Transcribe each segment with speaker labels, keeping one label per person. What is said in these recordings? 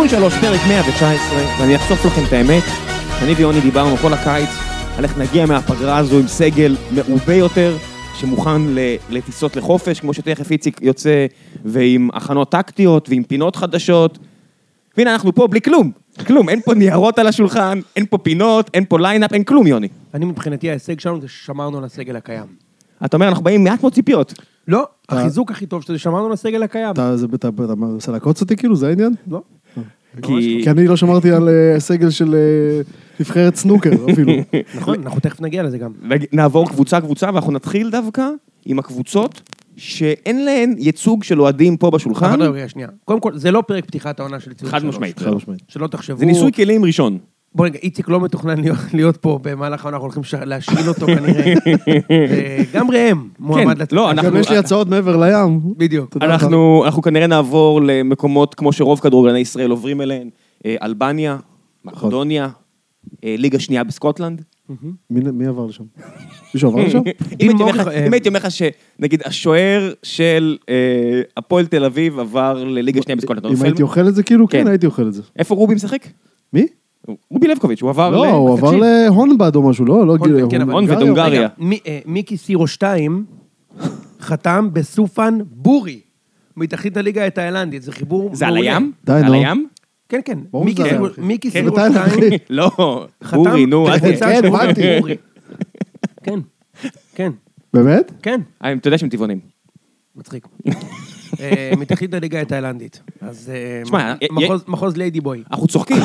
Speaker 1: ציון 3, פרק 119, ואני אחשוף לכם את האמת. אני ויוני דיברנו כל הקיץ על איך נגיע מהפגרה הזו עם סגל מעובה יותר, שמוכן לטיסות לחופש, כמו שתכף איציק יוצא, ועם הכנות טקטיות, ועם פינות חדשות. והנה אנחנו פה בלי כלום, כלום, אין פה ניירות על השולחן, אין פה פינות, אין פה ליינאפ, אין כלום, יוני.
Speaker 2: אני מבחינתי ההישג שלנו זה ששמרנו על הסגל הקיים.
Speaker 1: אתה אומר, אנחנו באים מעט מאוד ציפיות.
Speaker 2: לא, החיזוק הכי טוב שזה ששמרנו על הסגל הקיים.
Speaker 3: אתה מנסה לעקוץ אותי כאילו, זה העניין?
Speaker 2: לא.
Speaker 3: כי אני לא שמרתי על סגל של נבחרת סנוקר אפילו.
Speaker 2: נכון, אנחנו תכף נגיע לזה גם.
Speaker 1: נעבור קבוצה, ואנחנו נתחיל דווקא עם הקבוצות שאין להן ייצוג של אוהדים פה בשולחן.
Speaker 2: אבל רגע, שנייה. קודם כל, זה לא פרק פתיחת העונה של ציון 3.
Speaker 1: חד משמעית.
Speaker 2: שלא תחשבו...
Speaker 1: זה ניסוי כלים ראשון.
Speaker 2: בוא רגע, איציק לא מתוכנן להיות פה במהלך העונה, אנחנו הולכים להשאיל אותו כנראה. גם ראם, מועמד לצאת.
Speaker 1: לא,
Speaker 3: גם יש לי הצעות מעבר לים.
Speaker 2: בדיוק.
Speaker 1: אנחנו כנראה נעבור למקומות כמו שרוב כדורגלני ישראל עוברים אליהן. אלבניה, מקדוניה, ליגה שנייה בסקוטלנד.
Speaker 3: מי עבר לשם? מישהו עבר לשם?
Speaker 1: אם הייתי אומר לך שנגיד השוער של הפועל תל אביב עבר לליגה שנייה בסקוטלנד.
Speaker 3: אם הייתי אוכל את זה כאילו, כן הייתי אוכל את זה.
Speaker 1: איפה רובי משחק?
Speaker 3: מי?
Speaker 1: רובי לבקוביץ', הוא עבר
Speaker 3: לא, הוא עבר להונבד או משהו, לא?
Speaker 1: הונבד, הונגריה.
Speaker 2: מיקי סירו 2 חתם בסופן בורי, מתחתית הליגה התאילנדית, זה חיבור...
Speaker 1: זה על הים?
Speaker 3: די,
Speaker 1: על הים?
Speaker 2: כן, כן. מיקי
Speaker 1: כן.
Speaker 2: סירו 2
Speaker 1: לא, בורי, נו,
Speaker 2: כן, הבנתי. כן, כן.
Speaker 3: באמת?
Speaker 2: כן.
Speaker 1: אתה יודע שהם טבעונים.
Speaker 2: מצחיק. מתחתית הליגה התאילנדית. אז
Speaker 1: שמע,
Speaker 2: מחוז ליידי בוי.
Speaker 1: אנחנו צוחקים,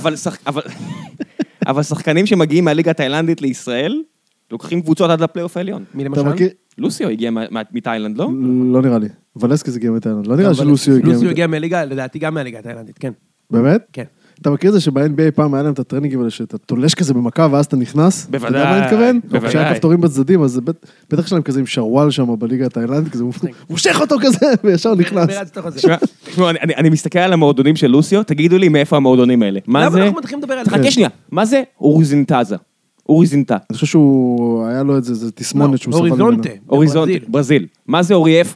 Speaker 1: אבל שחקנים שמגיעים מהליגה התאילנדית לישראל, לוקחים קבוצות עד לפלייאוף העליון.
Speaker 2: מי למשל?
Speaker 1: לוסיו הגיע מתאילנד, לא?
Speaker 3: לא נראה לי. ולסקס הגיע מתאילנד. לא נראה שלוסיו הגיע.
Speaker 2: לוסיו הגיע מהליגה, לדעתי גם מהליגה התאילנדית, כן.
Speaker 3: באמת?
Speaker 2: כן.
Speaker 3: אתה מכיר את זה שב-NBA פעם היה להם את הטרנינגים האלה, שאתה תולש כזה במכה ואז אתה נכנס?
Speaker 1: בוודאי.
Speaker 3: אתה יודע מה אני מתכוון?
Speaker 1: בוודאי.
Speaker 3: כשהיה כפתורים בצדדים, אז בטח שלהם כזה עם שרוואל שם בליגה התאילנדית, כזה מושך אותו כזה, וישר נכנס.
Speaker 1: אני מסתכל על המועדונים של לוסיו, תגידו לי מאיפה המועדונים האלה. מה זה?
Speaker 2: למה אנחנו מתחילים לדבר על זה?
Speaker 1: חכה שנייה, מה זה אוריזינטזה? אוריזינטה.
Speaker 3: אני חושב שהוא, היה לו איזה תסמונת שהוא סבל ממנו.
Speaker 2: אוריזונטה.
Speaker 1: ברזיל. מה זה אוריאף?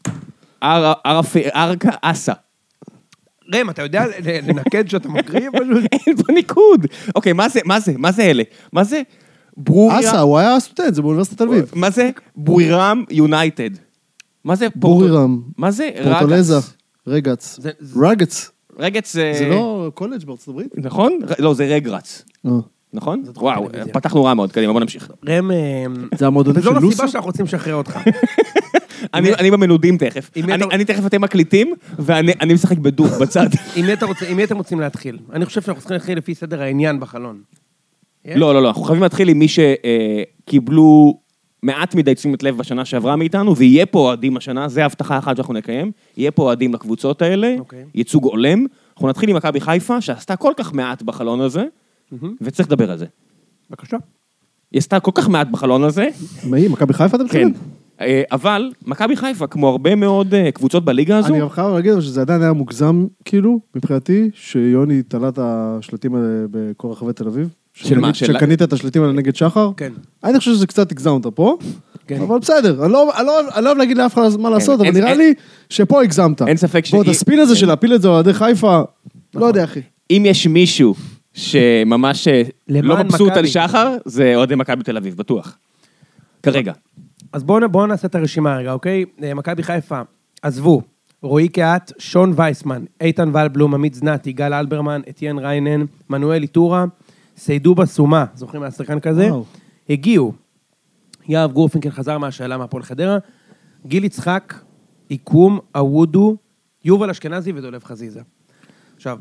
Speaker 1: ארקה אסה.
Speaker 2: רם, אתה יודע לנקד שאתה מקריא פשוט?
Speaker 1: אין פה ניקוד. אוקיי, מה זה אלה? מה זה?
Speaker 3: אסה, הוא היה סטודנט, זה באוניברסיטת תל אביב.
Speaker 1: מה זה? בורירם יונייטד. מה זה?
Speaker 3: בורירם.
Speaker 1: מה זה?
Speaker 3: פורטולזה. רגץ. רגץ.
Speaker 1: רגץ זה...
Speaker 3: זה לא קולג' בארצות הברית?
Speaker 1: נכון? לא, זה רגרץ. נכון? וואו, פתחנו רע מאוד, קדימה, בוא נמשיך.
Speaker 2: רם...
Speaker 3: זה המועדונים של
Speaker 2: וזו
Speaker 3: לוסו?
Speaker 2: הסיבה שאנחנו רוצים לשחרר אותך.
Speaker 1: אני במנודים תכף. אני תכף אתם מקליטים, ואני משחק בדוק בצד.
Speaker 2: עם מי אתם רוצים להתחיל? אני חושב שאנחנו צריכים להתחיל לפי סדר העניין בחלון.
Speaker 1: לא, אנחנו חייבים להתחיל עם מי שקיבלו מעט מדי תשומת לב בשנה שעברה מאיתנו, ויהיה פה אוהדים השנה, זה הבטחה אחת שאנחנו נקיים, יהיה פה אוהדים לקבוצות האלה, ייצוג עולם. אנחנו נתחיל עם מכבי חיפה, שעשתה כל כך מעט בחלון הזה, וצריך לדבר על זה.
Speaker 2: בבקשה.
Speaker 1: היא עשתה כל כך מעט בחלון הזה.
Speaker 3: מי? מכבי חיפה אתה מתכוון?
Speaker 1: כן. אבל מכבי חיפה, כמו הרבה מאוד קבוצות בליגה הזו...
Speaker 3: אני גם חייב להגיד שזה עדיין היה מוגזם, כאילו, מבחינתי, שיוני תלה את השלטים האלה בכל רחבי תל אביב.
Speaker 1: של מה?
Speaker 3: שקנית את השלטים האלה נגד שחר.
Speaker 2: כן.
Speaker 3: אני חושב שזה קצת הגזמת פה, אבל בסדר, אני לא אוהב להגיד לאף אחד מה לעשות, אבל נראה לי שפה הגזמת.
Speaker 1: אין ספק
Speaker 3: ועוד הספין הזה של להפיל את זה אוהדי חיפה, לא יודע אחי.
Speaker 1: אם יש מישהו שממש לא מבסוט על שחר, זה אוהדי מכבי תל אביב, בטוח. כרגע.
Speaker 2: אז בואו נעשה את הרשימה רגע, אוקיי? מכבי חיפה, עזבו, רועי קהת, שון וייסמן, איתן ולבלום, עמית זנתי, גל אלברמן, אתיין ריינן, מנואל איטורה, סיידובה סומה, זוכרים מהשחקן כזה? הגיעו, יאב גורפינקל חזר מהשאלה מהפועל חדרה, גיל יצחק, עיקום, אוודו, יובל אשכנזי ודולב חזיזה. עכשיו,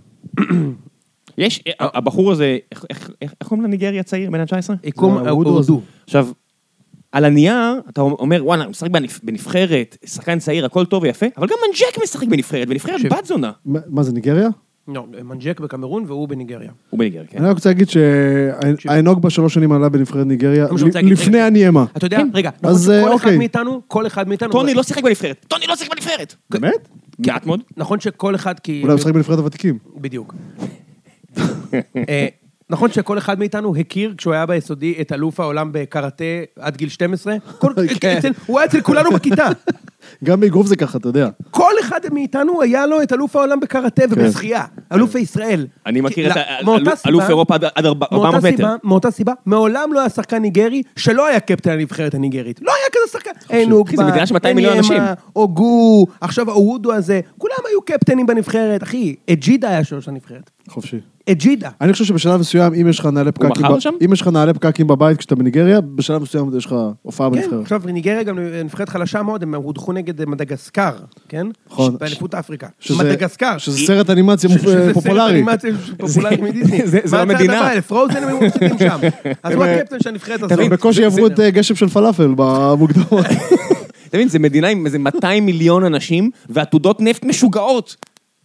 Speaker 1: יש, הבחור הזה, איך קוראים לניגרי הצעיר, בן ה-19?
Speaker 2: עיקום, אוודו.
Speaker 1: עכשיו, על הנייר, אתה אומר, וואלה, הוא משחק בנבחרת, שחקן צעיר, הכל טוב ויפה, אבל גם מנג'ק משחק בנבחרת, ונבחרת בת זונה.
Speaker 3: מה זה, ניגריה?
Speaker 2: לא, מנג'ק בקמרון והוא בניגריה.
Speaker 1: הוא בניגריה, כן.
Speaker 3: אני רק רוצה להגיד שהאנוג ב3 שנים עלה בנבחרת ניגריה, לפני הניאמה.
Speaker 2: אתה יודע, רגע, כל אחד מאיתנו...
Speaker 1: טוני לא שיחק בנבחרת. טוני לא שיחק בנבחרת.
Speaker 3: באמת?
Speaker 1: מעט מאוד.
Speaker 2: נכון שכל אחד כי...
Speaker 3: אולי הוא שיחק בנבחרת הוותיקים.
Speaker 2: בדיוק. נכון שכל אחד מאיתנו הכיר, כשהוא היה ביסודי, את אלוף העולם בקראטה עד גיל 12? הוא היה אצל כולנו בכיתה.
Speaker 3: גם באגרוף זה ככה, אתה יודע.
Speaker 2: כל אחד מאיתנו היה לו את אלוף העולם בקראטה ובשחייה. אלוף ישראל.
Speaker 1: אני מכיר את אלוף אירופה עד 400 מטר.
Speaker 2: מאותה סיבה, מעולם לא היה שחקן ניגרי, שלא היה קפטן הנבחרת הניגרית. לא היה כזה שחקן. אין
Speaker 1: זה מדינה של 200 מיליון אנשים.
Speaker 2: אוגו, עכשיו האודו הזה, כולם היו קפטנים בנבחרת, אחי. אג'ידה היה שלוש הנבחרת.
Speaker 3: חופשי.
Speaker 2: אג'ידה.
Speaker 3: אני חושב שבשלב מסוים, אם יש לך נעלי פקקים בבית כשאתה בניגריה, בשלב מסוים יש לך הופעה בנבחרת.
Speaker 2: עכשיו, ניגריה גם נבחרת חלשה מאוד, הם הודחו נגד מדגסקר, כן?
Speaker 3: נכון.
Speaker 2: באליפות אפריקה. מדגסקר.
Speaker 3: שזה סרט אנימציה פופולרי.
Speaker 2: שזה סרט אנימציה פופולרי מדיסני.
Speaker 1: זה המדינה.
Speaker 2: פרוזן הם מפסידים שם. אז הוא הקפטן של הנבחרת הזאת.
Speaker 3: בקושי עברו את גשם של פלאפל במוקדמות.
Speaker 1: אתה מבין, זה מדינה עם איזה 200 מיליון אנשים, ועתודות נפט משוגעות.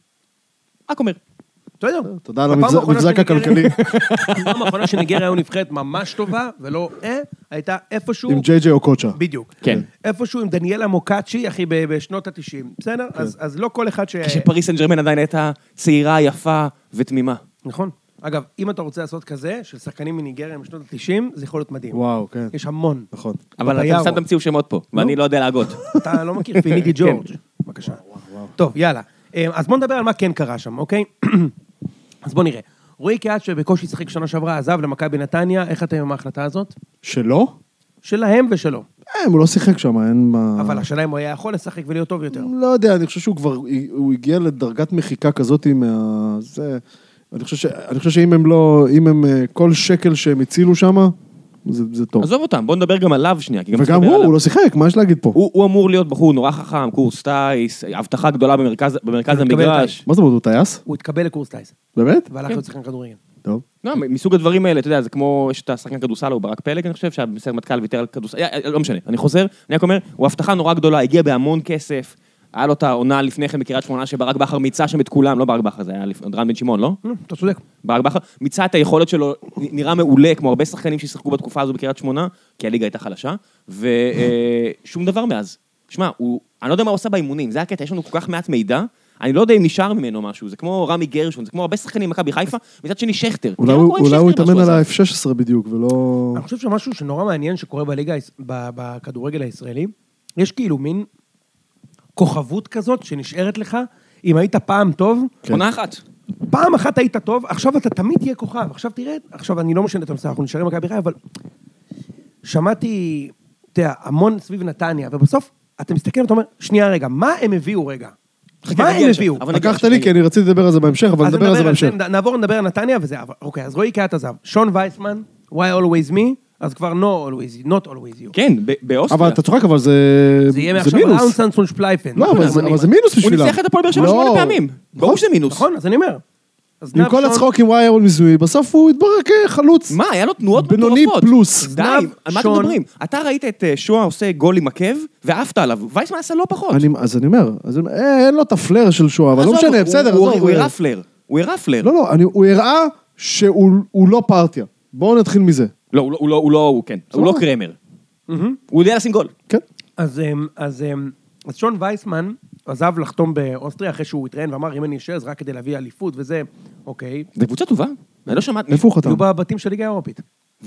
Speaker 1: רק אומר.
Speaker 3: תודה על המבזק הכלכלי.
Speaker 2: הפעם האחרונה שניגריה היו נבחרת ממש טובה, ולא הייתה איפשהו...
Speaker 3: עם ג'יי אוקוצ'ה.
Speaker 2: בדיוק.
Speaker 1: כן.
Speaker 2: איפשהו עם דניאלה מוקאצ'י, אחי, בשנות ה-90. בסדר? אז לא כל אחד
Speaker 1: כשפריס סן ז'רמן עדיין הייתה צעירה, יפה ותמימה.
Speaker 2: נכון. אגב, אם אתה רוצה לעשות כזה, של שחקנים מניגריה משנות ה-90, זה יכול להיות מדהים.
Speaker 3: וואו, כן.
Speaker 2: יש המון.
Speaker 3: נכון.
Speaker 1: אבל אתם סתם תמציאו שמות פה, ואני לא יודע להגות.
Speaker 2: אתה לא מכיר, פיניגי ג'ורג'. בבקשה. טוב, יאללה. אז בוא נדבר על מה כן קרה שם, אוקיי? אז בוא נראה. רועי קהת שבקושי שחק שנה שעברה, עזב למכבי בנתניה, איך אתם עם ההחלטה הזאת?
Speaker 3: שלו?
Speaker 2: שלהם ושלו.
Speaker 3: הוא לא שיחק שם, אין מה...
Speaker 2: אבל השאלה אם הוא היה יכול לשחק ולהיות טוב יותר.
Speaker 3: לא יודע, אני חושב שהוא כבר, הוא הגיע לדרגת מחיקה כזאת אני חושב שאם הם לא, כל שקל שהם הצילו שם, זה טוב.
Speaker 1: עזוב אותם, בוא נדבר גם עליו שנייה.
Speaker 3: וגם הוא לא שיחק, מה יש להגיד פה?
Speaker 1: הוא אמור להיות בחור נורא חכם, קורס טייס, הבטחה גדולה במרכז המגרש.
Speaker 3: מה זאת אומרת, הוא טייס?
Speaker 2: הוא התקבל לקורס טייס.
Speaker 3: באמת?
Speaker 2: והלך להיות שחקן כדורגל.
Speaker 3: טוב.
Speaker 1: מסוג הדברים האלה, אתה יודע, זה כמו, יש את השחקן כדורסל, הוא ברק פלג, אני חושב, שהבסר מטכ"ל ויתר על כדורסל, לא משנה, אני חוזר, אני רק אומר, הוא הבטחה נורא גדולה, הגיע בהמון כסף, היה לו את העונה לפני כן בקריית שמונה, שברק בכר מיצה שם את כולם, לא ברק בכר, זה היה רן בן שמעון, לא?
Speaker 2: אתה צודק.
Speaker 1: ברק בכר מיצה את היכולת שלו, נראה מעולה, כמו הרבה שחקנים ששיחקו בתקופה הזו בקריית שמונה, כי הליגה הייתה חלשה, ושום דבר מאז. שמע, אני לא יודע מה הוא עושה באימונים, זה הקטע, יש לנו כל כך מעט מידע, אני לא יודע אם נשאר ממנו משהו, זה כמו רמי גרשון, זה כמו הרבה שחקנים מכבי חיפה, מצד שני שכטר.
Speaker 3: אולי הוא יתאמן על ה-F16 בדיוק, ולא...
Speaker 2: אני חושב שמשהו שנורא מעניין שקורה בליגה, בכדורגל הישראלי, יש כאילו מין כוכבות כזאת שנשארת לך, אם היית פעם טוב...
Speaker 1: עונה אחת.
Speaker 2: פעם אחת היית טוב, עכשיו אתה תמיד תהיה כוכב, עכשיו תראה, עכשיו אני לא משנה את המסע, אנחנו נשארים מכבי חיפה, אבל שמעתי, תראה, המון סביב נתניה, ובסוף אתה מסתכל ואתה אומר, שנייה רגע, מה הם הביאו רגע? מה הם הביאו?
Speaker 3: לקחת לי, כי אני רציתי לדבר על זה בהמשך, אבל נדבר על זה בהמשך.
Speaker 2: נעבור לדבר על נתניה וזה, אוקיי, אז רועי קהת עזב. שון וייסמן, why always me? אז כבר not always you.
Speaker 1: כן, באוסטריה.
Speaker 3: אבל אתה צוחק, אבל זה מינוס.
Speaker 2: זה יהיה מעכשיו ראונסן סון שפלייפן.
Speaker 3: לא, אבל זה מינוס בשבילם.
Speaker 1: הוא ניצח את הפועל באר שבע 8 פעמים. ברור שזה מינוס.
Speaker 2: נכון, אז אני אומר.
Speaker 3: עם כל הצחוק עם וואי מזוהי, בסוף הוא התברר כחלוץ.
Speaker 1: מה, היה לו תנועות מטורפות.
Speaker 3: בינוני פלוס.
Speaker 1: די, על מה אתם מדברים? אתה ראית את שואה עושה גול עם עקב, ואהבת עליו. וייסמן עשה לא פחות.
Speaker 3: אז אני אומר, אין לו את הפלר של שואה, אבל לא משנה, בסדר.
Speaker 1: הוא הראה פלר. הוא הראה פלר.
Speaker 3: לא, הוא הראה שהוא לא פרטיה. בואו נתחיל מזה.
Speaker 1: לא, הוא לא קרמר. הוא יודע לשים גול.
Speaker 3: כן.
Speaker 2: אז שון וייסמן עזב לחתום באוסטריה אחרי שהוא התראיין ואמר, אם אני אשאר, אז רק כדי להביא אליפות וזה, אוקיי.
Speaker 1: זה קבוצה טובה. אני לא שמעתי.
Speaker 3: איפה הוא חתם?
Speaker 2: היו בבתים של ליגה האירופית.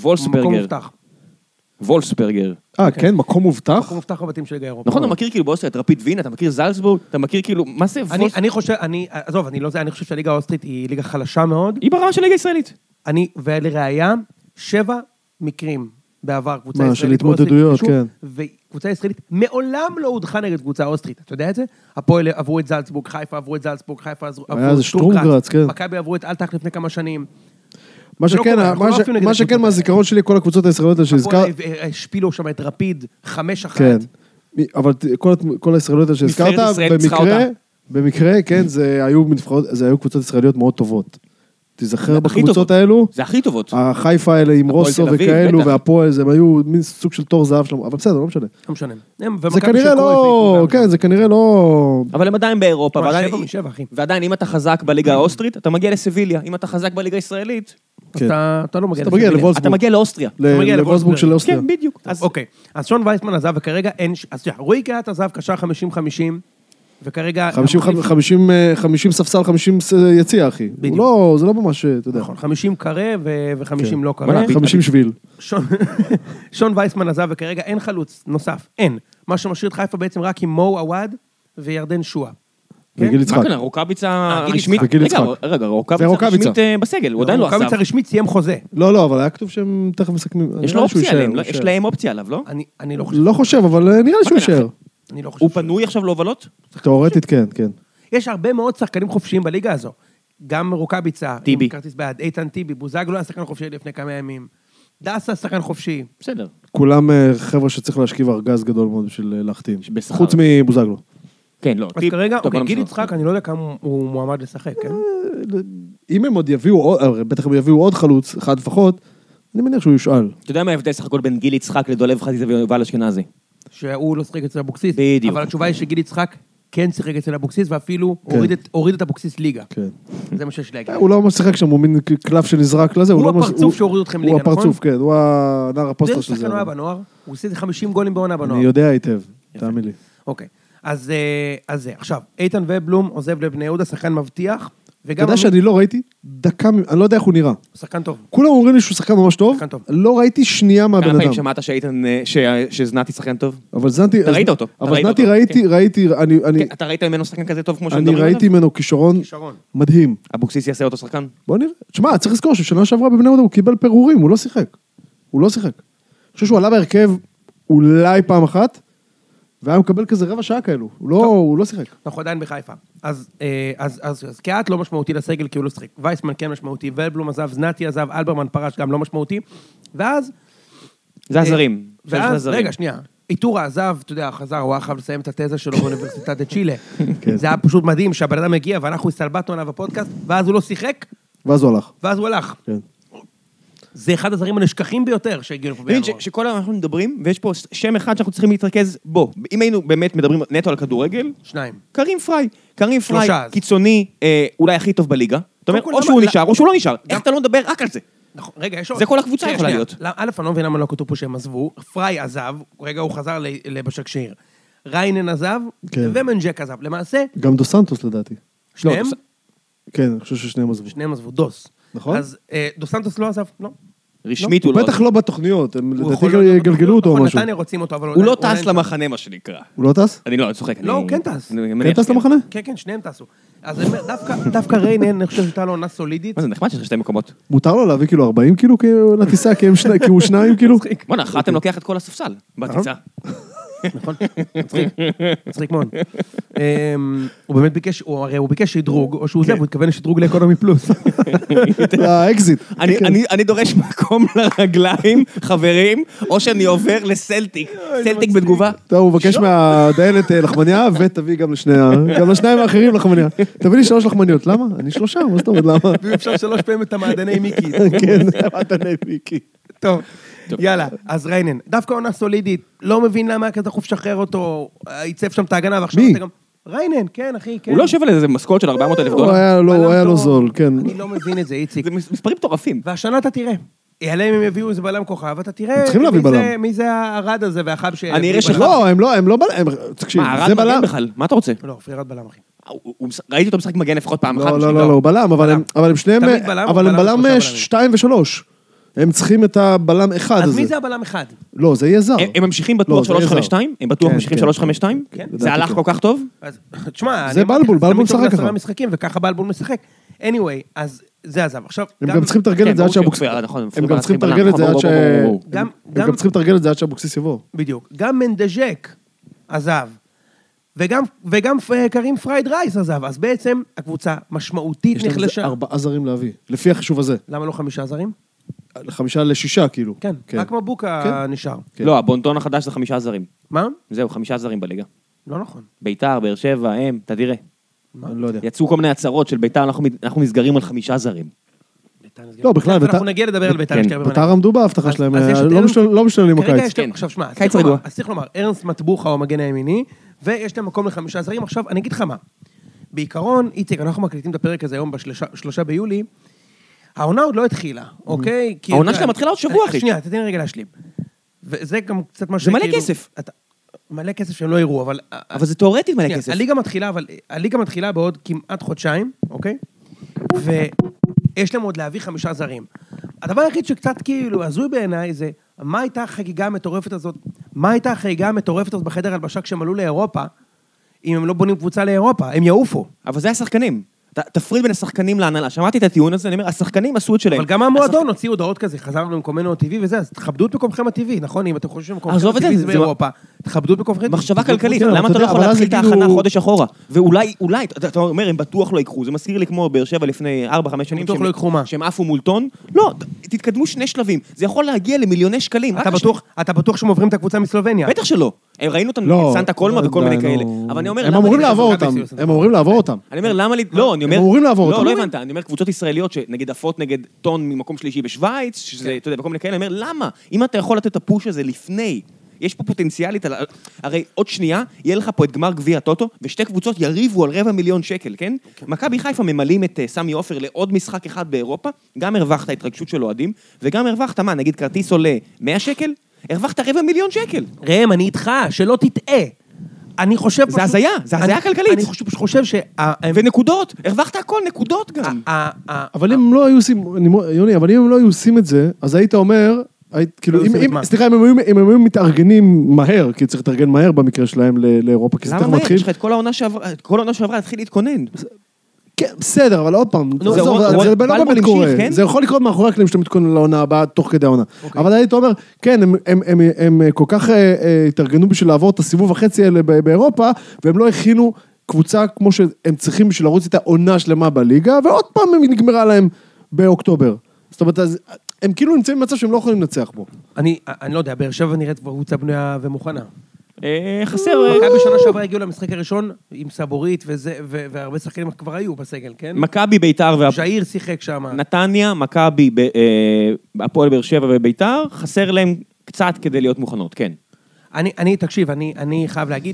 Speaker 1: וולסברגר.
Speaker 3: כן, מקום מובטח?
Speaker 2: מקום מובטח בבתים של ליגה האירופית.
Speaker 1: נכון, אתה מכיר כאילו באוסטריה את רפיד וין, אתה מכיר זלצבורג, אתה מכיר כאילו, מה זה?
Speaker 2: אני חושב, עזוב, אני חושב שהליגה האוסטרית היא ליגה חלשה מאוד.
Speaker 1: היא ברמה של ליגה ישראלית.
Speaker 2: ולראיה, 7 מקרים בעבר קבוצה ישראלית.
Speaker 3: של התמודדויות, כן.
Speaker 2: וקבוצה ישראלית מעולם לא הודחה נגד קבוצה אוסטרית. אתה יודע את זה? הפועל עברו את זלצבורג, חיפה עברו את זלצבורג, חיפה עברו את
Speaker 3: שטרומגרץ, כן.
Speaker 2: מכבי עברו את אלטח לפני כמה שנים.
Speaker 3: מה שכן מהזיכרון שלי, כל הקבוצות הישראליות שהזכרת...
Speaker 2: השפילו שם את רפיד 5-1.
Speaker 3: כן. אבל כל הישראליות שהזכרת, במקרה, כן, זה היו קבוצות ישראליות מאוד טובות. תיזכר בקבוצות האלו.
Speaker 1: זה הכי טובות.
Speaker 3: החיפה האלה עם רוסו וכאלו, והפועל, הם היו מין סוג של תור זהב שלנו, אבל בסדר, לא משנה.
Speaker 2: לא משנה.
Speaker 3: זה כנראה לא, כן, זה כנראה לא...
Speaker 1: אבל הם עדיין באירופה,
Speaker 2: ועדיין
Speaker 1: אם אתה חזק בליגה האוסטרית, אתה מגיע לסביליה. אם אתה חזק בליגה הישראלית,
Speaker 2: אתה לא מגיע לסביליה.
Speaker 1: אתה מגיע לאוסטריה.
Speaker 3: לוולסבורג של אוסטריה.
Speaker 1: כן, בדיוק.
Speaker 2: אוקיי. אז שון וייסמן עזב, וכרגע אין... אז רועי קהת עזב, קשר 50-50. וכרגע...
Speaker 3: 50 ספסל, 50 יציע, אחי.
Speaker 2: בדיוק.
Speaker 3: זה לא ממש, אתה יודע.
Speaker 2: נכון, 50 קרה ו50 לא קרה.
Speaker 3: 50 שביל.
Speaker 2: שון וייסמן עזב, וכרגע אין חלוץ נוסף, אין. מה שמשאיר את חיפה בעצם רק עם מו עווד וירדן שואה.
Speaker 3: וגיל יצחק.
Speaker 1: מה כאן, רוקאביצה רשמית?
Speaker 3: וגיל יצחק.
Speaker 1: רגע, רוקאביצה רשמית בסגל, הוא עדיין לא עזב.
Speaker 2: רוקאביצה רשמית סיים חוזה.
Speaker 3: לא, אבל היה כתוב שהם תכף מסכמים.
Speaker 1: יש לו אופציה עליהם, יש להם אופציה עליו, לא?
Speaker 2: אני לא חושב.
Speaker 3: לא חושב, אבל נראה לי שהוא יישאר.
Speaker 2: אני לא חושב.
Speaker 1: הוא פנוי עכשיו להובלות?
Speaker 3: תיאורטית כן, כן.
Speaker 2: יש הרבה מאוד שחקנים חופשיים בליגה הזו. גם רוקאביצה,
Speaker 1: טיבי.
Speaker 2: כרטיס ביד, איתן טיבי, בוזגלו היה שחקן חופשי לפני כמה ימים. דסה שחקן חופשי.
Speaker 1: בסדר. כולם
Speaker 3: חבר'ה שצריך להשכיב ארגז גדול מאוד בשביל להחתים.
Speaker 1: בשכר.
Speaker 3: חוץ מבוזגלו.
Speaker 1: כן, לא.
Speaker 2: אז כרגע, גיל יצחק, אני לא יודע כמה הוא מועמד לשחק, כן?
Speaker 3: אם הם עוד יביאו, בטח הם יביאו עוד חלוץ, אחד לפחות, אני מניח שהוא יושאל.
Speaker 1: אתה יודע מה ההבדל סך הכל בין גיל יצחק לדולב חזיזה ויובל אשכנזי?
Speaker 2: שהוא לא שחק אצל אבוקסיס.
Speaker 1: בדיוק.
Speaker 2: אבל התשובה היא שגיל יצחק כן שיחק אצל אבוקסיס, ואפילו הוריד את אבוקסיס ליגה.
Speaker 3: כן.
Speaker 2: זה מה שיש להגיד.
Speaker 3: הוא לא ממש שיחק שם, הוא מין קלף שנזרק לזה.
Speaker 2: הוא הפרצוף שהוריד אתכם ליגה,
Speaker 3: הוא
Speaker 2: נכון?
Speaker 3: הפרצוף, כן, הוא הנער הפוסטר של
Speaker 2: זה שחקן היה בנוער, הוא עושה 50 גולים בעונה בנוער.
Speaker 3: אני יודע היטב, תאמין לי.
Speaker 2: אוקיי, אז זה. עכשיו, איתן ובלום עוזב לבני יהודה, שחקן מבטיח,
Speaker 3: אתה יודע שאני לא ראיתי דקה, אני לא יודע איך הוא נראה.
Speaker 2: שחקן טוב.
Speaker 3: כולם אומרים לי שהוא שחקן ממש טוב,
Speaker 2: שחקן טוב.
Speaker 3: לא ראיתי שנייה מהבן אדם.
Speaker 1: כמה פעמים שמעת שזנתי שחקן טוב?
Speaker 3: אבל זנתי...
Speaker 1: אתה ראית אותו.
Speaker 3: אבל זנתי ראיתי,
Speaker 1: אתה ראית ממנו שחקן כזה טוב כמו
Speaker 3: אני
Speaker 1: שמדברים עליו?
Speaker 3: ראיתי ממנו כישרון מדהים.
Speaker 1: אבוקסיס יעשה אותו שחקן?
Speaker 3: בוא נראה. תשמע, צריך לזכור ששנה שעברה בבני יהודה הוא קיבל פירורים, הוא לא שיחק. אני חושב שהוא עלה בהרכב אולי פעם אחת, והיה מקבל כזה רבע שעה כאלו. הוא לא שיחק.
Speaker 2: אנחנו עדיין בחיפה. אז קהת לא משמעותי לסגל כי הוא לא שיחק. וייסמן כן משמעותי, ולבלום עזב, זנתי עזב, אלברמן פרש גם לא משמעותי. ואז...
Speaker 1: זה הזרים.
Speaker 2: ואז, רגע, שנייה. איתורה עזב, אתה יודע, חזר, הוא היה חייב לסיים את התזה שלו באוניברסיטת צ'ילה. זה היה פשוט מדהים שהבן אדם הגיע, ואנחנו הסתלבטנו עליו בפודקאסט, ואז הוא לא שיחק.
Speaker 3: ואז הוא
Speaker 2: הלך.
Speaker 3: כן.
Speaker 2: זה אחד הזרים הנשכחים ביותר שהגיעו פה בינואר.
Speaker 1: שכל היום אנחנו מדברים, ויש פה שם אחד שאנחנו צריכים להתרכז בו. אם היינו באמת מדברים נטו על כדורגל,
Speaker 2: שניים.
Speaker 1: קרים פריי, קיצוני, אולי הכי טוב בליגה. זאת אומרת,
Speaker 2: קודם
Speaker 1: או
Speaker 2: כל,
Speaker 1: שהוא
Speaker 2: למה-
Speaker 1: נשאר, או שהוא לא נשאר. איך אתה לא מדבר רק על זה?
Speaker 2: נכון, רגע, יש עוד.
Speaker 1: זה כל הקבוצה יכולה להיות.
Speaker 2: א', אני לא מבין למה לא כתוב פה שהם עזבו. פריי עזב, רגע הוא חזר לבשקשיר. ריינן עזב,
Speaker 3: כן.
Speaker 2: ומנג'ק עזב. למעשה,
Speaker 3: גם דו סנטוס לדעתי.
Speaker 2: שניהם,
Speaker 3: כן, אני חושב ששניהם עזבו.
Speaker 2: שניהם עזבו, דוס.
Speaker 3: נכון?
Speaker 2: אז דו סנטוס לא עזב, לא.
Speaker 1: רשמית הוא לא...
Speaker 3: בטח לא בתוכניות, הם
Speaker 2: הוא
Speaker 3: לדעתי
Speaker 2: יכול להיות
Speaker 3: יגלגלו אותו או
Speaker 2: נכון,
Speaker 3: משהו.
Speaker 2: נתניה רוצים אותו, אבל
Speaker 1: הוא לא
Speaker 2: עדיין
Speaker 1: טס למחנה, מה שנקרא.
Speaker 3: הוא לא טס?
Speaker 1: אני לא צוחק.
Speaker 2: לא, הוא כן טס.
Speaker 3: כן טס למחנה?
Speaker 2: כן, שניהם טסו. אז אני אומר, דווקא ריינן, אני חושב שהייתה לו עונה סולידית.
Speaker 1: מה זה נחמד שיש לך שתי מקומות.
Speaker 3: מותר לו להביא כאילו 40 כאילו לטיסה, כי הוא שניים כאילו?
Speaker 1: בוא'נה, אחתם לוקח את כל הספסל בטיסה.
Speaker 2: נכון? מצחיק מאוד. הוא באמת ביקש, הוא ביקש שדרוג, או שהוא עוזב, הוא התכוון לשדרוג לאקונומי פלוס.
Speaker 3: האקזיט.
Speaker 1: אני דורש מקום לרגליים, חברים, או שאני עובר לסלטיק. סלטיק בתגובה.
Speaker 3: טוב, הוא מבקש מהדיילת לחמניה, ותביא גם לשניים האחרים לחמניה. תביא לי 3 לחמניות. למה? אני 3, מה זאת אומרת, למה?
Speaker 2: ואפשר 3 פעמים את המעדני מיקי.
Speaker 3: כן, זה מעדני מיקי.
Speaker 2: טוב, יאללה, אז ריינן, דווקא עונה סולידית, לא מבין למה היה כזה דחוף לשחרר אותו, ייצב שם את ההגנה, ועכשיו
Speaker 3: מי?
Speaker 2: אתה גם... ריינן, כן, אחי, כן.
Speaker 1: הוא לא יושב על איזה משכורת של 400,000
Speaker 3: הוא
Speaker 1: דולר.
Speaker 3: היה לו זול, כן.
Speaker 2: אני לא מבין את זה, איציק.
Speaker 1: זה מספרים מטורפים.
Speaker 2: והשנה אתה תראה. יעלה אם הם יביאו איזה בלם כוכב, אתה תראה
Speaker 3: צריכים להביא בלם.
Speaker 2: מי זה הרד הזה והחב ש...
Speaker 1: אני אראה
Speaker 3: לא, הם לא בלם. תקשיב,
Speaker 1: מה,
Speaker 3: זה
Speaker 1: הרד
Speaker 3: בלם.
Speaker 1: מגן בכלל? מה אתה רוצה?
Speaker 2: לא, פרירד בלם, אחי.
Speaker 1: ראיתי אותו משחק מגן לפחות פעם אחת.
Speaker 3: לא, הוא בלם, אבל הם שניהם...
Speaker 2: תמיד בלם,
Speaker 3: אבל הם
Speaker 2: בלם,
Speaker 3: בלם
Speaker 2: שלושה
Speaker 3: 2 ו3. הם צריכים את הבלם אחד הזה.
Speaker 2: אז מי זה הבלם אחד?
Speaker 3: לא, זה יהיה זר.
Speaker 1: הם ממשיכים בטוח
Speaker 3: לא, זה
Speaker 1: 352? הם בטוח
Speaker 3: כן,
Speaker 1: ממשיכים
Speaker 3: כן.
Speaker 1: 352?
Speaker 2: כן.
Speaker 1: זה הלך כל כך טוב?
Speaker 2: אז, תשמע,
Speaker 3: זה בלבול, בלבול משחק ככה.
Speaker 2: 10 משחקים, וככה בלבול משחק. anyway, אז זה עזב. עכשיו,
Speaker 3: הם גם צריכים לתרגל את זה עד שאבוקסיס... הם גם צריכים לתרגל את זה עד ש... הם גם צריכים לתרגל את זה עד שאבוקסיס יבוא.
Speaker 2: בדיוק. גם מנדז'ק עזב, וגם קרים פרייד רייס עזב, אז בעצם הקבוצה משמעותית
Speaker 3: יש להם
Speaker 2: נחלשה.
Speaker 3: 4 זרים להביא, לפי החישוב הזה.
Speaker 2: למה לא 5 זרים?
Speaker 3: 5 ל6 כאילו.
Speaker 2: כן, רק מבוקה נשאר.
Speaker 1: לא, הבונטון החדש זה 5 זרים.
Speaker 2: מה?
Speaker 1: זהו, 5 זרים בליגה.
Speaker 2: לא נכון.
Speaker 1: ביתר, באר שבע, אתה תראה.
Speaker 3: אני לא יודע.
Speaker 1: יצאו כל מיני הצהרות של ביתר, אנחנו נסגרים על 5 זרים.
Speaker 3: לא, בכלל,
Speaker 2: אנחנו נגיע לדבר על ביתר.
Speaker 3: ביתר עמדו בהבטחה שלהם,
Speaker 2: אז יש את
Speaker 3: לא משתוללים בקיץ.
Speaker 2: עכשיו שמע,
Speaker 1: קיץ רגוע.
Speaker 2: אז צריך לומר, ארנסט מטבוחה הוא המגן הימיני, ויש להם מקום ל5 זרים. עכשיו, אני אגיד לך מה. בעיקרון, איציק, אנחנו מקליטים את הפרק הזה היום ב3 ביולי, העונה עוד לא התחילה, אוקיי?
Speaker 1: העונה שלהם מתחילה עוד שבוע, אחי.
Speaker 2: שנייה, תתן לי רגע להשלים. וזה גם קצת מה
Speaker 1: זה מלא כסף.
Speaker 2: מלא כסף שהם לא יראו, אבל...
Speaker 1: אבל זה תיאורטית מלא כסף.
Speaker 2: הליגה מתחילה בעוד כמעט חודשיים, אוקיי? ויש להם עוד להביא 5 זרים. הדבר היחיד שקצת כאילו הזוי בעיניי זה, מה הייתה החגיגה המטורפת הזאת? מה הייתה החגיגה המטורפת הזאת בחדר הלבשה כשהם עלו לאירופה, אם הם לא בונים קבוצה לאירופה? הם יעופו.
Speaker 1: אבל זה השחקנים. תפריד בין השחקנים להנהלה. שמעתי את הטיעון הזה, אני אומר, השחקנים עשו את שלהם.
Speaker 2: אבל גם המועדון הוציא הודעות כזה, חזרנו למקומנו הטבעי וזה, אז תכבדו את מקומכם הטבעי, נכון? אם אתם חושבים שמקומכם הטבעי זה באירופה, תכבדו את מקומכם הטבעי.
Speaker 1: מחשבה כלכלית, למה אתה לא יכול להתחיל את ההכנה חודש אחורה? ואולי, אתה אומר, הם בטוח לא ייקחו, זה מזכיר לי כמו באר שבע לפני 4-5 שנים, שהם עפו מול טון. לא, תתקדמו 2 שלבים, זה יכול להגיע למיליוני שקלים.
Speaker 2: אתה בטוח שהם עוברים את הקבוצה מסלובניה?
Speaker 1: בטח שלא. ראינו אותם בסנטה קולמה וכל מיני כאלה. אבל אני אומר,
Speaker 3: הם אמורים לעבור אותם.
Speaker 1: אני אומר, למה לי... לא, אני אומר...
Speaker 3: הם אמורים לעבור אותם.
Speaker 1: לא הבנת, אני אומר, קבוצות ישראליות שנגיד עפות נגד טון ממקום שלישי בשוויץ, שזה, אתה יודע, בכל מיני כאלה, אני אומר, למה? אם אתה יכול לתת את הפוש הזה לפני, יש פה פוטנציאלית, הרי עוד שנייה, יהיה לך פה את גמר גביע הטוטו, ושתי קבוצות יריבו על 250,000 שקל, כן? מכבי חיפה ממלאים את סמי עופר לעוד משחק אחד באירופה, גם הרווחת התרגשות של אוהדים, וגם הרווחת, מה, נגיד כרטיס עולה 100 שקל? הרווחת 250,000 שקל.
Speaker 2: ראם, אני איתך, שלא תטעה. אני חושב...
Speaker 1: זה הזיה כלכלית.
Speaker 2: אני חושב
Speaker 1: ונקודות, הרווחת הכל, נקודות גם.
Speaker 3: אבל אם הם לא היו עושים, יוני, אבל אם הם לא היו עושים את זה, אז היית אומר, סליחה, אם הם היו מתארגנים מהר, כי צריך להתארגן מהר במקרה שלהם לאירופה, כי זה תכף מתחיל.
Speaker 1: יש לך את כל העונה שעברה, להתחיל להתכונן.
Speaker 3: כן, בסדר, אבל עוד פעם, זה לא באמת קורה. זה יכול לקרות מאחורי הקלעים שאתה מתכונן לעונה הבאה, תוך כדי העונה. אבל היית אומר, כן, הם כל כך התארגנו בשביל לעבור את הסיבוב החצי האלה באירופה, והם לא הכינו קבוצה כמו שהם צריכים בשביל לרוץ את העונה שלמה בליגה, ועוד פעם הם נגמרה להם באוקטובר. זאת אומרת, הם כאילו נמצאים במצב שהם לא יכולים לנצח בו.
Speaker 2: אני לא יודע, באר שבע נראית קבוצה בנויה ומוכנה.
Speaker 1: חסר...
Speaker 2: מכבי בשנה שעברה הגיעו למשחק הראשון עם סבורית והרבה שחקנים כבר היו בסגל, כן?
Speaker 1: מכבי ביתר
Speaker 2: ז'איר שיחק שם.
Speaker 1: נתניה, מכבי, הפועל באר שבע וביתר, חסר להם קצת כדי להיות מוכנות, כן.
Speaker 2: תקשיב, אני חייב להגיד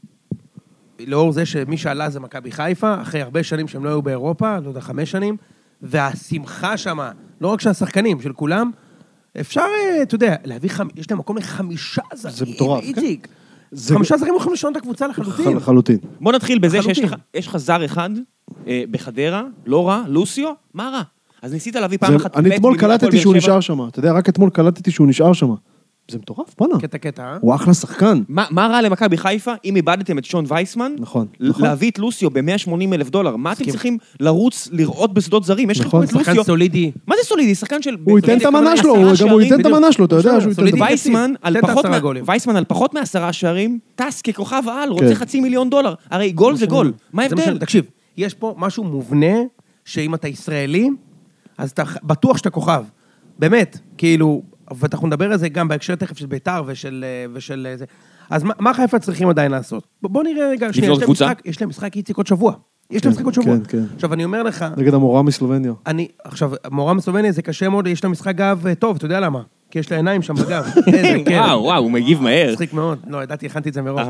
Speaker 2: שלאור זה שמי שעלה זה מכבי חיפה, אחרי הרבה שנים שהם לא היו באירופה, לא יודע, 5 שנים, והשמחה שם, לא רק של השחקנים, של כולם, אפשר, אתה יודע, להביא, יש להם מקום ל5 זרים.
Speaker 3: זה מטורף.
Speaker 2: איציק. 5 זרים יכולים לשנות את הקבוצה לחלוטין.
Speaker 3: לחלוטין.
Speaker 1: בוא נתחיל בזה שיש לך זר אחד בחדרה, לא רע, לוסיו, מה רע? אז ניסית להביא פעם אחת...
Speaker 3: אני אתמול קלטתי שהוא נשאר שם. אתה יודע, רק אתמול קלטתי שהוא נשאר שם. זה מטורף, בוא'נה.
Speaker 2: קטע.
Speaker 3: הוא אחלה שחקן.
Speaker 1: מה רע למכבי בחיפה, אם איבדתם את שון וייסמן?
Speaker 3: נכון.
Speaker 1: להביא את לוסיו ב$180,000. מה אתם צריכים לרוץ לראות בשדות זרים? יש לך פה את לוסיו.
Speaker 2: שחקן סולידי.
Speaker 1: מה זה סולידי? שחקן של...
Speaker 3: הוא ייתן את המנה שלו, גם הוא ייתן את המנה שלו, אתה יודע שהוא ייתן את המנה.
Speaker 1: וייסמן על פחות מ10 שערים, טס ככוכב העל, רוצה $500,000. הרי גול זה גול. מה ההבדל?
Speaker 2: תקשיב, יש פה משהו מובנה, שאם אתה ישראלי, אז אתה בטוח שאתה כוכב. באמת, כאילו, ואנחנו נדבר על זה גם בהקשר תכף של ביתר ושל זה. אז מה חיפה צריכים עדיין לעשות? בוא נראה רגע, יש להם משחק איציק עוד שבוע. עכשיו אני אומר לך...
Speaker 3: נגד המורה מסלובניה.
Speaker 2: עכשיו, המורה מסלובניה זה קשה מאוד, יש להם משחק גב טוב, אתה יודע למה? כי יש לה עיניים שם בגב.
Speaker 1: וואו, הוא מגיב מהר.
Speaker 2: מצחיק מאוד. לא, ידעתי, הכנתי את זה מראש.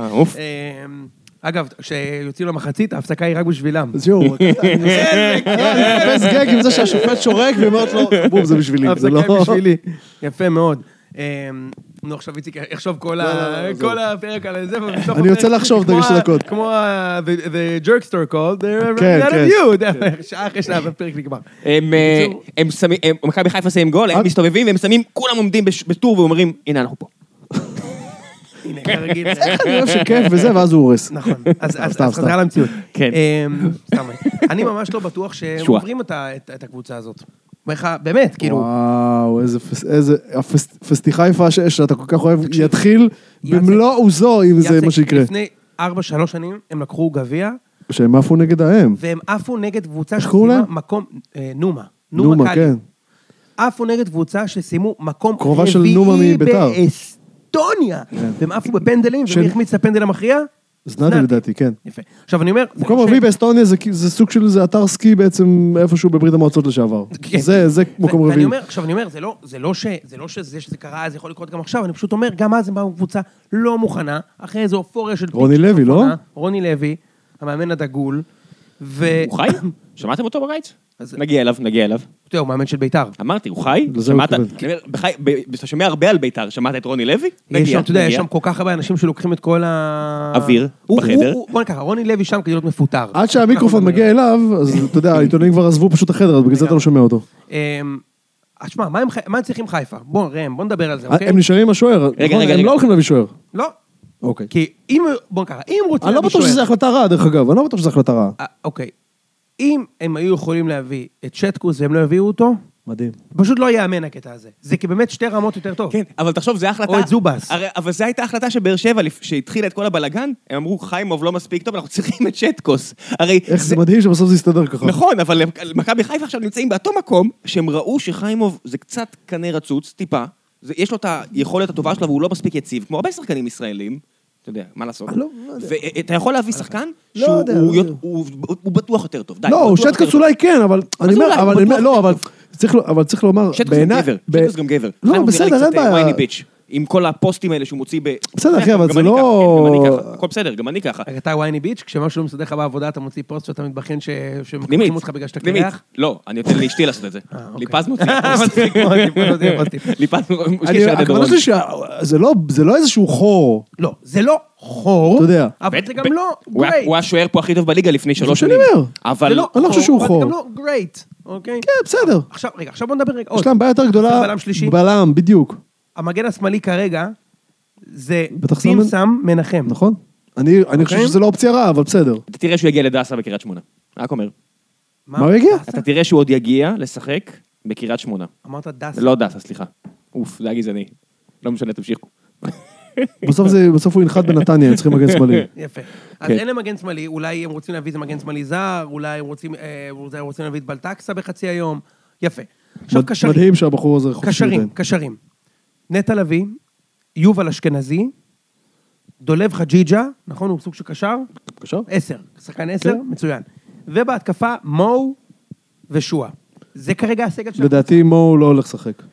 Speaker 2: אגב, כשיוצאים למחצית, ההפסקה היא רק בשבילם.
Speaker 3: זהו, אני מחפש גג עם זה שהשופט שורק, ואומרת לו, בום, זה בשבילי.
Speaker 2: ההפסקה היא בשבילי. יפה מאוד. נו, עכשיו איציק, יחשוב כל הפרק על זה,
Speaker 3: אני יוצא לחשוב, תגיד 2 דקות.
Speaker 2: כמו the jerkster call, they're out of you, שעה אחרי שעה, הפרק נגמר.
Speaker 1: מכבי חיפה שמים גול, הם מסתובבים, והם שמים, כולם עומדים בטור ואומרים, הנה אנחנו פה.
Speaker 2: הנה, כרגיל.
Speaker 3: איך אני אוהב שכיף וזה, ואז הוא הורס.
Speaker 2: נכון, אז חזרה למציאות.
Speaker 1: כן.
Speaker 2: סתם, אני ממש לא בטוח שהם עוברים את הקבוצה הזאת. באמת, כאילו...
Speaker 3: וואו, איזה פסטיחיפה שאתה כל כך אוהב, יתחיל במלוא עוזו, אם זה מה שיקרה.
Speaker 2: לפני 4-3 שנים הם לקחו גביע.
Speaker 3: שהם עפו נגד ההם.
Speaker 2: והם עפו נגד קבוצה שסיימה מקום... נומה,
Speaker 3: כן.
Speaker 2: עפו נגד קבוצה שסיימו מקום
Speaker 3: קרובה של נומה מביתר.
Speaker 2: באסטוניה. והם עפו בפנדלים, ומי החמיץ את הפנדל המכריע?
Speaker 3: זנתי לדעתי, כן.
Speaker 2: יפה. עכשיו אני אומר...
Speaker 3: מקום רביעי באסטוניה זה סוג של אתר סקי בעצם איפשהו בברית המועצות לשעבר. זה מקום רביעי.
Speaker 2: עכשיו אני אומר, זה לא שזה קרה, זה יכול לקרות גם עכשיו, אני פשוט אומר, גם אז הם באו קבוצה לא מוכנה, אחרי איזו אופוריה של...
Speaker 3: רוני לוי, לא?
Speaker 2: רוני לוי, המאמן הדגול,
Speaker 1: הוא חי? שמעתם אותו בקיץ? נגיע אליו.
Speaker 2: אתה יודע, הוא מאמן של ביתר.
Speaker 1: אמרתי, הוא חי? שמעת? אתה שומע הרבה על ביתר, שמעת את רוני לוי?
Speaker 2: יש שם כל כך הרבה אנשים שלוקחים את כל
Speaker 1: אוויר בחדר.
Speaker 2: בוא נקרא, רוני לוי שם כדי להיות מפוטר.
Speaker 3: עד שהמיקרופון מגיע אליו, אז אתה יודע, העיתונאים כבר עזבו פשוט החדר, אז בגלל זה אתה לא שומע אותו.
Speaker 2: תשמע, מה הם צריכים חיפה? בוא נדבר על זה, אוקיי?
Speaker 3: הם נשארים עם השוער, הם לא הולכים להביא שוער.
Speaker 2: לא.
Speaker 3: אוקיי.
Speaker 2: כי אם, בוא נקרא, אם רוצים
Speaker 3: אני לא בטוח שזו החלטה רעה, דרך אגב, אני לא בטוח שזו החלטה רעה.
Speaker 2: אוקיי. אם הם היו יכולים להביא את שטקוס והם לא הביאו אותו,
Speaker 3: מדהים.
Speaker 2: פשוט לא יאמן הקטע הזה. זה כבאמת שתי רמות יותר טוב.
Speaker 1: כן, אבל תחשוב, זה החלטה...
Speaker 2: או את זובס.
Speaker 1: אבל זו הייתה החלטה שבאר שבע, שהתחילה את כל הבלגן, הם אמרו, חיימוב לא מספיק טוב, אנחנו צריכים את שטקוס. הרי...
Speaker 3: איך זה מדהים שבסוף זה יסתדר ככה.
Speaker 1: נכון, אבל מכבי חיפה עכשיו נמצאים באותו מקום, שהם ראו שחיימוב זה קצת קנה רצוץ, טיפה, יש לו את היכולת הטובה שלו, והוא לא מספיק יציב, כמו הרבה שחקנים ישראלים, אתה יודע, מה לעשות? ואתה יכול להביא שחקן שהוא בטוח יותר טוב.
Speaker 3: לא, שטקוס אולי כן, אבל אני אומר, אבל צריך לומר,
Speaker 1: שטקוס גם גבר.
Speaker 3: לא, בסדר, אין בעיה.
Speaker 1: עם כל הפוסטים האלה שהוא מוציא ב...
Speaker 3: בסדר, אחי, אבל זה לא...
Speaker 1: הכל בסדר, גם אני ככה.
Speaker 2: אתה ווייני ביץ', כשמשהו לא מסתדר לך בעבודה, אתה מוציא פוסט שאתה מתבחן שמקחים אותך בגלל שאתה קרח?
Speaker 1: לא, אני נותן לאשתי לעשות את זה. ליפזנו אותי
Speaker 3: הכוונה שלי שזה לא איזשהו חור.
Speaker 2: לא, זה לא חור,
Speaker 3: אתה יודע.
Speaker 2: אבל זה גם לא גרייט.
Speaker 1: הוא השוער פה הכי טוב בליגה לפני 3 שנים.
Speaker 3: אני לא חושב שהוא חור.
Speaker 2: זה גם לא גרייט, אוקיי?
Speaker 3: כן, בסדר.
Speaker 2: עכשיו בוא נדבר רגע.
Speaker 3: יש להם בעיה יותר גדולה.
Speaker 2: בלם שלישי.
Speaker 3: בלם, בדיוק.
Speaker 2: המגן השמאלי כרגע, זה דימסם מנחם.
Speaker 3: נכון. אני חושב שזה לא אופציה רעה, אבל בסדר.
Speaker 1: אתה תראה שהוא יגיע לדסה בקריית שמונה. רק אומר.
Speaker 3: מה הוא יגיע?
Speaker 1: אתה תראה שהוא עוד יגיע לשחק בקריית שמונה.
Speaker 2: אמרת דסה.
Speaker 1: לא דסה, סליחה. אוף, זה היה גזעני. לא משנה, תמשיכו.
Speaker 3: בסוף הוא ינחת בנתניה, הם צריכים מגן שמאלי.
Speaker 2: יפה. אז אין להם מגן שמאלי, אולי הם רוצים להביא איזה מגן שמאלי זר, אולי הם רוצים להביא את בלטקסה בחצי היום. יפה. עכשיו קשרים.
Speaker 3: מדהים שהבחור הזה חופשי.
Speaker 2: קשרים. נטע לביא, יובל אשכנזי, דולב חג'יג'ה, נכון? הוא סוג של קשר?
Speaker 3: קשר?
Speaker 2: 10. שחקן 10, מצוין. ובהתקפה, מו ושועה. זה כרגע הסגל שלנו.
Speaker 3: לדעתי מו לא הולך לשחק.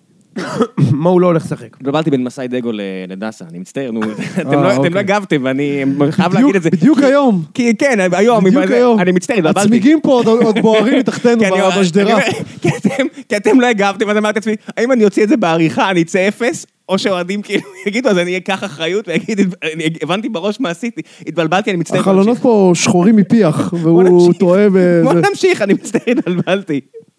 Speaker 2: מו לא הולך לשחק.
Speaker 1: דברתי בין מסאי דגו לדסה, אני מצטער, נו, אתם לא הגבתם, ואני חייב להגיד את זה.
Speaker 3: בדיוק היום.
Speaker 1: כן, היום, אני מצטער, דברתי.
Speaker 3: הצמיגים פה עוד בוערים מתחתנו בשדרה.
Speaker 1: כי אתם לא הגבתם, אז אמרתי לעצמי, האם אני אוציא את זה בעריכה, אני אצא 0, או שאוהדים כאילו יגידו, אז אני אקח אחריות, ויגיד, הבנתי בראש מה עשיתי, התבלבלתי, אני מצטער.
Speaker 3: החלונות פה שחורים מפיח, והוא טועה
Speaker 1: בוא נמשיך, אני מצטער, התבלבלתי.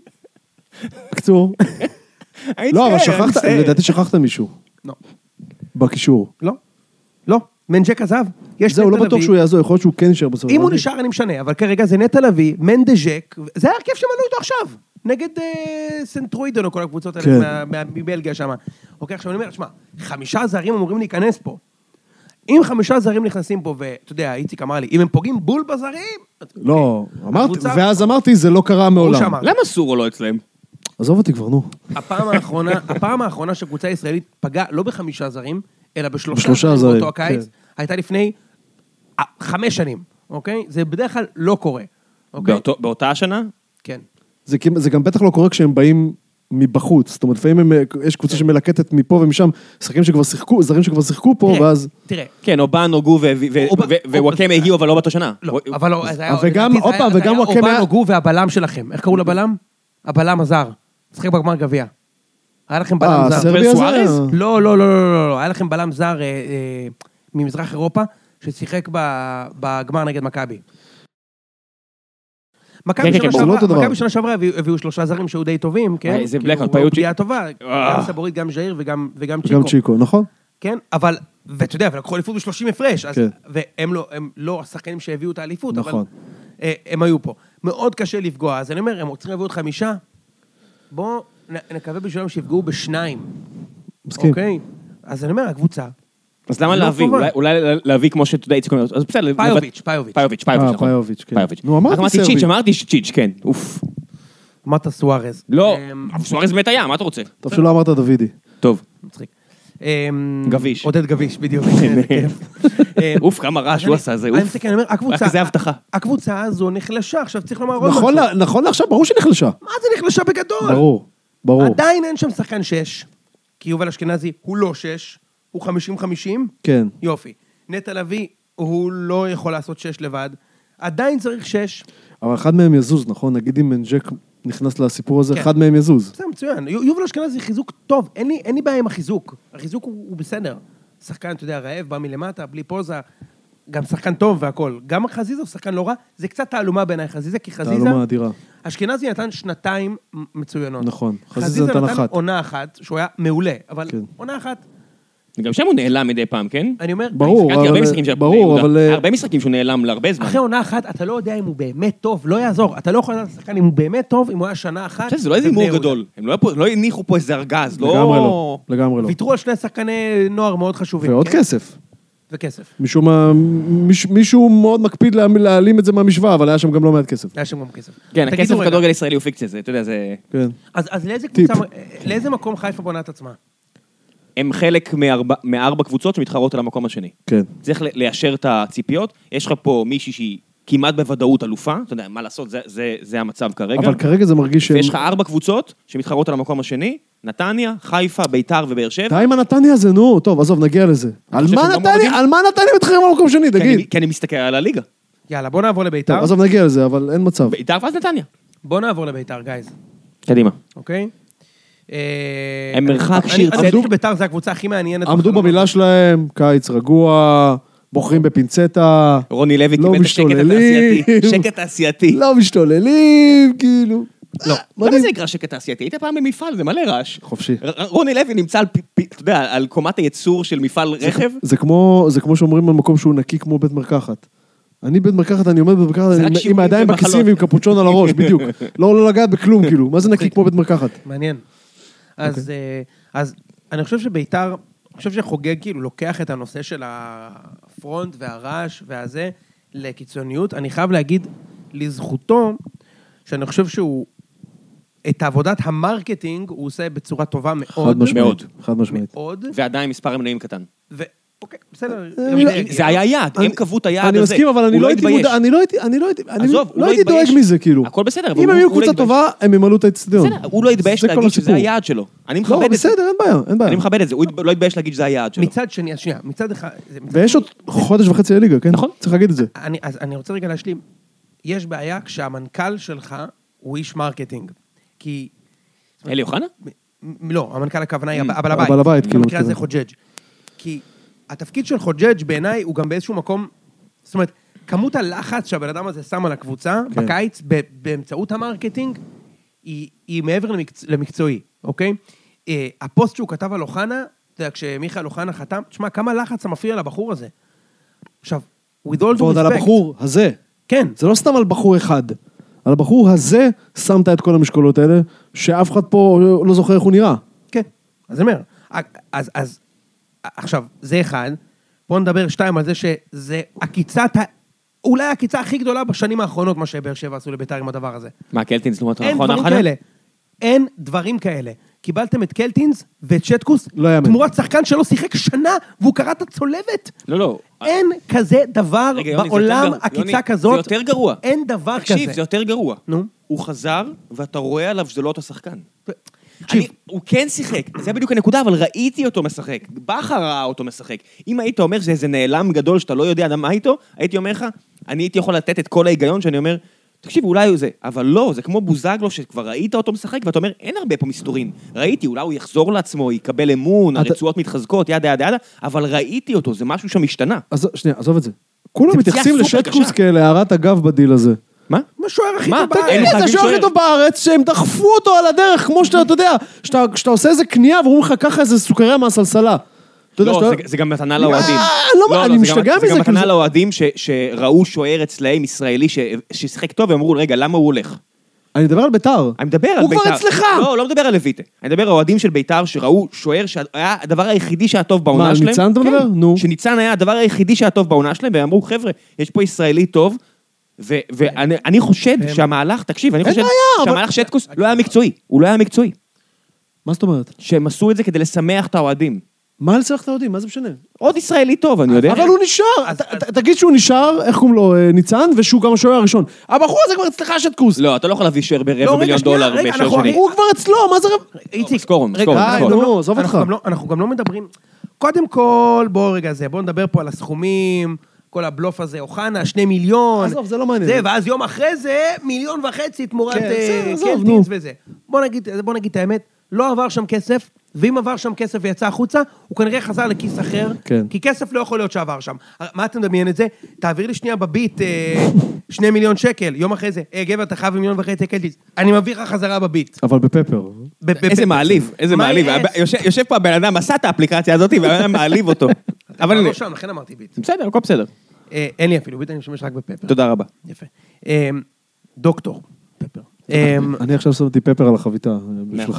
Speaker 3: בקצור. לא, אבל שכחת, לדעתי שכחת מישהו.
Speaker 2: לא.
Speaker 3: בקישור.
Speaker 2: לא. מנג'ק עזב.
Speaker 3: זהו, לא בטוח שהוא יעזור, יכול להיות שהוא כן נשאר בסוף.
Speaker 2: אם הוא נשאר, אני משנה, אבל כרגע זה נטע לביא, מנדז'ק, זה הרכב שמנעו איתו עכשיו, נגד סנטרוידון או כל הקבוצות האלה מבלגיה שם. אוקיי, עכשיו אני אומר, שמע, 5 זרים אמורים להיכנס פה. אם 5 זרים נכנסים פה, ואתה יודע, איציק אמר לי, אם הם פוגעים בול בזרים...
Speaker 3: לא, אמרתי, ואז אמרתי, זה לא קרה מעולם.
Speaker 1: למה סורו לא אצלם?
Speaker 3: עזוב אותי כבר, נו.
Speaker 2: הפעם האחרונה שקבוצה ישראלית פגעה לא ב5 זרים, אלא ב3
Speaker 3: זרים
Speaker 2: באותו הקיץ, הייתה לפני 5 שנים, אוקיי? זה בדרך כלל לא קורה.
Speaker 1: באותה השנה?
Speaker 2: כן.
Speaker 3: זה גם בטח לא קורה כשהם באים מבחוץ, זאת אומרת, לפעמים יש קבוצה שמלקטת מפה ומשם, זרים שכבר שיחקו פה, ואז...
Speaker 2: תראה.
Speaker 1: כן, אובן, אוגו ווואקמה הגיעו, אבל לא באותו שנה.
Speaker 2: לא, אבל לא,
Speaker 3: וגם, עוד פעם, וגם וואקמה...
Speaker 2: אובן, אוגו והבלם שלכם. איך קראו לבלם? הבלם הזר. שחק בגמר גביע. היה לכם בלם זר.
Speaker 3: סרבי הזה?
Speaker 2: לא. היה לכם בלם זר ממזרח אירופה, ששיחק בגמר נגד מכבי. מכבי שנה שעברה הביאו 3 זרים שהיו די טובים, כן?
Speaker 1: זה בלקאוט, פיוצ'י.
Speaker 2: פגיעה טובה, גם סבורית, גם ז'איר וגם צ'יקו.
Speaker 3: גם צ'יקו, נכון?
Speaker 2: כן, אבל, ואתה יודע, ולקחו אליפות ב30 הפרש, והם לא השחקנים שהביאו את האליפות, אבל הם היו פה. מאוד קשה לפגוע, אז אני אומר, הם רוצים להביא עוד 5, בואו נקווה בשבילם שיפגעו ב2.
Speaker 3: מסכים.
Speaker 2: אוקיי? אז אני אומר, הקבוצה,
Speaker 1: אז למה להביא? אולי להביא כמו שאתה יודע, איציק אומר, אז בסדר.
Speaker 2: פיוביץ',
Speaker 3: כן. נו, אמרתי
Speaker 1: צ'יץ', אמרתי צ'יץ', כן, אוף.
Speaker 2: אמרת סוארז.
Speaker 1: לא, סוארז באמת היה, מה אתה רוצה?
Speaker 3: טוב שלא אמרת דוידי.
Speaker 1: טוב.
Speaker 2: מצחיק.
Speaker 1: גביש.
Speaker 2: עודד גביש, בדיוק.
Speaker 1: אוף, כמה רעש הוא עשה זה, אוף. רק כזה הבטחה.
Speaker 2: הקבוצה הזו נחלשה, עכשיו צריך לומר...
Speaker 3: נכון לעכשיו, ברור שנחלשה.
Speaker 2: מה זה נחלשה בגדול?
Speaker 3: ברור.
Speaker 2: עדיין אין שם שחקן 6, כי יובל אשכנזי הוא לא 6, הוא 50-50.
Speaker 3: כן.
Speaker 2: יופי. נטע לביא, הוא לא יכול לעשות 6 לבד. עדיין צריך 6.
Speaker 3: אבל אחד מהם יזוז, נכון? נגיד אם מנג'ק נכנס לסיפור הזה, אחד מהם יזוז.
Speaker 2: זה מצוין. יובל אשכנזי חיזוק טוב, אין לי בעיה עם החיזוק. החיזוק הוא בסדר. שחקן, אתה יודע, רעב, בא מלמטה, בלי פוזה, גם שחקן טוב והכל. גם חזיזה הוא שחקן לא רע, זה קצת תעלומה בעיניי חזיזה, כי חזיזה...
Speaker 3: תעלומה אדירה.
Speaker 2: אשכנזי נתן 2 מצוינות.
Speaker 3: נכון, חזיזה נתן 1.
Speaker 2: עונה אחת, שהוא היה מעולה, אבל עונה אחת...
Speaker 1: גם שם הוא נעלם מדי פעם, כן?
Speaker 2: אני אומר...
Speaker 3: ברור, אבל...
Speaker 1: הרבה משחקים שהוא נעלם להרבה זמן.
Speaker 2: אחרי עונה אחת, אתה לא יודע אם הוא באמת טוב, לא יעזור. אתה לא יכול לדעת שחקן אם הוא באמת טוב, אם הוא היה שנה אחת...
Speaker 1: זה לא איזה הימור גדול. הם לא הניחו פה איזה ארגז,
Speaker 3: לא... לגמרי לא.
Speaker 2: ויתרו על 2 שחקני נוער מאוד חשובים.
Speaker 3: ועוד כסף.
Speaker 2: וכסף.
Speaker 3: מישהו מאוד מקפיד להעלים את זה מהמשוואה, אבל היה שם גם לא מעט כסף.
Speaker 2: היה שם גם כסף.
Speaker 1: כן, הכסף בכדורגל הישראלי הוא פיקציה, זה, אתה יודע, זה...
Speaker 3: כן.
Speaker 2: אז לאיזה מקום חיפה בונה את עצמה?
Speaker 1: הם חלק מ4 קבוצות שמתחרות על המקום השני.
Speaker 3: כן.
Speaker 1: צריך ליישר את הציפיות. יש לך פה מישהי שהיא כמעט בוודאות אלופה, אתה יודע, מה לעשות, זה המצב כרגע.
Speaker 3: אבל כרגע זה מרגיש
Speaker 1: ויש לך 4 קבוצות שמתחרות על המקום השני, נתניה, חיפה, ביתר ובאר שבע.
Speaker 3: די עם הנתניה הזה, נו, טוב, עזוב, נגיע לזה. על מה נתניה מתחרים על המקום שני, תגיד?
Speaker 1: כי אני מסתכל על הליגה.
Speaker 2: יאללה, בוא נעבור לביתר.
Speaker 3: עזוב, נגיע לזה, אבל אין מצב.
Speaker 1: ביתר ואז נתניה.
Speaker 2: בוא נעבור לביתר, גייז.
Speaker 1: קדימה.
Speaker 2: אוקיי?
Speaker 1: הם מרחק שיר צדק.
Speaker 2: אני חושב שביתר זה הקבוצה הכי מעניינת.
Speaker 3: עמדו במילה שלהם, קיץ רגוע, בוחרים בפינצטה.
Speaker 1: רוני לוי קיבל את השקט התעשייתי. שקט תעשייתי.
Speaker 3: לא משתוללים, כאילו.
Speaker 1: לא, למה זה נקרא שקט תעשייתי? היית פעם במפעל, זה מלא רעש.
Speaker 3: חופשי.
Speaker 1: רוני לוי נמצא אתה יודע, על קומת הייצור של מפעל רכב.
Speaker 3: זה כמו שאומרים על מקום שהוא נקי כמו בית מרקחת. אני בית מרקחת, אני עומד בבית מרקחת, עם הידיים בכיסים ועם קפוצ'ון על הראש, בדיוק. לא לגעת בכלום, כאילו. מה זה נקי כמו בית מרקחת?
Speaker 2: מעניין. אז אני חושב שביתר, אני חושב שחוגג כאילו לוקח את הנושא של הפרונט והרעש והזה לקיצוניות. אני חייב להגיד לזכותו, שאני חושב שהוא, את עבודת המרקטינג הוא עושה בצורה טובה מאוד.
Speaker 3: חד משמעית.
Speaker 1: ועדיין מספר המנויים קטן.
Speaker 2: אוקיי, בסדר.
Speaker 1: זה היה יעד, הם קבעו את היעד הזה.
Speaker 3: אני מסכים, אבל אני לא הייתי דואג מזה, כאילו.
Speaker 1: הכל בסדר.
Speaker 3: אם הם יהיו קבוצה טובה, הם ימלאו את האצטדיון.
Speaker 1: בסדר, הוא לא התבייש להגיד שזה היעד שלו. אני מכבד את זה.
Speaker 3: בסדר, אין בעיה.
Speaker 1: אני מכבד את זה, הוא לא התבייש להגיד שזה היעד שלו.
Speaker 2: מצד שני, מצד אחד...
Speaker 3: ויש עוד חודש וחצי לליגה, כן? נכון. צריך להגיד את זה.
Speaker 2: אז אני רוצה רגע להשלים. יש בעיה כשהמנכ"ל שלך הוא איש מרקטינג. כי...
Speaker 1: אלי אוחנה?
Speaker 2: לא, המנכ"ל הכוונה היא הבעל הבית.
Speaker 3: הבעל הבית, כאילו.
Speaker 2: במקרה הזה חוג'ג'. כי התפקיד של חוג'ג' בעיניי הוא גם באיזשהו מקום, זאת אומרת, כמות הלחץ שהבן אדם הזה שם על הקבוצה, בקיץ, באמצעות המרקטינג, היא מעבר למקצועי, אוקיי? הפוסט שהוא כתב על אוחנה, אתה יודע, כשמיכאל אוחנה חתם, תשמע, כמה לחץ המפריע לבחור הזה. עכשיו, with all due respect...
Speaker 3: ועוד על הבחור הזה.
Speaker 2: כן.
Speaker 3: זה לא סתם על בחור אחד. על הבחור הזה שמת את כל המשקולות האלה, שאף אחד פה לא זוכר איך הוא נראה.
Speaker 2: כן, אז אני אומר, אז עכשיו, זה אחד, בואו נדבר 2 על זה שזה אולי הקיצה הכי גדולה בשנים האחרונות, מה שבאר שבע עשו לביתר עם הדבר הזה.
Speaker 1: מה, קלטינס לעומת
Speaker 2: אין דברים כאלה. קיבלתם את קלטינס ואת שטקוס, תמורת שחקן שלא שיחק שנה, והוא קרא את הצולבת.
Speaker 1: לא.
Speaker 2: אין כזה דבר בעולם, הקיצה כזאת.
Speaker 1: זה יותר גרוע.
Speaker 2: אין דבר כזה.
Speaker 1: תקשיב, זה יותר גרוע. הוא חזר, ואתה רואה עליו שזה לא אותו שחקן. הוא כן שיחק, זה בדיוק הנקודה, אבל ראיתי אותו משחק. בכר ראה אותו משחק. אם היית אומר שזה איזה נעלם גדול שאתה לא יודע מה איתו, הייתי אומר לך, אני הייתי יכול לתת את כל ההיגיון שאני אומר, תקשיב, אולי הוא זה, אבל לא, זה כמו בוזגלו שכבר ראית אותו משחק, ואתה אומר, אין הרבה פה מסתורים. ראיתי, אולי הוא יחזור לעצמו, יקבל אמון, הרצועות מתחזקות, ידה, אבל ראיתי אותו, זה משהו שמשתנה.
Speaker 3: אז שנייה, עזוב את זה. כולם מתייחסים לשטקוס כלהערת אגב בדיל הזה.
Speaker 1: מה?
Speaker 2: מה שוער הכי טוב בארץ?
Speaker 3: איזה שוער הכי טוב בארץ, שהם דחפו אותו על הדרך, כמו שאתה יודע, שאתה עושה איזה קנייה, ואומרים לך ככה איזה סוכריה מהסלסלה.
Speaker 1: לא, זה גם מתנה לאוהדים.
Speaker 3: לא, אני משתגע מזה.
Speaker 1: זה גם מתנה לאוהדים שראו שוער אצלהם ישראלי ששיחק טוב, ואמרו, רגע, למה הוא הולך?
Speaker 3: אני מדבר על ביתר.
Speaker 1: אני מדבר על ביתר.
Speaker 3: הוא כבר אצלך.
Speaker 1: לא מדבר על לויטה. אני מדבר על אוהדים של ביתר שראו שוער שהיה הדבר היחידי שהיה טוב בעונה שלהם.
Speaker 3: מה, ניצן אתה מדבר? נו.
Speaker 1: שניצן היה הדבר היחידי שהיה טוב בעונה שלהם, ואמרו, חבר'ה, יש פה ישראלי טוב, ואני חושד שהמהלך, תקשיב, אני חושד שהמהלך שטקוס לא היה מקצועי. הוא לא היה מקצועי.
Speaker 3: מה זאת אומרת?
Speaker 1: שהם עשו את זה כדי לשמח את האוהדים.
Speaker 3: מה לצלח את האוהדים? מה זה משנה?
Speaker 1: עוד ישראלי טוב, אני יודע.
Speaker 3: אבל הוא נשאר. תגיד שהוא נשאר, איך קוראים לו, ניצן, ושהוא גם השוער הראשון. הבחור הזה כבר אצלך שטקוס.
Speaker 1: לא, אתה לא יכול להביא שוער ב$250,000 בשוער שני.
Speaker 3: הוא כבר אצלו, מה זה...
Speaker 1: איציק, סקורום.
Speaker 3: עזוב אותך.
Speaker 2: אנחנו גם לא מדברים... קודם כל, בואו נדבר פה על הסכומים, כל הבלוף הזה, אוחנה, 2 מיליון.
Speaker 3: עזוב, זה לא מעניין.
Speaker 2: ואז יום אחרי זה, 1.5 מיליון תמורת קלטינס וזה. בוא נגיד את האמת, לא עבר שם כסף, ואם עבר שם כסף ויצא החוצה, הוא כנראה חזר לכיס אחר, כי כסף לא יכול להיות שעבר שם. מה אתה מדמיין את זה? תעביר לי שנייה בביט 2 מיליון שקל, יום אחרי זה, גבר, אתה חייב 1.5 מיליון קלטינס, אני מביא לך חזרה בביט.
Speaker 3: אבל בפפר.
Speaker 1: איזה מעליב, איזה מעליב. יושב פה הבן אדם, עשה את האפליקציה הזאת, והבן אדם מעליב אותו.
Speaker 2: אבל לא שם, לכן אמרתי ביט.
Speaker 1: בסדר, הכל בסדר.
Speaker 2: אין לי אפילו, ביט אני משתמש רק בפפר.
Speaker 1: תודה רבה.
Speaker 2: יפה. דוקטור, פפר.
Speaker 3: אני עכשיו שמתי פפר על החביתה, בשבילך.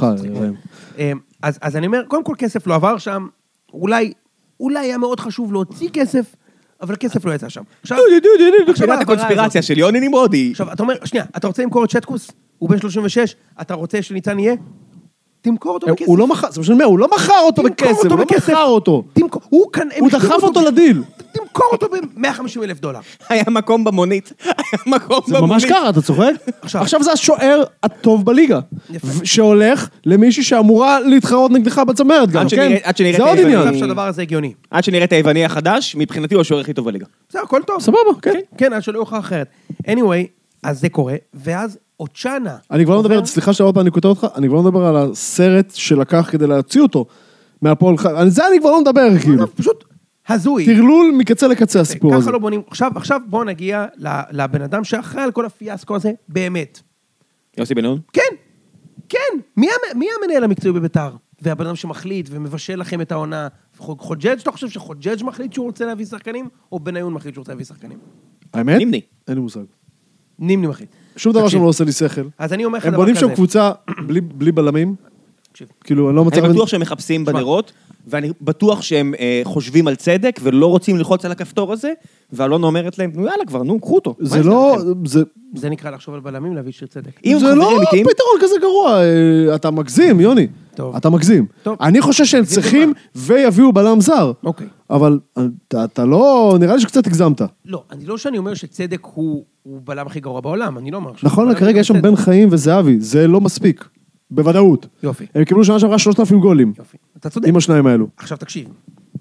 Speaker 2: אז אני אומר, קודם כל כסף לא עבר שם, אולי היה מאוד חשוב להוציא כסף, אבל הכסף לא יצא שם. עכשיו,
Speaker 1: שאלת הקונספירציה של יוני נמרודי.
Speaker 2: עכשיו, אתה אומר, שנייה, אתה רוצה למכור את שטקוס? הוא בן 36, אתה רוצה שניצן יהיה? תמכור אותו בכסף.
Speaker 3: הוא לא מכר, זה מה שאני אומר, הוא לא מכר אותו בכסף, הוא לא מכר אותו. הוא דחף אותו לדיל.
Speaker 2: תמכור אותו ב$150,000.
Speaker 1: היה מקום במונית.
Speaker 3: זה ממש ככה, אתה צוחק? עכשיו זה השוער הטוב בליגה. שהולך למישהי שאמורה להתחרות נגדך בצמרת גם, כן? זה עוד עניין.
Speaker 2: אני חושב שהדבר הזה הגיוני.
Speaker 1: עד שנראה את היווני החדש, מבחינתי הוא השוער הכי טוב בליגה.
Speaker 2: זה הכל טוב.
Speaker 3: סבבה, כן.
Speaker 2: כן, עד שלא יוכל אחרת. anyway, אז זה קורה, ואז אוצ'אנה.
Speaker 3: אני כבר לא מדבר, סליחה שעוד פעם אני כותב אותך, אני כבר לא מדבר על הסרט שלקח כדי להוציא אותו מהפועל חיפה. על זה אני כבר לא מדבר, כאילו.
Speaker 2: פשוט הזוי.
Speaker 3: תרלול מקצה לקצה הסיפור הזה.
Speaker 2: ככה לא בונים. עכשיו בואו נגיע לבן אדם שאחראי על כל הפיאסקו הזה, באמת.
Speaker 1: יוסי בן-נון?
Speaker 2: כן. מי המנהל המקצועי בביתר? והבן אדם שמחליט ומבשל לכם את העונה. חוג'ג', אתה חושב שחוג'ג' מחליט שהוא רוצה להביא שחקנים, או בניון מחליט שהוא רוצה להביא שחקנים?
Speaker 3: האמת?
Speaker 1: נימני.
Speaker 3: אין לי מושג.
Speaker 2: נימני מחליט.
Speaker 3: שום דבר שם לא עושה לי שכל.
Speaker 2: אז אני אומר לך דבר
Speaker 3: הם
Speaker 2: כזה.
Speaker 3: בונים שם קבוצה בלי בלמים. כאילו, אני לא מצליח...
Speaker 1: אני בטוח שהם מחפשים בנרות, ואני בטוח שהם חושבים על צדק, ולא רוצים ללחוץ על הכפתור הזה, ואלונה אומרת להם, נו יאללה כבר, נו, קחו אותו.
Speaker 3: זה לא...
Speaker 2: זה נקרא לחשוב על בלמים, להביא שיר צדק.
Speaker 3: זה לא פתרון כזה גרוע, אתה מגזים, יוני. אתה מגזים. אני חושב שהם צריכים ויביאו בלם זר. אבל אתה לא... נראה לי שקצת הגזמת.
Speaker 2: לא, אני לא שאני אומר שצדק הוא בלם הכי גרוע בעולם, אני לא אומר.
Speaker 3: נכון, כרגע יש שם בן חיים וזהבי, זה לא מספיק. בוודאות.
Speaker 2: יופי.
Speaker 3: הם קיבלו שנה שעברה 3,000 גולים.
Speaker 2: יופי. אתה צודק.
Speaker 3: עם השניים האלו.
Speaker 2: עכשיו תקשיב.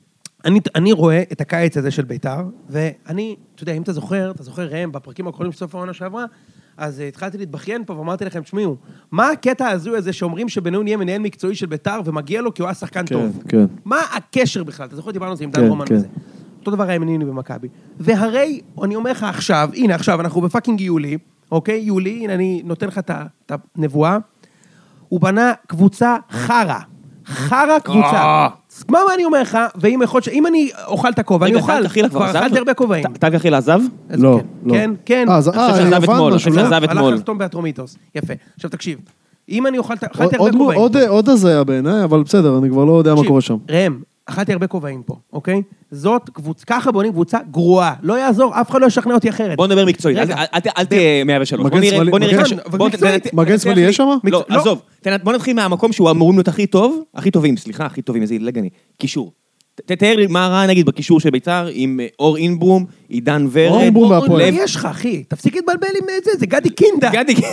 Speaker 2: אני רואה את הקיץ הזה של ביתר, ואני, אתה יודע, אם אתה זוכר ראם, בפרקים הקודמים של סוף העונה שעברה, אז התחלתי להתבכיין פה ואמרתי לכם, תשמעו, מה הקטע הזוי הזה שאומרים שבניון יהיה מנהל מקצועי של ביתר, ומגיע לו כי הוא היה שחקן טוב?
Speaker 3: כן.
Speaker 2: מה הקשר בכלל? אתה זוכר, דיברנו על זה עם דן רומן וזה. אותו דבר היה מניני במכבי. והרי, אני אומר לך עכשיו, הנה עכשיו, אנחנו בפאקינג יולי, אוקיי? יולי, הנה אני נותן לך את הנבואה. הוא בנה קבוצה חרה קבוצה. מה אני אומר לך, ואם יכול להיות אם אני אוכל את הכובע, אני אוכל, כבר אכלתי הרבה כובעים.
Speaker 1: טל קחיל עזב?
Speaker 3: לא.
Speaker 2: כן.
Speaker 1: אני חושב שעזב אתמול.
Speaker 2: הלך לחתום באטרומיטוס. יפה. עכשיו תקשיב, אם אני אכלתי הרבה כובעים.
Speaker 3: עוד הזה היה בעיניי, אבל בסדר, אני כבר לא יודע מה קורה שם.
Speaker 2: ראם, אכלתי הרבה כובעים פה, אוקיי? זאת קבוצה, ככה בונים קבוצה גרועה. לא יעזור, אף אחד לא ישכנע אותי אחרת.
Speaker 1: בוא נדבר מקצועית, אל תהיה 103.
Speaker 3: מגן שמאלי יש שם?
Speaker 1: לא, עזוב. בוא נתחיל מהמקום שהוא אמורים להיות הכי טוב, הכי טובים, איזה לגני, קישור. תתאר לי מה רע נגיד בקישור של ביתר, עם אור אינברום, עידן ורד.
Speaker 2: מה יש לך, אחי? תפסיק להתבלבל עם זה גדי קינדה.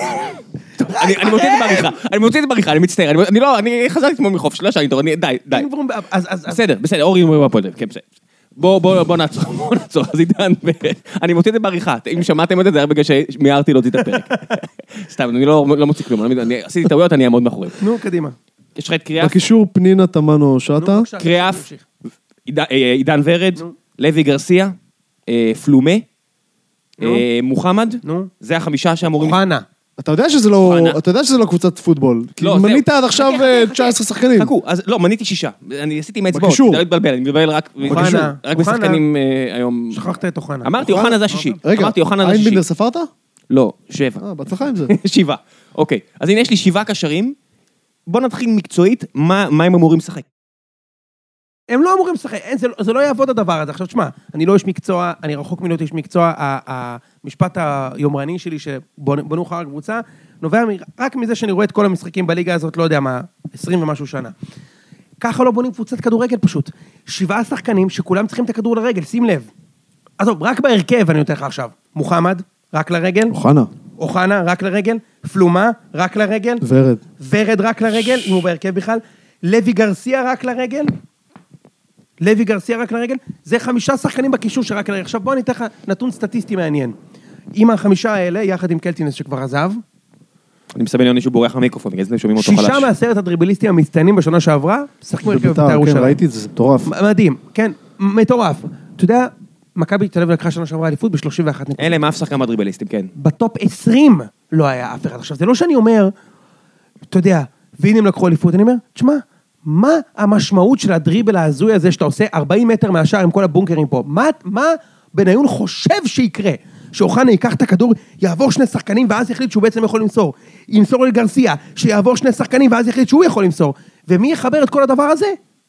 Speaker 1: אני מוציא את זה בעריכה, אני מצטער, אני חזרתי כמו מחוף, שלא שאני טוב, די. בסדר, אור אינברום בפודל, כן, בסדר. בוא נעצור, אז עידן, אני מוציא את זה בעריכה, אם שמעתם את זה, זה היה בגלל שמיהרתי להוציא את הפרק. סתם, אני לא מוציא כלום, עשיתי טעויות, אני אעמוד מאחורי.
Speaker 2: נו, קדימה.
Speaker 1: יש לך את קריאף.
Speaker 3: בקישור פנינה תמנו שטה.
Speaker 1: קריאף, עידן ורד, לוי גרסיה, פלומה, מוחמד, זה 5 שאמורים...
Speaker 2: אוחנה.
Speaker 3: אתה יודע שזה לא קבוצת פוטבול. כי מנית עד עכשיו 19 שחקנים.
Speaker 1: חכו, אז לא, מניתי 6. אני עשיתי עם האצבעות, אני לא מתבלבל, אני מתבלבל רק בשחקנים היום.
Speaker 2: שכחת את אוחנה.
Speaker 1: אמרתי, אוחנה זה 6.
Speaker 3: רגע, איינבינדר ספרת?
Speaker 1: לא, 7.
Speaker 3: בהצלחה עם זה.
Speaker 1: 7. אוקיי, אז הנה יש לי 7 קשרים. בוא נתחיל מקצועית, מה הם אמורים לשחק?
Speaker 2: הם לא אמורים לשחק, זה לא יעבוד הדבר הזה. עכשיו, תשמע, אני לא איש מקצוע, אני רחוק מלהיות איש מקצוע, המשפט היומרני שלי שבנו חר קבוצה, נובע רק מזה שאני רואה את כל המשחקים בליגה הזאת, לא יודע מה, 20 ומשהו שנה. ככה לא בונים קבוצת כדורגל פשוט. 7 שחקנים שכולם צריכים את הכדור לרגל, שים לב. אז טוב, רק בהרכב אני נותן לך עכשיו. מוחמד, רק לרגל. אוחנה, רק לרגל. פלומה, רק לרגל. ורד רק לרגל, אם הוא בהרכב בכלל. לוי גרסיה, רק לרגל. לוי גרסיה רק לרגל, זה 5 שחקנים בקישור שרק לרגל. עכשיו בוא אני אתן לך נתון סטטיסטי מעניין. עם ה5 האלה, יחד עם קלטינס שכבר עזב,
Speaker 1: אני מסבל יוני שהוא בורח מהמיקרופון, בגלל זה שומעים אותו חלש.
Speaker 2: 6 מהסרט הדריבליסטים המצטיינים בשנה שעברה, שחקו הרכב בבית"ר ירושלים.
Speaker 3: כן, ראיתי את זה, זה מטורף.
Speaker 2: מדהים, כן, מטורף. אתה יודע, מכבי תל אביב לקחה שנה שעברה אליפות ב-31 נקודות.
Speaker 1: אין להם אף שחקן מהדריבליסטים, כן.
Speaker 2: בטופ 20 לא היה אף אחד. עכשיו, זה לא שאני אומר, אתה יודע, והנה הם לקחו אליפות, אני אומר, תשמע, מה המשמעות של הדריבל ההזוי הזה שאתה עושה 40 מטר מהשאר עם כל הבונקרים פה? מה בניון חושב שיקרה? שאוחנה ייקח את הכדור, יעבור 2 שחקנים ואז יחליט שהוא בעצם יכול למסור. ימסור לגרסיה, שיעבור 2 שחקנים ואז יחליט שהוא יכול למסור. ומי יחבר את כל הדבר הזה?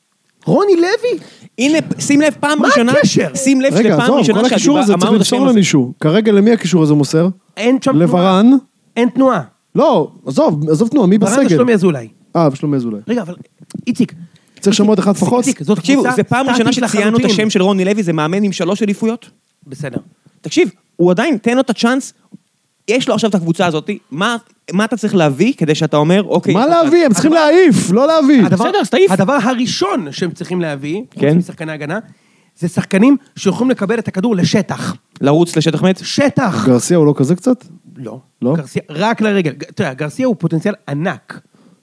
Speaker 2: רוני לוי.
Speaker 1: הנה, שים לב פעם ראשונה.
Speaker 2: מה הקשר?
Speaker 1: שים לב
Speaker 3: רגע, עזוב, כל הקישור הזה צריך למסור למישהו. כרגע למי הקישור הזה מוסר?
Speaker 2: אין שם תנועה.
Speaker 3: לברן.
Speaker 2: אין תנועה.
Speaker 3: לא, עזוב תנועה, מי בסגל?
Speaker 2: ברן ושלומי אזולאי.
Speaker 3: ושלומי אזולאי.
Speaker 2: רגע, אבל איציק.
Speaker 3: צריך שמות אחד לפחות?
Speaker 1: תקשיבו, זה פעם ראשונה שציינו את השם של רוני לוי, זה מאמן עם 3 אליפויות?
Speaker 2: בסדר.
Speaker 1: תקשיב, הוא עדיין, תן לו את הצ'אנס, יש לו עכשיו את הקבוצה הזאת, מה אתה צריך להביא כדי שאתה אומר, אוקיי...
Speaker 3: מה להביא? הם צריכים להעיף, לא להביא.
Speaker 1: בסדר, אז תעיף.
Speaker 2: הדבר הראשון שהם צריכים להביא,
Speaker 1: כן.
Speaker 2: חוץ משחקני הגנה, זה שחקנים שיכולים לקבל את הכדור לשטח.
Speaker 1: לרוץ לשטח מת?
Speaker 2: שטח.
Speaker 3: גרסיה הוא לא כזה קצת?
Speaker 2: לא.
Speaker 3: לא?
Speaker 2: גרסיה, רק לרגל. תראה, גרסיה הוא פוטנציאל ענק.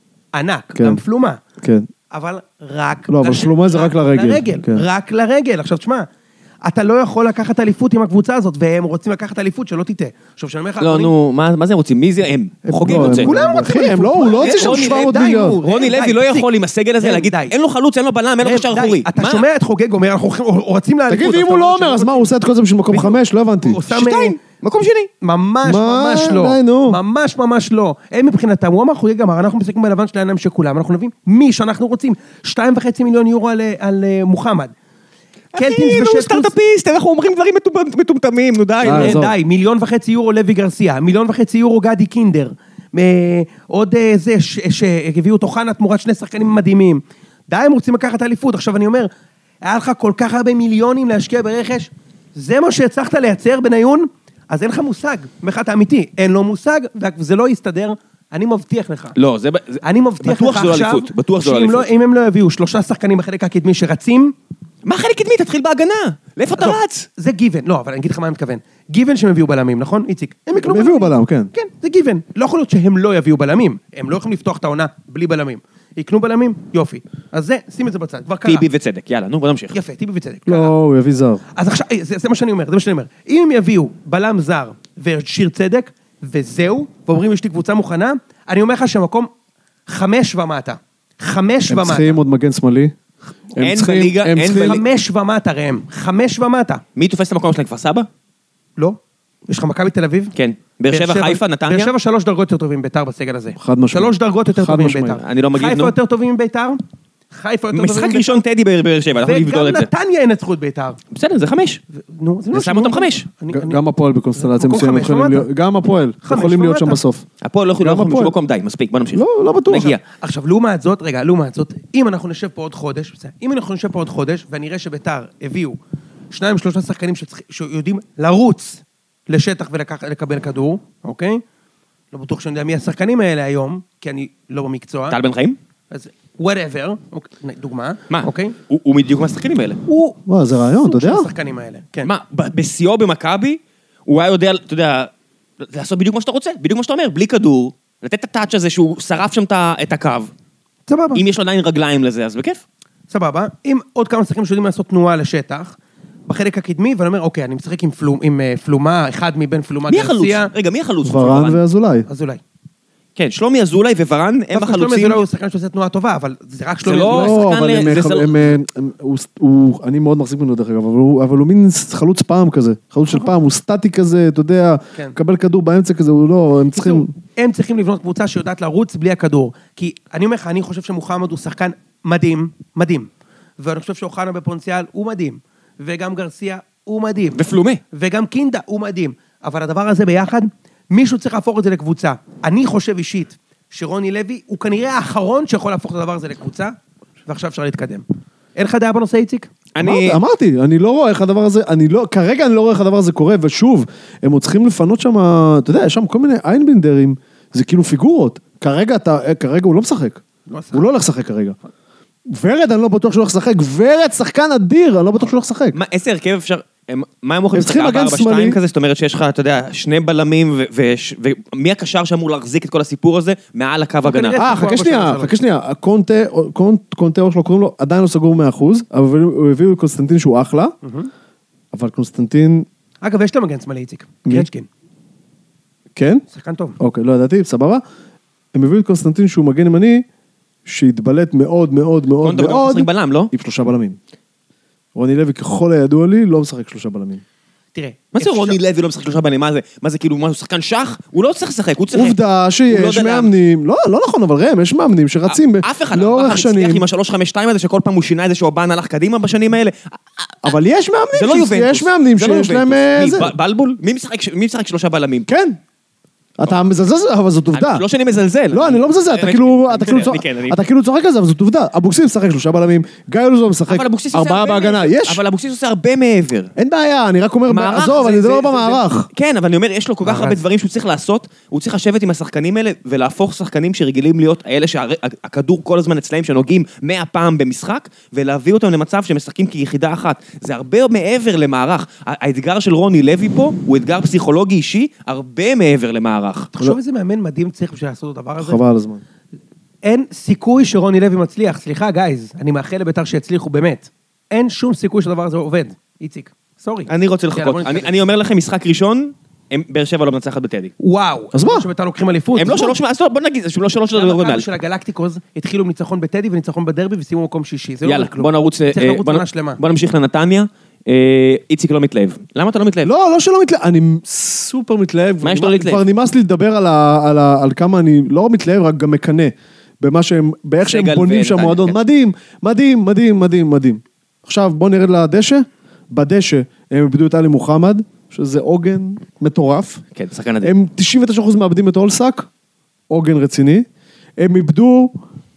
Speaker 2: ענק.
Speaker 3: כן.
Speaker 2: גם פלומה.
Speaker 3: כן.
Speaker 2: אבל רק...
Speaker 3: לא, אבל פלומה זה רק לרגל.
Speaker 2: לרגל.
Speaker 3: כן.
Speaker 2: רק לרגל. עכשיו, תשמע, אתה לא יכול לקחת אליפות עם הקבוצה הזאת, והם רוצים לקחת אליפות שלא תיתה. עכשיו, שאני אומר לך...
Speaker 1: לא, נו, מה זה הם רוצים? מי זה הם? חוגג רוצה.
Speaker 2: כולם רוצים אליפות.
Speaker 3: הוא לא הוציא שם 700 מיליון.
Speaker 1: רוני לוי לא יכול עם הסגל הזה להגיד, אין לו חלוץ, אין לו בלם, אין לו קשר אחורי.
Speaker 2: אתה שומע את חוגג אומר, אנחנו רוצים לאליפות.
Speaker 3: תגיד, אם הוא לא אומר, אז מה, הוא עושה את כל זה בשביל מקום 5? לא הבנתי.
Speaker 1: 2, מקום שני.
Speaker 2: ממש לא. ממש לא. הם מבחינתם, הוא אמר, חוגג אמר, אנחנו מסתכלים בלבן של העיניים של כולם, אנחנו נבין מי שאנחנו רוצים. 2.5 מיליון יורו על מוחמד.
Speaker 1: אחי, הוא סטארט-אפיסט, אנחנו אומרים דברים מטומטמים, נו די.
Speaker 2: די, 1.5 מיליון יורו לוי גרסיה, 1.5 מיליון יורו גדי קינדר, עוד זה שהביאו אותו חנה תמורת 2 שחקנים מדהימים. די, הם רוצים לקחת אליפות. עכשיו אני אומר, היה לך כל כך הרבה מיליונים להשקיע ברכש, זה מה שהצלחת לייצר בניון, אז אין לך מושג, מחת האמיתי, אין לו מושג, וזה לא יסתדר, אני מבטיח לך.
Speaker 1: לא, זה...
Speaker 2: אני מבטיח לך עכשיו,
Speaker 1: בטוח זו אליפות.
Speaker 2: אם הם לא יביאו 3 שחקנים בחלק הקדמי שרצים,
Speaker 1: מה חלק קדמי? תתחיל בהגנה. לאיפה אתה רץ?
Speaker 2: זה גיוון. לא, אבל אני אגיד לך מה אני מתכוון. גיוון שהם הביאו בלמים, נכון? איציק.
Speaker 3: הם הביאו בלם, כן.
Speaker 2: כן, זה גיוון. לא יכול להיות שהם לא יביאו בלמים. הם לא יכולים לפתוח את העונה בלי בלמים. יקנו בלמים? יופי. אז זה, שים את זה בצד. כבר קרה.
Speaker 1: טיבי וצדק. יאללה, נו, בוא נמשיך.
Speaker 2: יפה, טיבי וצדק.
Speaker 3: לא, הוא יביא זר.
Speaker 2: אז עכשיו, זה מה שאני אומר. אם הם יביאו בלם זר ושיר צדק, וזהו, ואומרים יש לי קבוצה מוכנה, אני אומר לך שמקום 5 ומטה. 5 ומטה.
Speaker 3: הם צריכים עוד מגן שמאלי.
Speaker 1: אין בליגה, אין בליגה.
Speaker 2: 5 ומטה, ראם. 5 ומטה.
Speaker 1: מי תופס את המקום שלהם, כפר סבא?
Speaker 2: לא. יש לך מכבי תל אביב?
Speaker 1: כן. באר שבע, חיפה, נתניה?
Speaker 2: באר שבע 3 דרגות יותר טובים מביתר בסגל הזה.
Speaker 3: חד משמעית.
Speaker 2: 3 דרגות יותר טובים מביתר.
Speaker 1: אני לא מגיב,
Speaker 2: חיפה יותר טובים מביתר? חיפה יותר טובים מביתר?
Speaker 1: משחק ראשון טדי באר שבע, אנחנו נבדוק את זה.
Speaker 2: וגם נתניה ינצחו את ביתר.
Speaker 1: בסדר, זה 5. זה שם אותם 5.
Speaker 3: גם הפועל בקונסטלציה מסוימת יכולים להיות, גם הפועל יכולים להיות שם בסוף.
Speaker 1: הפועל לא יכולים להיות במקום, די, מספיק, בוא נמשיך.
Speaker 3: לא בטוח.
Speaker 1: נגיע.
Speaker 2: עכשיו, לעומת זאת, אם אנחנו נשב פה עוד חודש, ואני אראה שביתר הביאו 2-3 שחקנים שיודעים לרוץ לשטח ולקבל כדור, אוקיי? לא בטוח שאני יודע מי השחקנים האלה היום, כי אני לא במקצוע.
Speaker 1: טל בן חיים?
Speaker 2: אז whatever, דוגמה,
Speaker 1: מה?
Speaker 2: אוקיי?
Speaker 1: הוא בדיוק מהשחקנים האלה.
Speaker 3: וואו, זה רעיון, אתה יודע?
Speaker 2: סוג של השחקנים האלה, כן.
Speaker 1: מה, בשיאו במכבי, הוא היה יודע, אתה יודע, לעשות בדיוק מה שאתה רוצה, בדיוק מה שאתה אומר, בלי כדור, לתת את הטאץ' הזה שהוא שרף שם את הקו.
Speaker 2: סבבה.
Speaker 1: אם יש לו עדיין רגליים לזה, אז בכיף.
Speaker 2: סבבה. אם עוד כמה שחקנים שיודעים לעשות תנועה לשטח, בחלק הקדמי, ואני אומר, אוקיי, אני משחק עם פלומה, אחד מבין פלומה גרסיה.
Speaker 1: רגע, מי החלוץ?
Speaker 3: ורן ואזולאי.
Speaker 2: אזולאי.
Speaker 1: כן, שלומי אזולאי וורן הם החלוצים.
Speaker 2: שלומי אזולאי הוא שחקן שעושה תנועה טובה, אבל זה רק שלומי
Speaker 1: לא,
Speaker 2: אזולאי.
Speaker 3: לא, אבל אני מאוד מחזיק ממנו דרך אגב, אבל הוא מין חלוץ פעם כזה, חלוץ של פעם, הוא סטטי כזה, אתה יודע, קבל כדור באמצע כזה, הוא לא, הם צריכים...
Speaker 2: הם צריכים לבנות קבוצה שיודעת לרוץ בלי הכדור, כי אני אומר לך, אני חושב שמוחמד הוא שחקן מדהים, מדהים, ואני חושב שאוחנה בפוטנציאל הוא מדהים, וגם גרסיה הוא מדהים.
Speaker 1: ופלומה.
Speaker 2: וגם קינדה הוא מדהים, אבל הדבר הזה ביחד, מישהו צריך להפוך את זה לקבוצה. אני חושב אישית שרוני לוי הוא כנראה האחרון שיכול להפוך את הדבר הזה לקבוצה, ועכשיו אפשר להתקדם. אין לך דעה בנושא, איציק?
Speaker 3: אמרתי, אני לא רואה איך הדבר הזה, כרגע אני לא רואה איך הדבר הזה קורה, ושוב, הם עוד צריכים לפנות שם, אתה יודע, יש שם כל מיני איינבינדרים, זה כאילו פיגורות, כרגע הוא לא משחק, הוא לא הולך לשחק כרגע. ורד, אני לא בטוח שהוא הולך לשחק. ורד, שחקן אדיר, אני לא בטוח שהוא הולך לשחק.
Speaker 1: איזה הרכב אפשר... מה הם הולכים לשחק 4-4-2 כזה? זאת אומרת שיש לך, אתה יודע, שני בלמים, ומי הקשר שאמור להחזיק את כל הסיפור הזה מעל הקו הגנה?
Speaker 3: חכה שנייה. קונטה או שלא קוראים לו, עדיין לא סגור 100%, אבל הוא הביאו קונסטנטין שהוא אחלה, אבל קונסטנטין...
Speaker 2: אגב, יש לה מגן שמאלי, איציק. גרצ'קין.
Speaker 3: כן?
Speaker 2: שחקן טוב.
Speaker 3: אוקיי, לא ידעתי, סבבה. הם הביאו את קונסטנטין שהוא מגן ימני, שהתבלט מאוד מאוד מאוד
Speaker 1: קונטה גם משחק בלם, לא?
Speaker 3: עם 3 בלמים. רוני לוי, ככל הידוע לי, לא משחק 3 בלמים.
Speaker 2: תראה.
Speaker 1: מה זה רוני לוי לא משחק 3 בלמים? מה זה כאילו, הוא שחקן שח? הוא לא צריך לשחק, הוא צריך...
Speaker 3: עובדה שיש מאמנים, לא נכון, אבל ראם, יש מאמנים שרצים
Speaker 1: אף אחד
Speaker 3: לאורך שנים.
Speaker 1: עם ה-3-5-2 הזה, שכל פעם הוא שינה איזה שהובן הלך קדימה בשנים האלה.
Speaker 3: אבל יש מאמנים שיש להם...
Speaker 1: בלבול? מי משחק 3 בלמים?
Speaker 3: כן. אתה מזלזל, אבל זאת עובדה.
Speaker 1: לא שאני מזלזל.
Speaker 3: לא, אני לא מזלזל, אתה כאילו צוחק על זה, אבל זאת עובדה. אבוקסיס משחק 3 בלמים, גיא אילוזון משחק 4 בהגנה, יש.
Speaker 1: אבל אבוקסיס עושה הרבה מעבר.
Speaker 3: אין בעיה, אני רק אומר, עזוב, אני מדבר במערך.
Speaker 1: כן, אבל אני אומר, יש לו כל כך הרבה דברים שהוא צריך לעשות, הוא צריך לשבת עם השחקנים האלה, ולהפוך שחקנים שרגילים להיות האלה שהכדור כל הזמן אצלהם, שנוגעים 100 פעם במשחק, ולהביא אותם למצב שהם משחקים כיחידה אחת. זה הרבה מעבר למערך. האתגר של רוני לוי פה, הוא אתגר פסיכולוגי אישי, הרבה מעבר למערך.
Speaker 2: תחשוב איזה מאמן מדהים צריך בשביל לעשות את הדבר הזה.
Speaker 3: חבל על הזמן.
Speaker 2: אין סיכוי שרוני לוי מצליח. סליחה, גייז, אני מאחל לבית"ר שיצליחו באמת. אין שום סיכוי שהדבר הזה עובד. איציק, סורי.
Speaker 1: אני רוצה לחכות. אני אומר לכם, משחק ראשון, באר שבע לא מנצחת בטדי.
Speaker 2: וואו.
Speaker 3: אז מה?
Speaker 2: שבית"ר לוקחים אליפות.
Speaker 1: הם לא 3, בוא נגיד, הם לא 3
Speaker 2: מכבי של הגלקטיקוז התחילו בניצחון בטדי וניצחון בדרבי ושימו מקום שישי.
Speaker 1: יאללה, בוא נמשיך לנתניה. איציק לא מתלהב. למה אתה לא מתלהב?
Speaker 3: לא שלא מתלהב, אני סופר מתלהב.
Speaker 1: מה יש לו להתלהב?
Speaker 3: כבר נמאס לי לדבר על כמה אני לא מתלהב, רק גם מקנה. באיך שהם בונים שם מועדון. מדהים. עכשיו בוא נרד לדשא. בדשא הם איבדו את אלי מוחמד, שזה עוגן מטורף.
Speaker 1: כן, שחקן אדיר.
Speaker 3: הם 99% מאבדים את אולסק, עוגן רציני. הם איבדו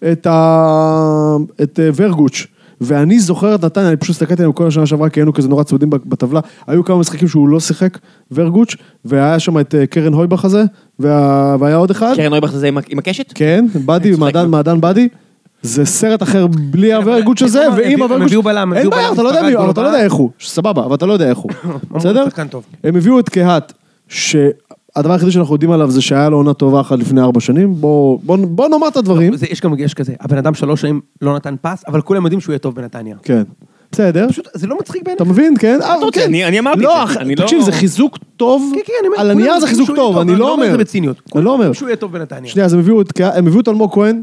Speaker 3: את ורגוץ'. ואני זוכר את נתניה, אני פשוט הסתכלתי עליהם כל השנה שעברה, כי היינו כזה נורא צמודים בטבלה, היו כמה משחקים שהוא לא שיחק, ורגוץ', והיה שם את קרן הויבך הזה, והיה עוד אחד.
Speaker 1: קרן הויבך הזה עם הקשת?
Speaker 3: כן, בדי, מעדן בדי, זה סרט אחר בלי הורגוץ' הזה, ועם הורגוץ', אין בעיה, אתה לא יודע מי הוא, אבל אתה לא יודע איך הוא, סבבה, אבל אתה לא יודע איך הוא, בסדר? הם הביאו את קהת, הדבר היחידי שאנחנו יודעים עליו זה שהיה לו עונה טובה אחת לפני 4 שנים, בוא נאמר את הדברים.
Speaker 2: יש כזה, הבן אדם 3 שנים לא נתן פס, אבל כולם יודעים שהוא יהיה טוב בנתניה.
Speaker 3: כן, בסדר.
Speaker 2: פשוט, זה לא מצחיק בעיניך.
Speaker 3: אתה מבין, כן?
Speaker 1: אני אמרתי את זה.
Speaker 3: תקשיב, זה חיזוק טוב, על הנייר זה חיזוק טוב, אני לא אומר.
Speaker 2: אני לא אומר. שהוא יהיה טוב בנתניה.
Speaker 3: שנייה, אז הם הביאו את אלמוג כהן,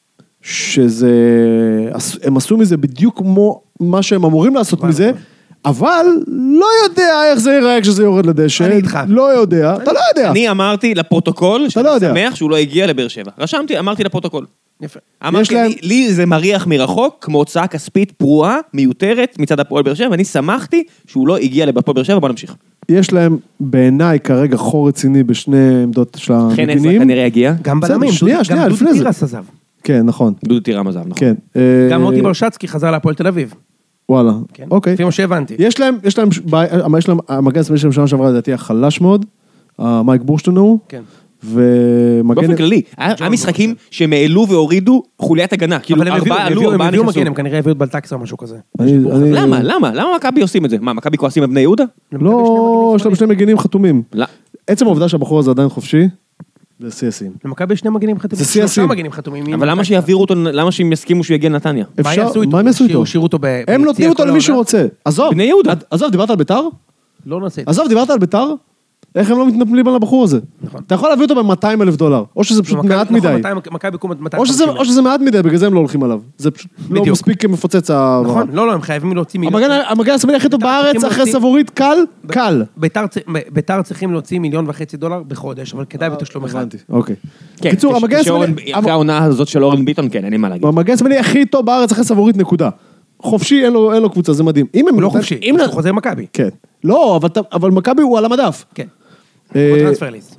Speaker 3: הם עשו מזה בדיוק כמו מה שהם אמורים לעשות מזה, אבל לא יודע איך זה ייראה כשזה יורד לדשא.
Speaker 2: אני איתך.
Speaker 3: לא יודע, אתה לא יודע.
Speaker 1: אני אמרתי לפרוטוקול שאני שמח שהוא לא הגיע לבאר שבע. רשמתי, אמרתי לפרוטוקול.
Speaker 2: יפה.
Speaker 1: אמרתי, לי זה מריח מרחוק, כמו הוצאה כספית פרועה, מיותרת, מצד הפועל באר שבע, ואני שמחתי שהוא לא הגיע לפועל באר שבע, בוא נמשיך.
Speaker 3: יש להם בעיניי כרגע חור רציני בשני עמדות של המגינים.
Speaker 1: חן עזרא כנראה הגיע.
Speaker 2: גם בלמים, גם דודו תירס עזב.
Speaker 3: כן, נכון.
Speaker 1: דודו תירם עזב, נכון.
Speaker 3: כן.
Speaker 2: גם מוטי ברשצקי חזר להפועל תל אביב.
Speaker 3: וואלה, אוקיי.
Speaker 2: לפי מה שהבנתי.
Speaker 3: יש להם, המגן השמאלי שלהם שנה שעברה לדעתי החלש מאוד, מייק בורשטיין הוא.
Speaker 2: כן.
Speaker 1: באופן כללי, היה משחקים שהם העלו והורידו חוליית הגנה, כאילו 4 עלו, 4 נכנסו.
Speaker 2: הם כנראה הביאו את בלטקסר או משהו כזה.
Speaker 1: למה מכבי עושים את זה? מה, מכבי כועסים על בני יהודה?
Speaker 3: לא, יש להם 2 מגנים חתומים. עצם העובדה שהבחור הזה עדיין חופשי, זה סייסים.
Speaker 2: למכבי 2 מגנים חתומים.
Speaker 3: זה סייסים.
Speaker 1: אבל למה שיעבירו אותו, למה שהם יסכימו שהוא יגיע לנתניה?
Speaker 3: מה הם יעשו איתו? הם נותנים אותו למי שרוצה. עזוב,
Speaker 1: בני יהודה.
Speaker 3: עזוב, דיברת על ביתר?
Speaker 2: לא נעשה את זה.
Speaker 3: עזוב, דיברת על ביתר? איך הם לא מתנפלים על הבחור הזה?
Speaker 2: נכון.
Speaker 3: אתה יכול להביא אותו ב$200,000, או שזה פשוט מעט מדי. או שזה מעט מדי, בגלל זה הם לא הולכים עליו. זה פשוט לא מספיק מפוצץ.
Speaker 2: נכון, לא, הם חייבים להוציא מיליון.
Speaker 3: המגן השמאלי הכי טוב בארץ, אחרי סבורית, קל.
Speaker 2: ביתר צריכים להוציא $1.5 בחודש, אבל כדאי בתשלום אחד.
Speaker 3: אוקיי.
Speaker 1: קיצור, המגן השמאלי... אחרי העונה הזאת של אורן ביטון, כן, אין לי מה להגיד.
Speaker 3: המגן השמאלי הכי טוב בארץ, אחרי סבורית, נקודה. חופשי, אין לו קבוצה, זה מדהים.
Speaker 2: הוא לא חופשי, הוא חוזר מכבי.
Speaker 3: כן. לא, אבל מכבי הוא על המדף.
Speaker 2: כן. טרנספרליסט.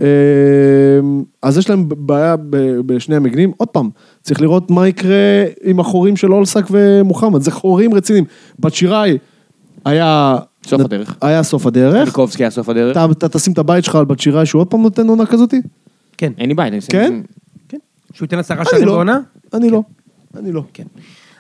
Speaker 3: אז יש להם בעיה בשני המגנים, עוד פעם, צריך לראות מה יקרה עם החורים של אולסק ומוחמד, זה חורים רציניים, בת שיראי היה סוף הדרך,
Speaker 1: קובסקי היה סוף הדרך,
Speaker 3: אתה תשים את הבית שלך על בת שיראי שהוא עוד פעם נותן עונה כזאת?
Speaker 2: כן.
Speaker 1: אין לי בית.
Speaker 3: כן?
Speaker 2: שהוא ייתן 10 שערים בעונה?
Speaker 3: אני לא.
Speaker 2: כן.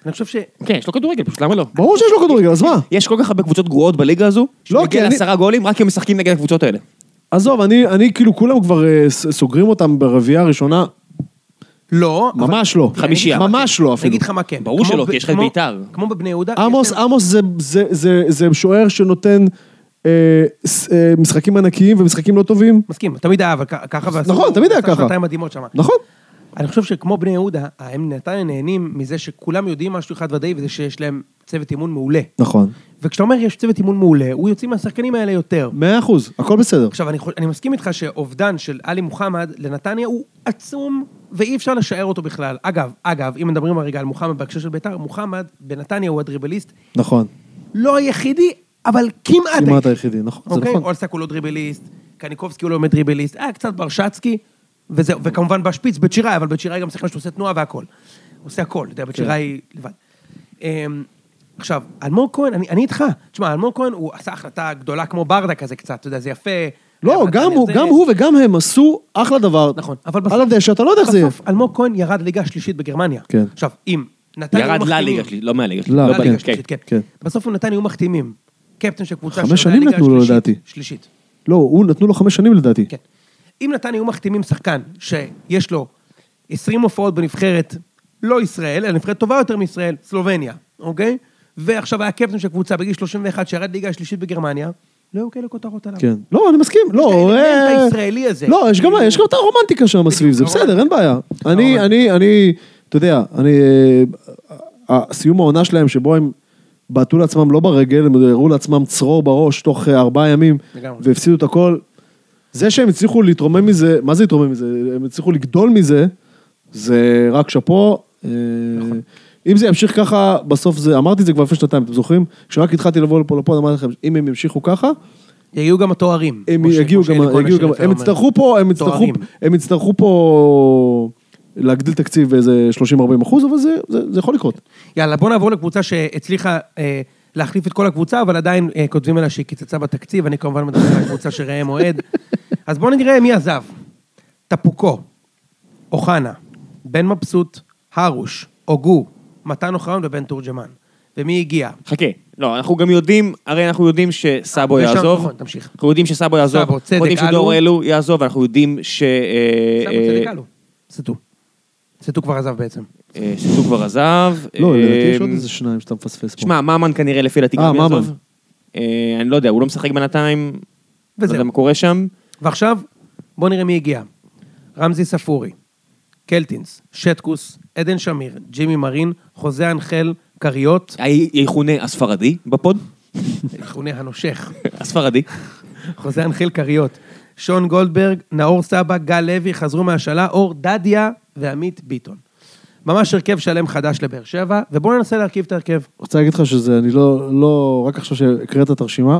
Speaker 2: אני חושב
Speaker 1: כן, יש לו כדורגל, פשוט למה לא?
Speaker 3: ברור שיש לו כדורגל, אז מה?
Speaker 1: יש כל כך הרבה קבוצות גרועות בליגה הזו, שמגיע ל10 גולים, רק כי הם משחקים נגד הקבוצות האלה.
Speaker 3: עזוב, אני כאילו כולם כבר סוגרים אותם ברביעייה הראשונה.
Speaker 2: לא.
Speaker 3: ממש לא.
Speaker 1: חמישייה.
Speaker 3: ממש לא אפילו.
Speaker 2: אני אגיד לך מה כן.
Speaker 1: ברור שלא, כי יש לך בית"ר.
Speaker 2: כמו בבני יהודה.
Speaker 3: עמוס זה שוער שנותן משחקים ענקיים ומשחקים לא טובים.
Speaker 2: מסכים, תמיד היה, אבל ככה ועשו.
Speaker 3: נכון, תמיד היה ככה.
Speaker 2: שנתיים מדהימות שם.
Speaker 3: נכון.
Speaker 2: אני חושב שכמו בני יהודה, הם נהנים מזה שכולם יודעים משהו אחד ודאי, וזה שיש להם צוות אימון מעולה.
Speaker 3: נכון.
Speaker 2: וכשאתה אומר יש צוות אימון מעולה, הוא יוצאים מהשחקנים האלה יותר.
Speaker 3: 100%, הכל בסדר.
Speaker 2: עכשיו, אני מסכים איתך שאובדן של אלי מוחמד לנתניה הוא עצום, ואי אפשר לשער אותו בכלל. אגב, אם מדברים הרגע על מוחמד בהקשר של בית"ר, מוחמד בנתניה הוא הדריבליסט.
Speaker 3: נכון.
Speaker 2: לא היחידי, אבל כמעט
Speaker 3: היחידי, נכון, זה נכון.
Speaker 2: אולסק הוא לא דריבליסט, קניקובסקי הוא לא דריבליסט, קצת ברשצקי, וכמובן בשפיץ, בצ'יראי, אבל בצ'יראי גם שחקן שעושה תנועה והכל. הוא עושה הכל, אתה יודע, בצ'יראי לבד. עכשיו, אלמוג כהן, אני איתך, תשמע, אלמוג כהן הוא עשה החלטה גדולה כמו ברדה כזה קצת, אתה יודע, זה יפה.
Speaker 3: לא, גם הוא וגם הם עשו אחלה דבר.
Speaker 2: נכון, אבל
Speaker 3: על הדשא, אתה לא יודע איך זה יהיה.
Speaker 2: בסוף, אלמוג כהן ירד ליגה השלישית בגרמניה.
Speaker 3: כן.
Speaker 2: עכשיו, אם נתניה
Speaker 1: ירד לליגה שלי, לא מהליגה שלי.
Speaker 2: לליגה השלישית,
Speaker 3: כן.
Speaker 2: כן. בסוף הוא נתניה היו מחתימים. קפטן של קבוצה
Speaker 3: 5 שנים נתנו לו לדעתי.
Speaker 2: שלישית.
Speaker 3: לא, הוא נתנו לו 5 שנים לדעתי.
Speaker 2: כן. אם נתניה היו מחתימים שחקן שיש לו 20 הופעות בנבחרת, לא ישראל, אלא נבחרת טובה יותר מישראל, סלובניה, אוקיי? ועכשיו היה קפטן של קבוצה בגיל 31 שירד ליגה השלישית בגרמניה, לא היו כאלה כותרות עליו.
Speaker 3: כן. לא, אני מסכים. לא,
Speaker 2: את הישראלי הזה.
Speaker 3: לא, יש גם את הרומנטיקה שם סביב זה, בסדר, אין בעיה. אני, אתה יודע, הסיום העונה שלהם שבו הם בעטו לעצמם לא ברגל, הם הראו לעצמם צרור בראש תוך 4 ימים, והפסידו את הכל. זה שהם הצליחו להתרומם מזה, מה זה להתרומם מזה? הם הצליחו לגדול מזה, זה רק שפו. אם זה ימשיך ככה, בסוף זה, אמרתי את זה כבר לפני 2 אתם זוכרים? כשרק התחלתי לבוא לפה, אמרתי לכם, אם הם ימשיכו ככה,
Speaker 2: יגיעו גם התוארים.
Speaker 3: הם יגיעו גם, הם יצטרכו פה להגדיל תקציב באיזה 30-40%, אבל זה יכול לקרות.
Speaker 2: יאללה, בוא נעבור לקבוצה שהצליחה להחליף את כל הקבוצה, אבל עדיין כותבים עליה שהיא קיצצה בתקציב, אני כמובן מדבר על הקבוצה שראה מועד. אז בוא נראה מי עזב. טפוקו, אוחנה, בן מבסוט, הרוש, אוגו, מתן אוחיון ובן תורג'מן. ומי הגיע?
Speaker 1: חכה, לא, אנחנו גם יודעים, הרי אנחנו יודעים שסאבו יעזוב.
Speaker 2: נכון, תמשיך.
Speaker 1: אנחנו יודעים שסאבו יעזוב. אנחנו יודעים שדור אלו יעזוב, אנחנו יודעים ש...
Speaker 2: סאבו צדק אלו. סטו. סטו כבר עזב בעצם.
Speaker 1: סטו כבר עזב.
Speaker 3: לא, לדעתי יש עוד איזה 2 שאתה מפספס פה.
Speaker 1: שמע, מאמן כנראה לפי דעתי גם יעזוב. אני לא יודע, הוא לא משחק בינתיים. לא יודע מה קורה שם.
Speaker 2: ועכשיו, בוא נראה מי הגיע. רמזי ספורי, קלטינס, שטקוס, עדן שמיר, ג'ימי מרין, חוזה אנחל, קריות.
Speaker 1: יכונה הספרדי בפוד?
Speaker 2: יכונה הנושך.
Speaker 1: הספרדי.
Speaker 2: חוזה אנחל קריות. שון גולדברג, נאור סבא, גל לוי, חזרו מהשאלה, אור דדיה ועמית ביטון. ממש הרכב שלם חדש לבאר שבע, ובואו ננסה להרכיב את ההרכב.
Speaker 3: רוצה להגיד לך שזה, אני לא, רק עכשיו שהקראת את הרשימה,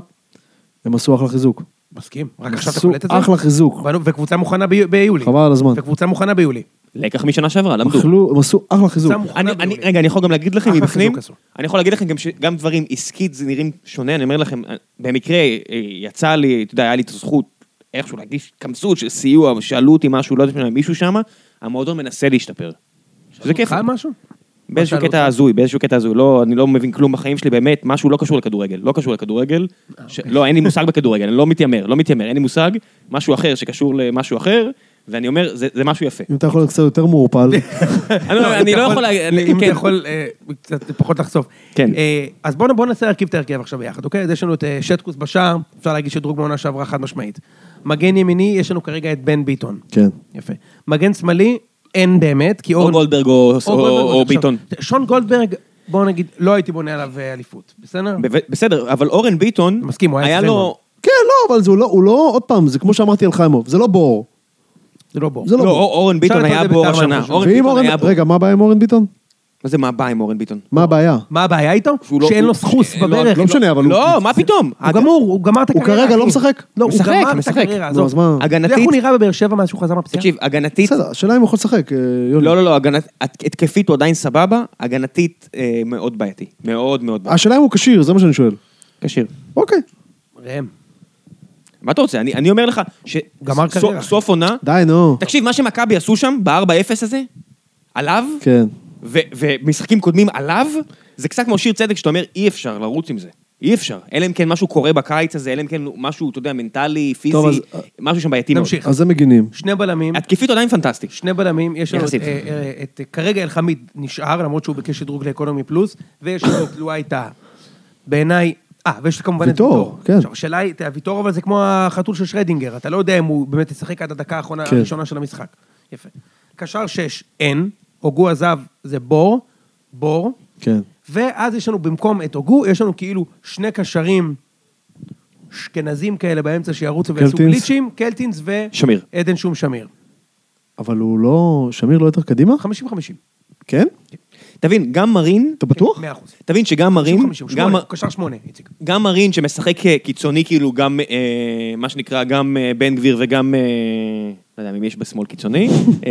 Speaker 3: הם עשו אחלה חיזוק.
Speaker 2: מסכים. רק עכשיו אתה קולט את זה?
Speaker 3: אחלה חיזוק.
Speaker 2: וקבוצה מוכנה ביולי.
Speaker 3: חבל על הזמן.
Speaker 2: וקבוצה מוכנה ביולי.
Speaker 1: לקח משנה שעברה, למדו.
Speaker 3: הם עשו אחלה חיזוק.
Speaker 1: רגע, אני יכול גם להגיד לכם מבפנים, אני יכול להגיד לכם גם דברים עסקית, זה נראים שונה, אני אומר לכם, במקרה יצא לי, אתה יודע, היה לי את הזכות, איכשהו להגיש כמסות של סיוע, ושאלו אותי משהו, לא יודע, מישהו שם, המועדון מנסה להשתפר. זה כיף.
Speaker 2: חייב משהו?
Speaker 1: באיזשהו קטע הזוי, לא, אני לא מבין כלום בחיים שלי, באמת, משהו לא קשור לכדורגל, לא, אין לי מושג בכדורגל, אני לא מתיימר, אין לי מושג, משהו אחר שקשור למשהו אחר, ואני אומר, זה משהו יפה.
Speaker 3: אם אתה יכול קצת יותר מעורפל.
Speaker 1: אני לא יכול...
Speaker 2: אם אתה יכול קצת פחות לחשוף.
Speaker 1: כן.
Speaker 2: אז בואו ננסה להרכיב את ההרכב עכשיו ביחד, אוקיי? יש לנו את שטקוס בשער, אפשר להגיד שדרוג מעונה שעברה חד משמעית. מגן ימיני, יש לנו כרגע את בן ביטון.
Speaker 3: כן.
Speaker 2: יפה. מגן שמאלי, אין באמת, כי
Speaker 1: או גולדברג או ביטון.
Speaker 2: שון גולדברג, בואו נגיד, לא הייתי בונה עליו אליפות, בסדר?
Speaker 1: בסדר, אבל אורן ביטון,
Speaker 2: מסכים, הוא
Speaker 1: היה לו...
Speaker 3: כן, לא, אבל הוא לא, עוד פעם, זה כמו שאמרתי על חיימוב, זה לא בור.
Speaker 2: זה לא בור.
Speaker 1: לא, אורן ביטון היה בור השנה.
Speaker 3: רגע, מה הבעיה עם אורן ביטון?
Speaker 1: מה זה, מה הבעיה עם אורן ביטון?
Speaker 3: מה הבעיה?
Speaker 2: מה הבעיה איתו? שאין לו סחוס בברך.
Speaker 3: לא משנה, אבל הוא...
Speaker 1: לא, מה פתאום?
Speaker 2: הוא גמר את הקריירה.
Speaker 3: הוא כרגע לא משחק?
Speaker 2: לא, הוא גמר את הקריירה, עזוב.
Speaker 1: הגנתית...
Speaker 2: איך הוא נראה בבאר שבע מאז שהוא חזר מהפציעה?
Speaker 1: תקשיב, הגנתית...
Speaker 3: בסדר, השאלה אם הוא יכול לשחק, יוני.
Speaker 1: לא, התקפית הוא עדיין סבבה, הגנתית מאוד בעייתי. מאוד מאוד בעייתי.
Speaker 3: השאלה אם הוא כשיר, זה מה שאני שואל.
Speaker 1: כשיר.
Speaker 3: אוקיי.
Speaker 2: ראם.
Speaker 1: מה אתה רוצה? אני אומר לך שסוף עונה...
Speaker 3: די, נו.
Speaker 1: תקשיב, מה שמכבי עשו שם, ב-4-0 הזה, עליו,
Speaker 3: כן.
Speaker 1: ומשחקים קודמים עליו, זה קצת כמו שיר צדק שאתה אומר, אי אפשר לרוץ עם זה. אי אפשר. אלא אם כן משהו קורה בקיץ הזה, אלא אם כן משהו, אתה יודע, מנטלי, פיזי, משהו שם בעייתי מאוד.
Speaker 2: נמשיך.
Speaker 3: אז זה מגינים.
Speaker 2: שני בלמים.
Speaker 1: התקפית עדיין פנטסטי.
Speaker 2: שני בלמים, יש לנו את כרגע אלחמיד נשאר, למרות שהוא ביקש שדרוג לאקונומי פלוס, ויש לנו את לואי טאה. בעיניי, ויש כמובן את ויטור. עכשיו, השאלה היא, ויטור אבל זה כמו החתול של שרדינגר, אתה לא יודע אם הוא באמת ישחק עד הדקה האחרונה הראשונה של המשחק. יפה. קשר 6, אין, אוגו עזב, זה בור.
Speaker 3: כן.
Speaker 2: ואז יש לנו במקום את אוגו, יש לנו כאילו שני קשרים אשכנזים כאלה באמצע שירוצו ויעשו גליצ'ים, קלטינס
Speaker 1: שמיר.
Speaker 2: ועדן שום שמיר.
Speaker 3: אבל הוא לא, שמיר לא יותר קדימה?
Speaker 2: 50-50.
Speaker 3: כן?
Speaker 1: תבין, גם מרין...
Speaker 3: אתה בטוח?
Speaker 2: 100%.
Speaker 1: תבין שגם מרין...
Speaker 2: קשר 8, איציק.
Speaker 1: גם מרין שמשחק קיצוני, כאילו גם, מה שנקרא, גם בן גביר וגם, לא יודע, אם יש בשמאל קיצוני,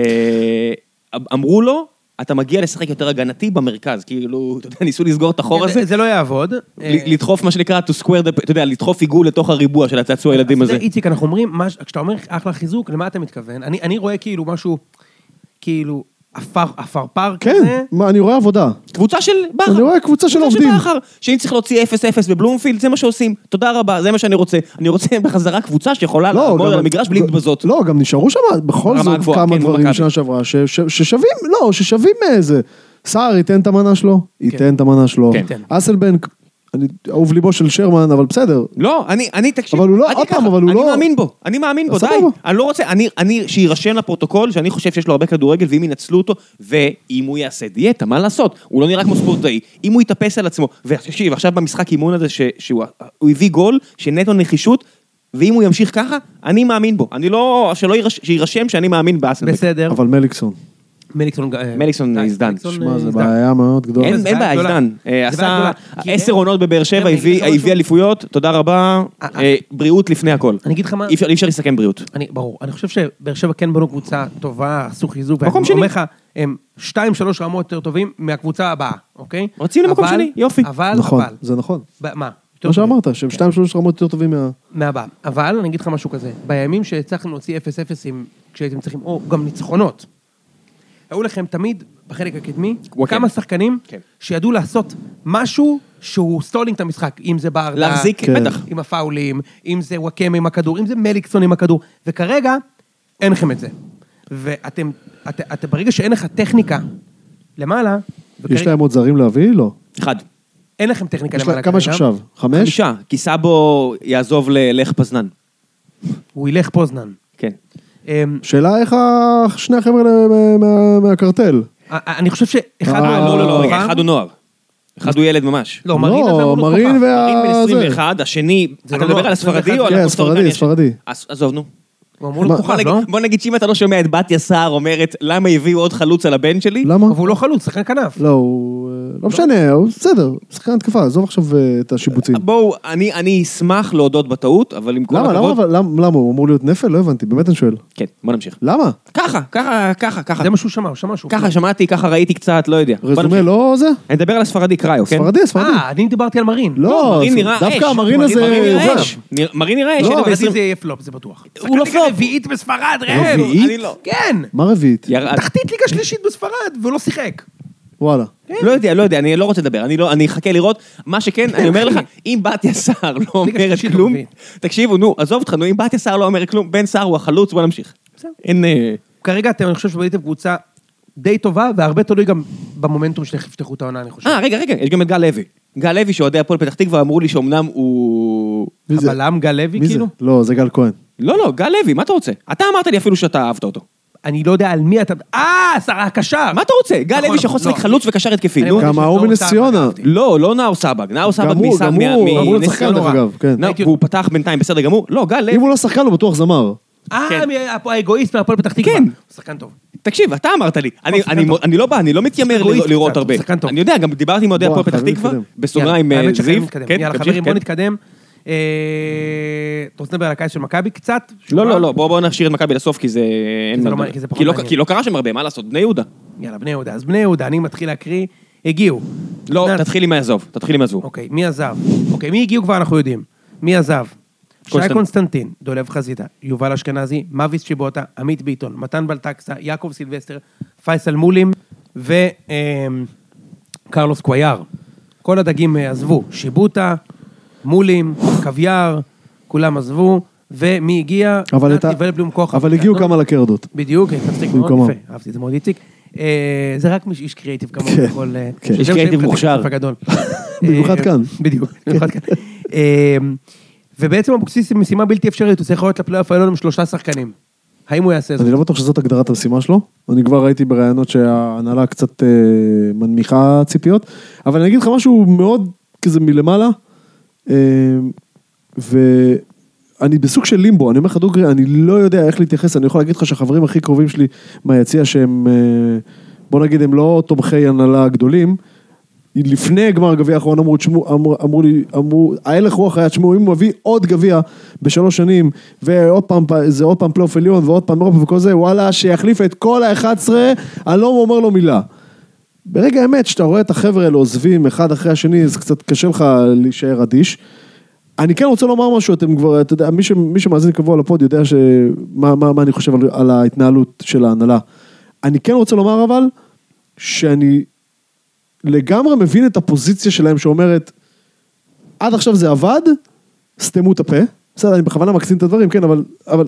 Speaker 1: אמרו לו, אתה מגיע לשחק יותר הגנתי במרכז, כאילו, אתה יודע, ניסו לסגור את החור הזה.
Speaker 2: זה לא יעבוד.
Speaker 1: לדחוף מה שנקרא, to square, אתה יודע, לדחוף עיגול לתוך הריבוע של הצעצוע הילדים הזה.
Speaker 2: איציק, אנחנו אומרים, כשאתה אומר אחלה חיזוק, למה אתה מתכוון? אני רואה כאילו משהו, כאילו, אפרפר כזה.
Speaker 3: כן, אני רואה עבודה.
Speaker 1: קבוצה של בחר.
Speaker 3: אני רואה קבוצה של עובדים.
Speaker 1: שאם צריך להוציא 0-0 בבלומפילד, זה מה שעושים. תודה רבה, זה מה שאני רוצה. אני רוצה בחזרה קבוצה שיכולה לעמוד על המגרש בלי להתבזות.
Speaker 3: לא, גם נשארו שם בכל זאת כמה דברים שנה שעברה, ששווים מאיזה. סער ייתן את המנה שלו, ייתן את המנה שלו. אסלבנק, אהוב ליבו של שרמן, אבל בסדר.
Speaker 1: לא, אני תקשיב.
Speaker 3: אבל הוא לא, עוד פעם, אבל הוא לא...
Speaker 1: אני מאמין בו, די. אני לא רוצה, שירשם לפרוטוקול, שאני חושב שיש לו הרבה כדורגל, ואם ינצלו אותו, ואם הוא יעשה דיאטה, מה לעשות? הוא לא נראה כמו ספורטאי. אם הוא יתאפס על עצמו, ותקשיב, עכשיו במשחק אימון הזה, שהוא הביא גול, שנטו נחישות, ואם הוא ימשיך ככה, אני מאמין בו. אני לא, שירשם שאני מאמין באסלבנק.
Speaker 2: בסדר.
Speaker 3: אבל
Speaker 1: מליקסון הזדן.
Speaker 3: שמע, זה בעיה מאוד גדולה.
Speaker 1: אין בעיה, הזדן. עשה 10 עונות בבאר שבע, הביא אליפויות, תודה רבה, בריאות לפני הכל.
Speaker 2: אני אגיד לך מה...
Speaker 1: אי אפשר לסכם בריאות.
Speaker 2: ברור, אני חושב שבאר שבע כן בנו קבוצה טובה, עשו חיזוק,
Speaker 1: מקום שני.
Speaker 2: הם 2-3 רמות יותר טובים מהקבוצה הבאה, אוקיי?
Speaker 1: רצים למקום שני, יופי.
Speaker 3: נכון, זה נכון.
Speaker 2: מה?
Speaker 3: מה שאמרת, שהם 2-3 רמות יותר טובים
Speaker 2: מהבאה. אבל אני אגיד לך משהו כזה, בימים שהצלחנו להוציא 0-0 כשהייתם צריכים, או גם ניצחונות, היו לכם תמיד, בחלק הקדמי, כמה שחקנים שידעו לעשות משהו שהוא סטולינג את המשחק, אם זה ברדה,
Speaker 1: להחזיק, בטח.
Speaker 2: עם הפאולים, אם זה וואקם עם הכדור, אם זה מליקסון עם הכדור, וכרגע אין לכם את זה. ואתם, ברגע שאין לך טכניקה למעלה...
Speaker 3: יש להם עוד זרים להביא? לא.
Speaker 1: 1.
Speaker 2: אין לכם טכניקה למעלה.
Speaker 3: כמה יש עכשיו? 5?
Speaker 1: 5, כי סאבו יעזוב ללך פזנן.
Speaker 2: הוא ילך פוזנן.
Speaker 1: כן.
Speaker 3: שאלה איך שני החבר'ה מהקרטל.
Speaker 2: אני חושב שאחד
Speaker 1: לא, אחד הוא נוער. אחד הוא ילד ממש.
Speaker 2: לא, מרין הזה הוא
Speaker 3: מרין
Speaker 1: בן 21, השני, אתה מדבר על הספרדי או על
Speaker 3: הספרדי? ספרדי.
Speaker 1: עזוב, נו.
Speaker 2: הוא אמור לכוכב, לא?
Speaker 1: בוא נגיד שאם אתה לא שומע את בתיה סער אומרת, למה הביאו עוד חלוץ על הבן שלי?
Speaker 3: למה?
Speaker 2: אבל הוא לא חלוץ, שחקן כנף.
Speaker 3: לא, הוא... לא משנה, הוא בסדר, שחקן התקפה, עזוב עכשיו את השיבוצים.
Speaker 1: בואו, אני אשמח להודות בטעות, אבל עם כל הכבוד...
Speaker 3: למה? הוא אמור להיות נפל? לא הבנתי, באמת אני שואל.
Speaker 1: כן, בוא נמשיך.
Speaker 3: למה?
Speaker 1: ככה.
Speaker 2: זה מה שהוא שמע, הוא שמע שהוא...
Speaker 1: ככה שמעתי, ככה ראיתי קצת, לא יודע.
Speaker 3: רזומה לא זה?
Speaker 1: אני מדבר על הספרדי קראיו, כן?
Speaker 3: ספרדי.
Speaker 2: אני דיברתי על מרין.
Speaker 3: לא, דווקא המרין הזה...
Speaker 1: מרין נראה אש.
Speaker 2: לא, זה יהיה פלופ, זה בטוח.
Speaker 1: הוא לא פלופ.
Speaker 2: רביעית בספרד, ראם.
Speaker 3: רביעית?
Speaker 2: כן.
Speaker 3: מה רביעית?
Speaker 2: תחתית ליגה שלישית בספרד, והוא לא שיחק.
Speaker 3: וואלה.
Speaker 1: לא יודע, אני לא רוצה לדבר, אני אחכה לראות, מה שכן, אני אומר לך, אם בתיה סער לא אומרת כלום, תקשיבו, נו, עזוב אותך, נו, אם בתיה סער לא אומרת כלום, בן סער הוא החלוץ, בוא נמשיך. אין...
Speaker 2: כרגע אני חושב שבאיתם קבוצה די טובה, והרבה תלוי גם במומנטום שיפתחו את העונה, אני חושב.
Speaker 1: רגע, יש גם את גל לוי. גל לוי שאוהדי הפועל פתח תקווה, אמרו לי שאומנם הוא...
Speaker 2: הבלם גל לוי, כאילו?
Speaker 3: לא, זה גל כהן.
Speaker 1: לא, גל לוי, מה אתה רוצה? אתה אמרת לי אפילו שאתה אהבת אותו.
Speaker 2: אני לא יודע על מי אתה... הקשר!
Speaker 1: מה אתה רוצה? גל לוי שיכול לשחק חלוץ וקשר התקפי.
Speaker 3: גם ההוא מנס ציונה.
Speaker 1: לא נאור סבג. נאור סבג
Speaker 3: אמרו לו שחקן דרך אגב, כן.
Speaker 1: והוא פתח בינתיים בסדר גמור. לא, גל לוי...
Speaker 3: אם הוא לא שחקן, הוא בטוח זמר.
Speaker 2: האגואיסט מהפועל פתח תקווה.
Speaker 1: כן.
Speaker 2: הוא שחקן טוב.
Speaker 1: תקשיב, אתה אמרת לי. אני לא מתיימר לראות הרבה. אני יודע, גם דיברתי עם אוהדי הפועל פתח תקווה, בסוגריים זיו.
Speaker 2: יאללה חברים, בוא נתקדם. אתה רוצה לדבר על הקיץ של מכבי קצת?
Speaker 1: לא, בואו נשאיר את מכבי לסוף, כי זה... כי לא קרה שם הרבה, מה לעשות? בני יהודה.
Speaker 2: יאללה, בני יהודה. אז בני יהודה, אני מתחיל להקריא, הגיעו.
Speaker 1: לא, תתחיל עם העזוב,
Speaker 2: אוקיי, מי עזב? אוקיי, מי הגיעו כבר אנחנו יודעים. מי עזב? שי קונסטנטין, דולב חזיתה, יובל אשכנזי, מביס צ'יבוטה, עמית ביטון, מתן בלטקסה, יעקב סילבסטר, פייסל מולים, וקרלוס קוויאר. כל הדגים עזבו, שיבוטה, מולים, קוויאר, כולם עזבו, ומי הגיע?
Speaker 3: אבל הגיעו כמה לקרדות.
Speaker 2: בדיוק, תצחיק מאוד יפה, אהבתי את זה מאוד איציק. זה רק איש קריאיטיב כמובן יכול...
Speaker 1: איש קריאיטיב מוכשר.
Speaker 3: במיוחד כאן.
Speaker 2: בדיוק, במיוחד כאן. ובעצם אבוקסיס עם משימה בלתי אפשרית, הוא צריך להיות לפלייאוף העליון עם 3 שחקנים. האם הוא יעשה זאת?
Speaker 3: אני לא בטוח שזאת הגדרת המשימה שלו, אני כבר ראיתי ברעיונות שההנהלה קצת מנמיכה ציפיות, אבל אני אגיד לך משהו מאוד כזה מלמעלה, ואני בסוג של לימבו, אני אומר לך דוגרי, אני לא יודע איך להתייחס, אני יכול להגיד לך שהחברים הכי קרובים שלי מהיציע שהם, בוא נגיד, הם לא תומכי הנהלה גדולים, לפני גמר גביע האחרון אמרו, ההלך רוח היה, תשמעו, אם הוא מביא עוד גביע ב3 שנים, ועוד פעם, זה עוד פעם פלייאוף עליון, ועוד פעם אירופה וכל זה, וואלה, שיחליף את כל ה-11, אני לא אומר לו מילה. ברגע האמת, שאתה רואה את החבר'ה האלה עוזבים אחד אחרי השני, זה קצת קשה לך להישאר אדיש. אני כן רוצה לומר משהו, אתם כבר, אתה יודע, מי שמאזין קבוע לפוד יודע מה אני חושב על ההתנהלות של ההנהלה. אני כן רוצה לומר אבל, שאני לגמרי מבין את הפוזיציה שלהם שאומרת, עד עכשיו זה עבד, סתמו את הפה, בסדר, אני בכוונה מקסים את הדברים, כן, אבל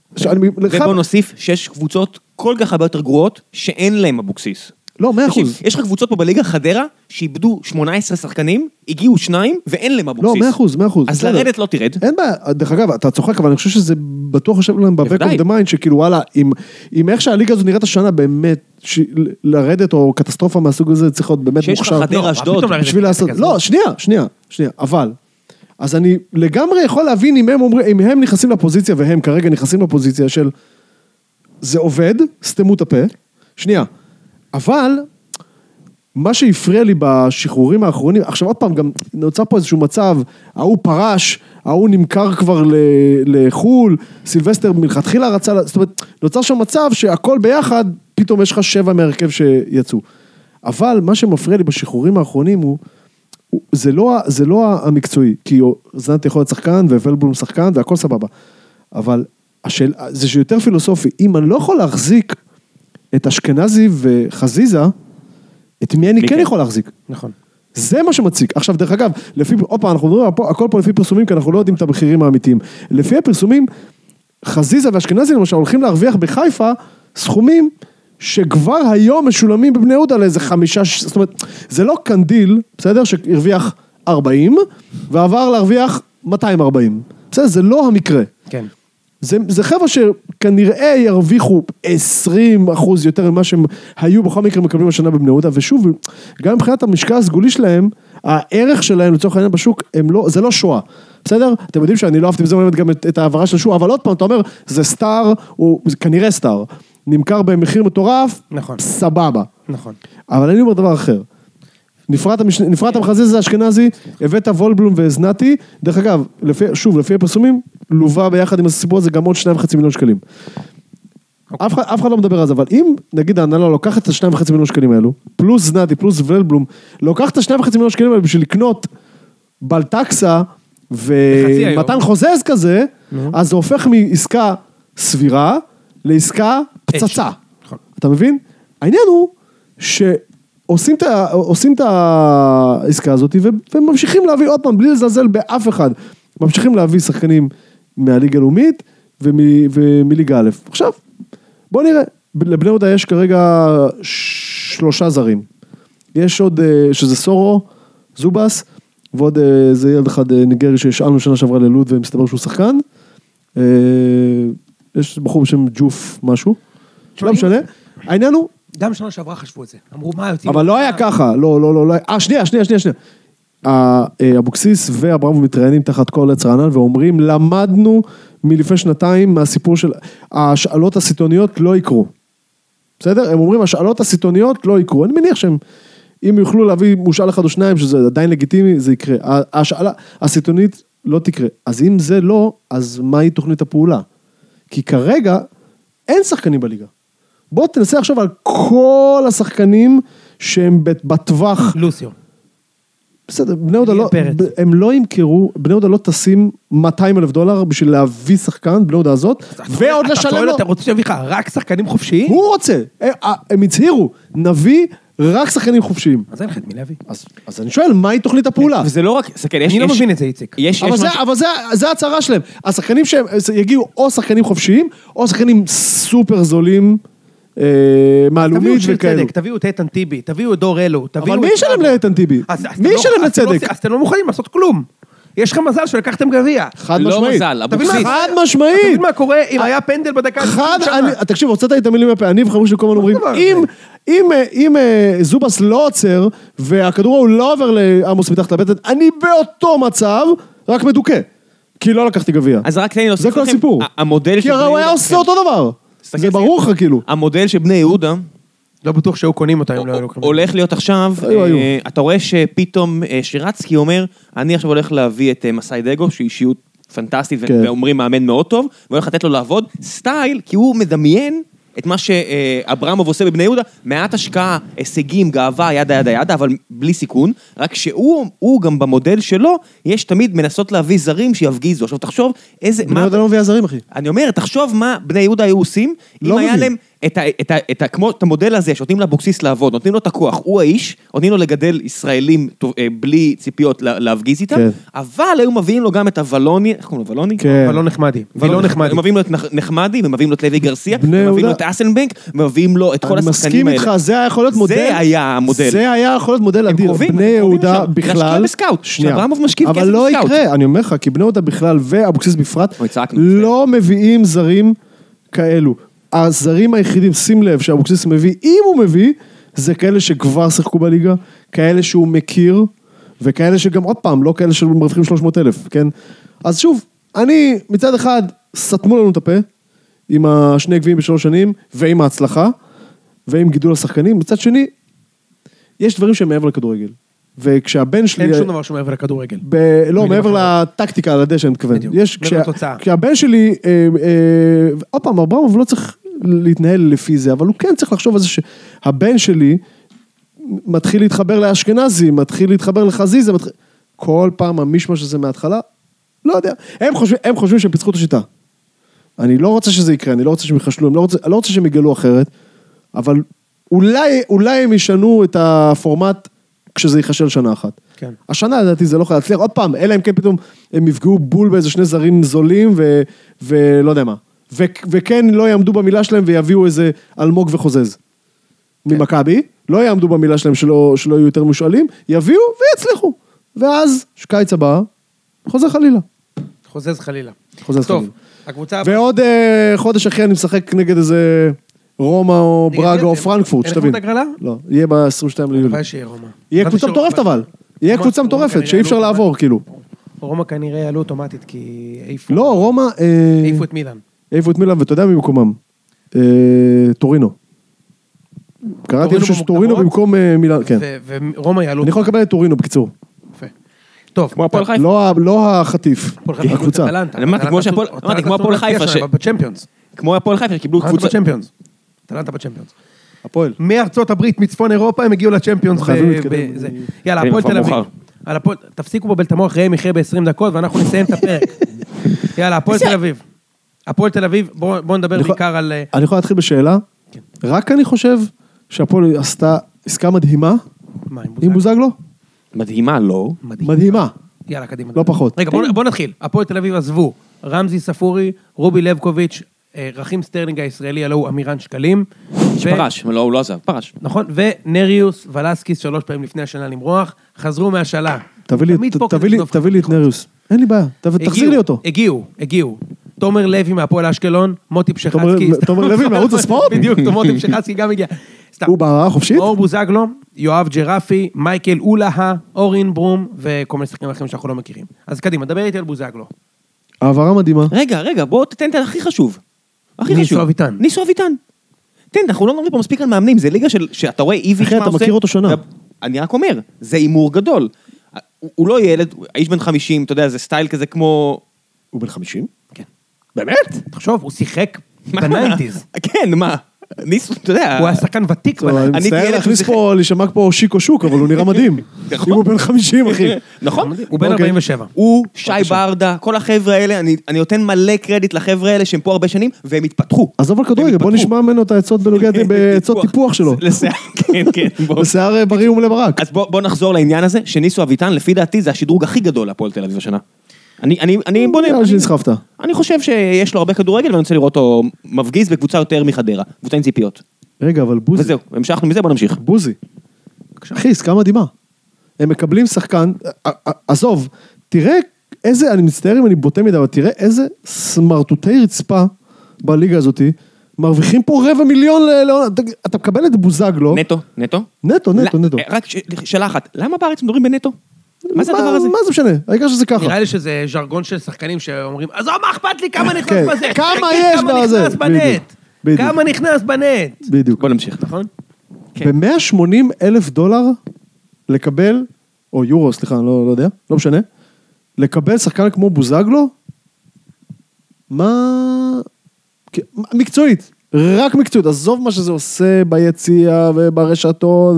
Speaker 1: ובוא נוסיף 6 קבוצות כל כך הרבה יותר גרועות, שאין להם אבוקסיס.
Speaker 3: לא, 100%.
Speaker 1: יש לך קבוצות פה בליגה חדרה, שאיבדו 18 שחקנים, הגיעו 2 ואין להם אבוקסיס.
Speaker 3: לא, 100%.
Speaker 1: אז לרדת לא תרד.
Speaker 3: אין בעיה, דרך אגב, אתה צוחק, אבל אני חושב שזה בטוח חושב להם ב-back of the mind, שכאילו וואלה, אם איך שהליגה הזו נראית השנה באמת, לרדת או קטסטרופה מהסוג הזה, צריך להיות באמת מוכשר.
Speaker 1: שיש לך חדרה אשדוד.
Speaker 3: בשביל לעשות, לא, שנייה, אבל, אז אני לגמרי יכול להבין אם הם נכנסים לפוזיציה, והם כרגע נכנסים לפוזיציה של, זה עובד, סתמו את הפה, שנייה, אבל, מה שהפריע לי בשחרורים האחרונים, עכשיו עוד פעם, גם נוצר פה איזשהו מצב, ההוא פרש, ההוא נמכר כבר לחול, סילבסטר מלכתחילה רצה, זאת אומרת, נוצר שם מצב שהכל ביחד, פתאום יש לך 7 מהרכב שיצאו. אבל מה שמפריע לי בשחרורים האחרונים זה לא המקצועי, כי זנתי יכול להיות שחקן, וולבלום שחקן, והכל סבבה. אבל זה שיותר פילוסופי, אם אני לא יכול להחזיק את אשכנזי וחזיזה, את מי אני כן יכול להחזיק.
Speaker 2: נכון.
Speaker 3: זה מה שמציק. עכשיו, דרך אגב, אנחנו מדברים, הכל פה לפי פרסומים, כי אנחנו לא יודעים את המחירים האמיתיים. לפי הפרסומים, חזיזה ואשכנזי, למשל, הולכים להרוויח בחיפה סכומים שכבר היום משולמים בבני יהודה לאיזה 5, זאת אומרת, זה לא קנדיל, בסדר? שהרוויח 40, ועבר להרוויח 240. בסדר? זה לא המקרה.
Speaker 2: כן.
Speaker 3: זה חבר'ה שכנראה ירוויחו 20% יותר ממה שהם היו בכל מקרה מקבלים השנה בבני יהודה, ושוב, גם מבחינת המשקע הסגולי שלהם, הערך שלהם לצורך העניין בשוק, זה לא שואה, בסדר? אתם יודעים שאני לא אהבתי בזה גם את העברה של שואה, אבל עוד פעם, אתה אומר, זה סטאר, זה כנראה סטאר, נמכר במחיר מטורף,
Speaker 2: נכון.
Speaker 3: סבבה.
Speaker 2: נכון.
Speaker 3: אבל אני אומר דבר אחר, נפרט המחזיז האשכנזי, הבאת וולבלום והזנתי, דרך אגב, לפי הפרסומים, לובה ביחד עם הסיפור הזה גם עוד 2.5 מיליון שקלים. אף אחד לא מדבר על זה, אבל אם נגיד ההנהלה לוקחת את 2.5 מיליון שקלים האלו, פלוס זנתי, פלוס וולבלום, לוקחת את 2.5 מיליון שקלים האלו בשביל לקנות בלטקסה ומתן חוזז כזה, אז זה הופך מעסקה סבירה לעסקה פצצה. אתה מבין? העניין הוא עושים את העסקה הזאת, וממשיכים להביא עוד פעם, בלי לזלזל באף אחד, ממשיכים להביא שחקנים מהליגה הלאומית, ומליגה א'. עכשיו, בוא נראה, לבני יהודה יש כרגע 3 זרים. יש עוד, שזה סורו, זובס, ועוד זה ילד אחד ניגרי שהשאלנו שנה שעברה ללוד, ומסתבר שהוא שחקן. יש בחור בשם ג'וף משהו. לא משנה. העניין הוא,
Speaker 2: גם שנה שעברה חשבו את זה. אמרו מה יוצאים.
Speaker 3: אבל לא היה ככה, לא. שנייה. אבוקסיס ואברהם מתראיינים תחת כל עץ רענן, ואומרים, למדנו מלפני 2 מהסיפור של השאלות הסיטוניות לא יקרו. בסדר? הם אומרים, השאלות הסיטוניות לא יקרו. אני מניח שהם, אם יוכלו להביא מושאל 1 או 2, שזה עדיין לגיטימי, זה יקרה. השאלה הסיטונית לא תקרה. אז אם זה לא, אז מהי תוכנית הפעולה? כי כרגע אין שחקנים בליגה. בוא תנסה עכשיו על כל השחקנים שהם בטווח.
Speaker 2: לוסיו.
Speaker 3: בסדר, בני יהודה לא, הם לא ימכרו, בני יהודה לא תשים $200,000 בשביל להביא שחקן, בני יהודה הזאת, ועוד לשלם לו.
Speaker 2: אתה רוצה שיביא לך רק שחקנים חופשיים?
Speaker 3: הוא רוצה, הם הצהירו, נביא רק שחקנים חופשיים.
Speaker 2: אז אין לך את מי להביא.
Speaker 3: אז אני שואל, מהי תוכנית הפעולה?
Speaker 1: וזה לא רק,
Speaker 2: אני לא מבין את זה, איציק.
Speaker 3: אבל זה הצהרה שלהם. השחקנים שיגיעו או שחקנים חופשיים, או שחקנים סופר זולים, מהלומית וכאלו.
Speaker 2: תביאו את איתן טיבי, תביאו את דור אלו.
Speaker 3: אבל מי ישלם לאיתן טיבי? מי ישלם לצדק?
Speaker 2: אז אתם לא מוכנים לעשות כלום. יש לך מזל שלקחתם גביע.
Speaker 3: חד משמעית.
Speaker 1: לא מזל, אבוקסיס.
Speaker 3: חד משמעית.
Speaker 2: אתה מבין מה קורה אם היה פנדל בדקה?
Speaker 3: תקשיב, הוצאת את המילים מהפה, אני וחברים שלי כל הזמן אומרים, אם זובס לא עוצר, והכדור הוא לא עובר לעמוס מתחת לבטן, אני באותו מצב, רק מדוכא. כי לא לקחתי גביע.
Speaker 1: אז רק תן לי להוסיף לכם.
Speaker 3: זה כל הסיפור.
Speaker 1: המודל
Speaker 3: כי הוא היה עושה אותו דבר. זה ברור לך כאילו.
Speaker 1: המודל של בני יהודה,
Speaker 2: לא בטוח שהיו קונים אותה אם לא היו לוקחים.
Speaker 1: הולך להיות עכשיו, אתה רואה שפתאום שירצקי אומר, אני עכשיו הולך להביא את מסאי דגו, שהיא אישיות פנטסטית, ואומרים מאמן מאוד טוב, והולך לתת לו לעבוד סטייל, כי הוא מדמיין את מה שאברמוב עושה בבני יהודה, מעט השקעה, הישגים, גאווה, ידה, אבל בלי סיכון, רק שהוא גם במודל שלו, יש תמיד מנסות להביא זרים שיפגיזו. עכשיו תחשוב איזה...
Speaker 3: בני יהודה לא מביא זרים, אחי.
Speaker 1: אני אומר, תחשוב מה בני יהודה היו עושים, אם היה להם את המודל הזה, שנותנים לאבוקסיס לעבוד, נותנים לו את הכוח, הוא האיש, נותנים לו לגדל ישראלים בלי ציפיות להפגיז איתם, אבל היו מביאים לו גם את הוולוני, איך קוראים לו וולוני?
Speaker 2: וולון נחמדי.
Speaker 1: הם מביאים לו את נחמדי, ומביאים לו את לוי גרסיה, ומביאים לו את אסנבנק, ומביאים לו את כל השחקנים האלה.
Speaker 3: אני מסכים איתך, זה היה יכול להיות מודל.
Speaker 1: זה היה המודל.
Speaker 3: זה היה יכול להיות מודל אדיר. בני יהודה בכלל. אבל לא יקרה, אני אומר לך, כי בני יהודה בכלל ואבוקסיס בפרט, לא מביאים זרים כאלו. הזרים היחידים, שים לב, שאבוקסיס מביא, אם הוא מביא, זה כאלה שכבר שיחקו בליגה, כאלה שהוא מכיר, וכאלה שגם עוד פעם, לא כאלה שמרוויחים 300,000, כן? אז שוב, אני מצד אחד, סתמו לנו את הפה, עם השני גביעים ב3 שנים, ועם ההצלחה, ועם גידול השחקנים, מצד שני, יש דברים שהם מעבר לכדורגל. וכשהבן שלי...
Speaker 2: אין שום דבר שהוא מעבר לכדורגל.
Speaker 3: לא, מעבר לטקטיקה, על הדשא, אני מתכוון. כשהבן שלי, עוד פעם, אברמוב לא צריך להתנהל לפי זה, אבל הוא כן צריך לחשוב על זה שהבן שלי מתחיל להתחבר לאשכנזי, מתחיל להתחבר לחזיזה, כל פעם המשמש הזה מההתחלה, לא יודע. הם חושבים שהם פיצחו את השיטה. אני לא רוצה שזה יקרה, אני לא רוצה שהם יחשלו, אני לא רוצה שהם יגלו אחרת, אבל אולי הם ישנו את הפורמט כשזה יחשל שנה אחת.
Speaker 2: כן. השנה,
Speaker 3: לדעתי, זה לא יכול להצליח. עוד פעם, אלא אם כן פתאום הם יפגעו בול באיזה 2 זרים זולים, ולא יודע מה. וכן, לא יעמדו במילה שלהם, ויביאו איזה אלמוג וחוזז. ממכבי, לא יעמדו במילה שלהם, שלא יהיו יותר מושאלים, יביאו ויצליחו. ואז, קיץ הבא, חוזז חלילה.
Speaker 2: חוזז חלילה.
Speaker 3: טוב, ועוד חודש אחרי אני משחק נגד איזה... רומא או ברגה או פרנקפורט, שתבין.
Speaker 2: אין הגרלה?
Speaker 3: לא, יהיה ב-22 ליולי.
Speaker 2: הלוואי שיהיה רומא.
Speaker 3: יהיה קבוצה מטורפת אבל. יהיה קבוצה מטורפת, שאי אפשר לעבור, כאילו.
Speaker 2: רומא כנראה יעלו אוטומטית, כי העיפו...
Speaker 3: לא, רומא...
Speaker 2: העיפו את מילאן.
Speaker 3: העיפו את מילאן, ואתה יודע ממקומם. טורינו. קראתי איפה שטורינו במקום מילאן, כן.
Speaker 2: ורומא יעלו...
Speaker 3: אני יכול לקבל את טורינו, בקיצור.
Speaker 2: יפה. טוב.
Speaker 1: כמו הפועל חיפה.
Speaker 3: לא החטיף, הקבוצה.
Speaker 1: אמרתי, כמו הפועל חיפה. כמו הפועל חיפה, שקיבלו קבוצה.
Speaker 2: טלנטה בצ'מפיונס.
Speaker 3: הפועל.
Speaker 2: מארצות הברית, מצפון אירופה, הם הגיעו לצ'מפיונס. יאללה, הפועל תל אביב. תפסיקו פה בלתמוח ראם יחיה ב-20 דקות, ואנחנו נסיים את הפרק. יאללה, הפועל תל אביב. הפועל תל אביב, בואו נדבר בעיקר על...
Speaker 3: אני יכול להתחיל בשאלה? רק אני חושב שהפועל עשתה עסקה מדהימה. עם בוזגלו?
Speaker 1: מדהימה, לא.
Speaker 3: מדהימה.
Speaker 2: יאללה, קדימה.
Speaker 3: לא פחות.
Speaker 2: רגע, בואו נתחיל. הפועל תל אביב עזבו. רמזי ספורי, רובי לבקוביץ', רחים סטרלינג הישראלי, עלו אמירן שקלים.
Speaker 1: שפרש, הוא לא עזב, פרש.
Speaker 2: נכון, ונריוס ולסקיס 3 פעמים לפני השנה למרוח, חזרו מהשאלה.
Speaker 3: תביא לי את נריוס. אין לי בעיה, תחזיר לי אותו.
Speaker 2: הגיעו. תומר לוי מהפועל אשקלון, מוטי פשחצקי.
Speaker 3: תומר לוי מערוץ הספורט?
Speaker 2: בדיוק, מוטי פשחצקי גם הגיע.
Speaker 3: הוא בהערה חופשית?
Speaker 2: אור בוזגלו, יואב ג'רפי, מייקל אולהה, אורין ברום, וכל מיני שחקנים אחרים שאנחנו לא מכירים. אז קדימה, דבר איתי על בוזגלו.
Speaker 3: העברה מדהימה.
Speaker 1: רגע, בוא תתן את הכי חשוב.
Speaker 2: ניסו אביטן.
Speaker 1: ניסו אביטן. תן, אנחנו לא נראה פה מספיק על מאמנים, זה ליגה שאתה רואה איביץ'
Speaker 3: אחי, אתה מכיר אותו שנה.
Speaker 1: אני רק אומר, זה אימור גדול. הוא לא ילד, האיש בן 50, אתה יודע, זה סטייל כזה כמו...
Speaker 3: הוא בן 50?
Speaker 1: כן. באמת?
Speaker 2: תחשוב, הוא שיחק בניינטיז.
Speaker 1: כן, מה? ניסו, אתה יודע.
Speaker 2: הוא היה שחקן ותיק.
Speaker 3: אני מצטער להכניס פה, להישמע פה שיקו שוק, אבל הוא נראה מדהים. הוא בן 50, אחי.
Speaker 1: נכון.
Speaker 2: הוא בן 47.
Speaker 1: הוא, שי ברדה, כל החבר'ה האלה, אני נותן מלא קרדיט לחבר'ה האלה שהם פה הרבה שנים, והם התפתחו.
Speaker 3: עזוב על כדורגל, בוא נשמע ממנו את העצות בעצות טיפוח שלו. לשיער בריא ומלא ברק.
Speaker 1: אז בוא נחזור לעניין הזה, שניסו אביטן, לפי דעתי, זה השדרוג הכי גדול להפועל תל אביב השנה. אני חושב שיש לו הרבה כדורגל, ואני רוצה לראות אותו מפגיז בקבוצה יותר מחדרה, קבוצה עם ציפיות.
Speaker 3: רגע, אבל בוזי.
Speaker 1: וזהו, המשכנו מזה, בוא נמשיך.
Speaker 3: בוזי. אחי, עסקה מדהימה. הם מקבלים שחקן, עזוב, תראה איזה, אני מצטער אם אני בוטה מדי, אבל תראה איזה סמרטוטי רצפה בליגה הזאת, מרוויחים פה 250,000, אתה מקבל את בוזגלו.
Speaker 1: נטו.
Speaker 3: נטו.
Speaker 1: רק שאלה אחת, למה בארץ מדברים בנטו? מה זה הדבר הזה?
Speaker 3: מה זה משנה? העיקר שזה ככה.
Speaker 2: נראה לי שזה ז'רגון של שחקנים שאומרים, עזוב, מה אכפת לי כמה נכנס בזה?
Speaker 3: כמה יש בזה?
Speaker 2: כמה נכנס בנט?
Speaker 3: בדיוק.
Speaker 1: בוא נמשיך.
Speaker 2: נכון?
Speaker 3: $180,000 לקבל, או יורו, סליחה, אני לא יודע, לא משנה, לקבל שחקן כמו בוזגלו, מה... מקצועית, רק מקצועית, עזוב מה שזה עושה ביציאה וברשתות,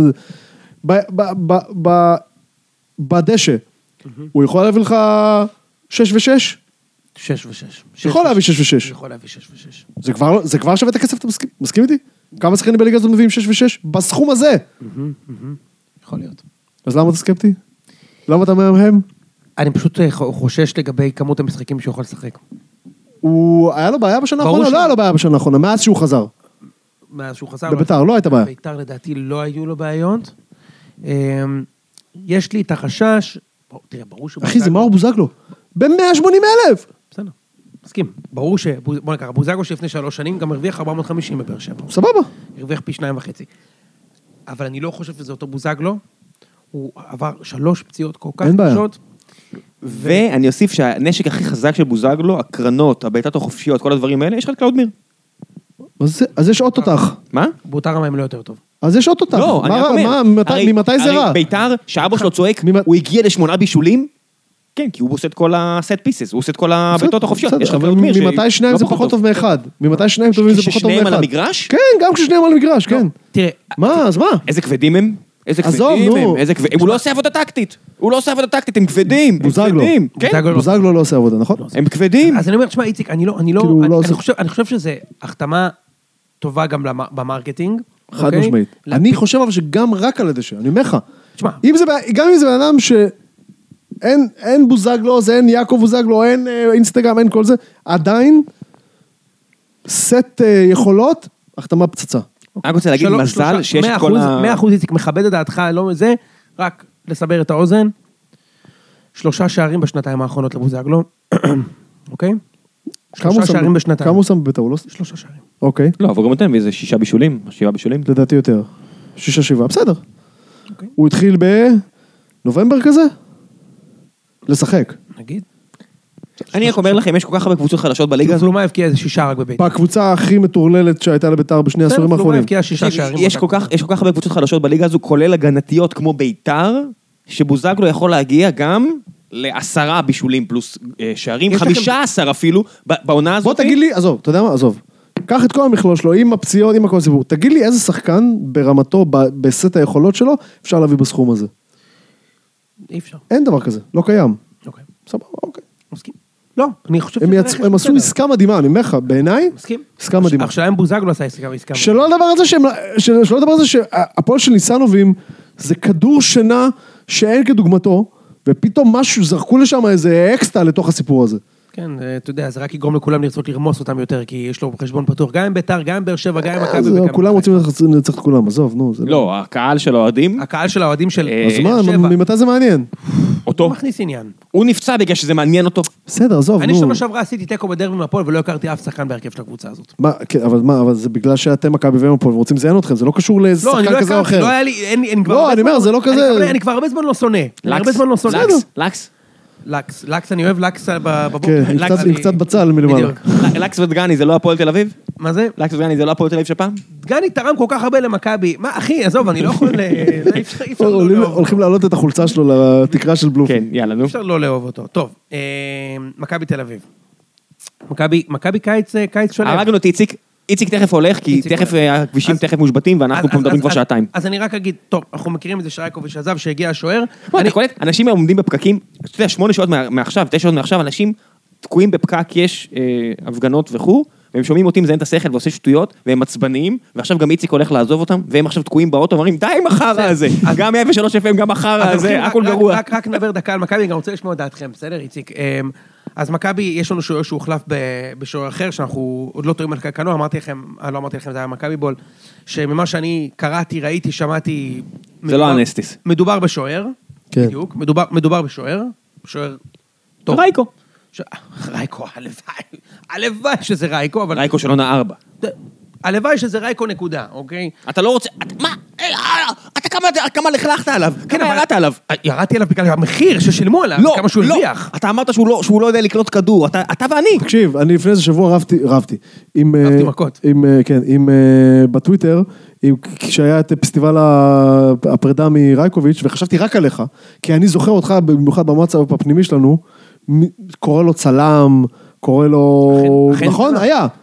Speaker 3: בדשא, הוא יכול להביא לך 6 ו-6?
Speaker 2: 6 ו-6.
Speaker 3: יכול להביא 6 ו-6.
Speaker 2: יכול להביא 6 ו-6.
Speaker 3: זה כבר שווה את הכסף, אתה מסכים איתי? כמה שחקנים בליגה הזאת מביאים 6 ו-6? בסכום הזה.
Speaker 2: יכול להיות.
Speaker 3: אז למה אתה סקפטי? למה אתה מהמהם?
Speaker 2: אני פשוט חושש לגבי כמות המשחקים שהוא יכול לשחק.
Speaker 3: היה לו בעיה בשנה האחרונה? לא היה לו בעיה בשנה האחרונה, מאז שהוא חזר.
Speaker 2: מאז שהוא חזר.
Speaker 3: בביתר, לא הייתה בעיה.
Speaker 2: בביתר לדעתי לא היו לו בעיות. יש לי את החשש, תראה, ברור שבוזגלו...
Speaker 3: אחי, זה מאור בוזגלו. ב-180,000!
Speaker 2: בסדר, מסכים. ברור בוא נקרא, בוזגלו שלפני 3 שנים גם הרוויח 450 בבאר שבע.
Speaker 3: סבבה.
Speaker 2: הרוויח פי 2.5. אבל אני לא חושב שזה אותו בוזגלו. הוא עבר 3 פציעות כל כך קשות.
Speaker 1: ואני אוסיף שהנשק הכי חזק של בוזגלו, הקרנות, הבעיטות החופשיות, כל הדברים האלה, יש לך את קלאודמיר.
Speaker 3: אז יש עוד תותח.
Speaker 1: מה?
Speaker 2: באותה רמה הם לא יותר טוב.
Speaker 3: אז יש עוד תותח.
Speaker 1: לא, אני רק אומר.
Speaker 3: ממתי זה רע?
Speaker 1: הרי ביתר, שאבו שלו צועק, הוא הגיע ל8 בישולים, כן, כי הוא עושה את כל הסט פיסס, הוא עושה את כל הבעיטות החופשיות.
Speaker 3: אבל ממתי שניים זה פחות טוב מאחד? ממתי שניים טובים זה פחות טוב מאחד?
Speaker 1: כששניהם על המגרש?
Speaker 3: כן, גם כששניהם על המגרש, כן.
Speaker 2: תראה.
Speaker 3: מה, אז מה?
Speaker 1: איזה כבדים הם? הוא לא עושה עבודה טקטית. הם כבדים.
Speaker 3: בוזגלו לא עושה עבודה, נכון?
Speaker 1: הם כבדים.
Speaker 2: אז אני אומר, תשמע, איציק, אני חושב שזה החתמה טובה גם במרקטינג.
Speaker 3: חד משמעית. אני חושב אבל שגם רק על הדשא, אני אומר לך. גם אם זה בן אדם שאין בוזגלו, אין יעקב בוזגלו, אין אינסטגרם, אין כל זה, עדיין סט יכולות, החתמה פצצה.
Speaker 1: אני רוצה להגיד מזל שיש כל
Speaker 2: 100% איציק מכבד את דעתך, לא זה, רק לסבר את האוזן. 3 שערים בשנתיים האחרונות לבוזגלו, אוקיי? 3 שערים בשנתיים.
Speaker 3: כמה הוא שם בביתר?
Speaker 2: 3 שערים.
Speaker 3: אוקיי.
Speaker 1: לא, אבל גם נותן באיזה 6 בישולים, 7 בישולים.
Speaker 3: לדעתי יותר. 6-7, בסדר. הוא התחיל בנובמבר כזה? לשחק.
Speaker 2: נגיד.
Speaker 1: אני רק אומר לכם, יש כל כך הרבה קבוצות חדשות בליגה הזו.
Speaker 2: פלומה הבקיע איזה 6 רק בביתר.
Speaker 3: בקבוצה הכי מטורללת שהייתה לביתר בשני העשורים האחרונים.
Speaker 2: פלומה הבקיע 6 שערים.
Speaker 1: יש כל כך הרבה קבוצות חדשות בליגה הזו, כולל הגנתיות כמו ביתר, שבוזגלו יכול להגיע גם ל10 בישולים פלוס שערים, 15 אפילו, בעונה הזאת.
Speaker 3: בוא תגיד לי, עזוב, אתה יודע מה? עזוב. קח את כל המכלול שלו, עם הפציעות, עם הכל סיפור. תגיד לי איזה שחקן ברמתו, בסט היכולות שלו, אפשר להביא בסכום הזה.
Speaker 2: אי אפשר.
Speaker 3: אין דבר כזה, לא קיים.
Speaker 2: אוקיי.
Speaker 3: סבבה, אוקיי.
Speaker 2: מסכים. לא, אני חושב
Speaker 3: הם עשו עסקה מדהימה, אני אומר לך, בעיניי, עסקה מדהימה.
Speaker 2: עכשיו הם בוזגלו עשה עסקה מדהימה.
Speaker 3: שלא לדבר על זה שהפועל של ניסנובים, זה כדור שינה שאין כדוגמתו, ופתאום משהו, זרקו לשם איזה אקסטה לתוך הסיפור הזה.
Speaker 2: כן, אתה יודע, זה רק יגרום לכולם לרצות לרמוס אותם יותר, כי יש לו חשבון פתוח, גם עם ביתר, גם עם באר שבע, גם עם מכבי.
Speaker 3: כולם רוצים לנצח את כולם, עזוב, נו.
Speaker 1: לא, הקהל של האוהדים.
Speaker 2: הקהל של האוהדים של...
Speaker 3: אז מה, ממתי זה מעניין?
Speaker 1: אותו.
Speaker 2: הוא מכניס עניין.
Speaker 1: הוא נפצע בגלל שזה מעניין אותו.
Speaker 3: בסדר, עזוב, נו.
Speaker 2: אני שנה שעברה עשיתי טקו בדרבי מהפועל, ולא הכרתי אף שחקן בהרכב של הקבוצה הזאת.
Speaker 3: אבל זה בגלל שאתם מכבי ומהפועל, ורוצים לזיין אתכם, זה לא קשור לאיזה שחקן כזה או אחר.
Speaker 2: לא היה לי,
Speaker 3: לא, אני אומר, זה לא כזה.
Speaker 2: אני כבר הרבה זמן לא שונא. לקס, אני אוהב לקס בבוקר.
Speaker 3: כן, עם קצת בצל מלמעלה.
Speaker 1: לקס ודגני זה לא הפועל תל אביב?
Speaker 2: מה זה?
Speaker 1: לקס ודגני זה לא הפועל תל אביב שפעם?
Speaker 2: דגני תרם כל כך הרבה למכבי. מה, אחי, עזוב, אני לא יכול...
Speaker 3: הולכים להעלות את החולצה שלו לתקרה של בלופים.
Speaker 1: כן, יאללה, נו.
Speaker 2: אפשר לא לאהוב אותו. טוב, מכבי תל אביב. מכבי קיץ שונה.
Speaker 1: הרגנו את איציק, איציק תכף הולך, כי תכף הכבישים תכף מושבטים, ואנחנו פה מדברים כבר שעתיים.
Speaker 2: אז אני רק אגיד, טוב, אנחנו מכירים את זה שרייקוביץ' עזב, שהגיע השוער.
Speaker 1: אתה קולט, אנשים עומדים בפקקים, אתה יודע, 8 שעות מעכשיו, 9 שעות מעכשיו, אנשים תקועים בפקק, יש הפגנות וכו', והם שומעים אותי מזיין את השכל ועושה שטויות, והם עצבניים, ועכשיו גם איציק הולך לעזוב אותם, והם עכשיו תקועים באוטו, ואומרים, די עם החרא הזה, גם 03 FM, גם החרא הזה, הכל גרוע.
Speaker 2: רק נדבר דקה על מכבי, אני גם רוצה לשמוע את דעתכם, בסדר, איציק? אז מכבי, יש לנו שוער שהוא הוחלף בשוער אחר, שאנחנו עוד לא טועים על קקנו, אמרתי לכם, לא אמרתי לכם, זה היה מכבי בול, שממה שאני קראתי, ראיתי, שמעתי...
Speaker 1: זה לא אנסטיס.
Speaker 2: מדובר בשוער, בדיוק, מדובר בשוער טוב.
Speaker 1: רייקו.
Speaker 2: רייקו, הלוואי שזה רייקו, אבל...
Speaker 1: רייקו של עונה 4.
Speaker 2: הלוואי שזה רייקו נקודה, אוקיי?
Speaker 1: אתה לא רוצה... מה? אתה כמה לכלכת עליו? כמה ירדת עליו?
Speaker 2: ירדתי עליו בגלל המחיר ששילמו עליו, כמה שהוא הרוויח.
Speaker 1: אתה אמרת שהוא לא יודע לקלוט כדור, אתה ואני.
Speaker 3: תקשיב, אני לפני איזה שבוע רבתי.
Speaker 2: רבתי מכות.
Speaker 3: כן, בטוויטר, כשהיה את פסטיבל הפרידה מרייקוביץ', וחשבתי רק עליך, כי אני זוכר אותך, במיוחד במועצה הפנימי שלנו, קורא לו צלם, קורא לו... נכון?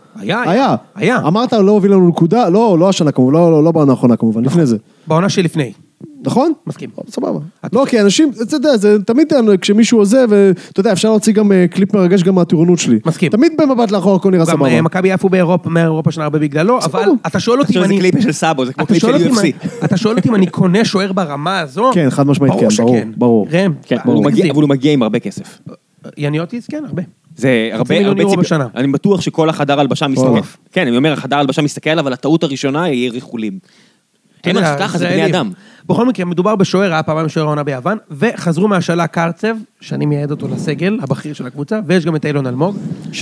Speaker 3: היה. אמרת, לא הוביל לנו נקודה, לא השנה כמובן, לא בעונה האחרונה כמובן, לפני זה.
Speaker 2: בעונה שלפני.
Speaker 3: נכון?
Speaker 2: מסכים.
Speaker 3: סבבה. לא, כי אנשים, אתה יודע, זה תמיד כשמישהו עוזב, ואתה יודע, אפשר להוציא גם קליפ מרגש גם מהטירונות שלי.
Speaker 2: מסכים.
Speaker 3: תמיד במבט לאחור הכל נראה סבבה.
Speaker 2: גם מכבי עפו מאירופה שנה הרבה בגללו, אבל אתה שואל אותי אם אני...
Speaker 1: זה קליפ של סאבו, זה כמו קליפ של UFC.
Speaker 2: אתה שואל אותי אם אני קונה שוער ברמה הזו?
Speaker 3: כן, חד משמעית, כן, ברור.
Speaker 1: אבל הוא מגיע עם הרבה כסף.
Speaker 2: יניוטיס, כן, הרבה.
Speaker 1: זה הרבה ציפים. אני בטוח שכל החדר הלבשה מסתכל. כן, אני אומר, החדר הלבשה מסתכל, אבל הטעות הראשונה היא ריחולים. אין מה שככה, זה בני אדם.
Speaker 2: בכל מקרה, מדובר בשוער, היה פעמיים שוער העונה ביוון, וחזרו מהשאלה קרצב, שאני מייעד אותו לסגל, הבכיר של הקבוצה, ויש גם את אילון אלמוג.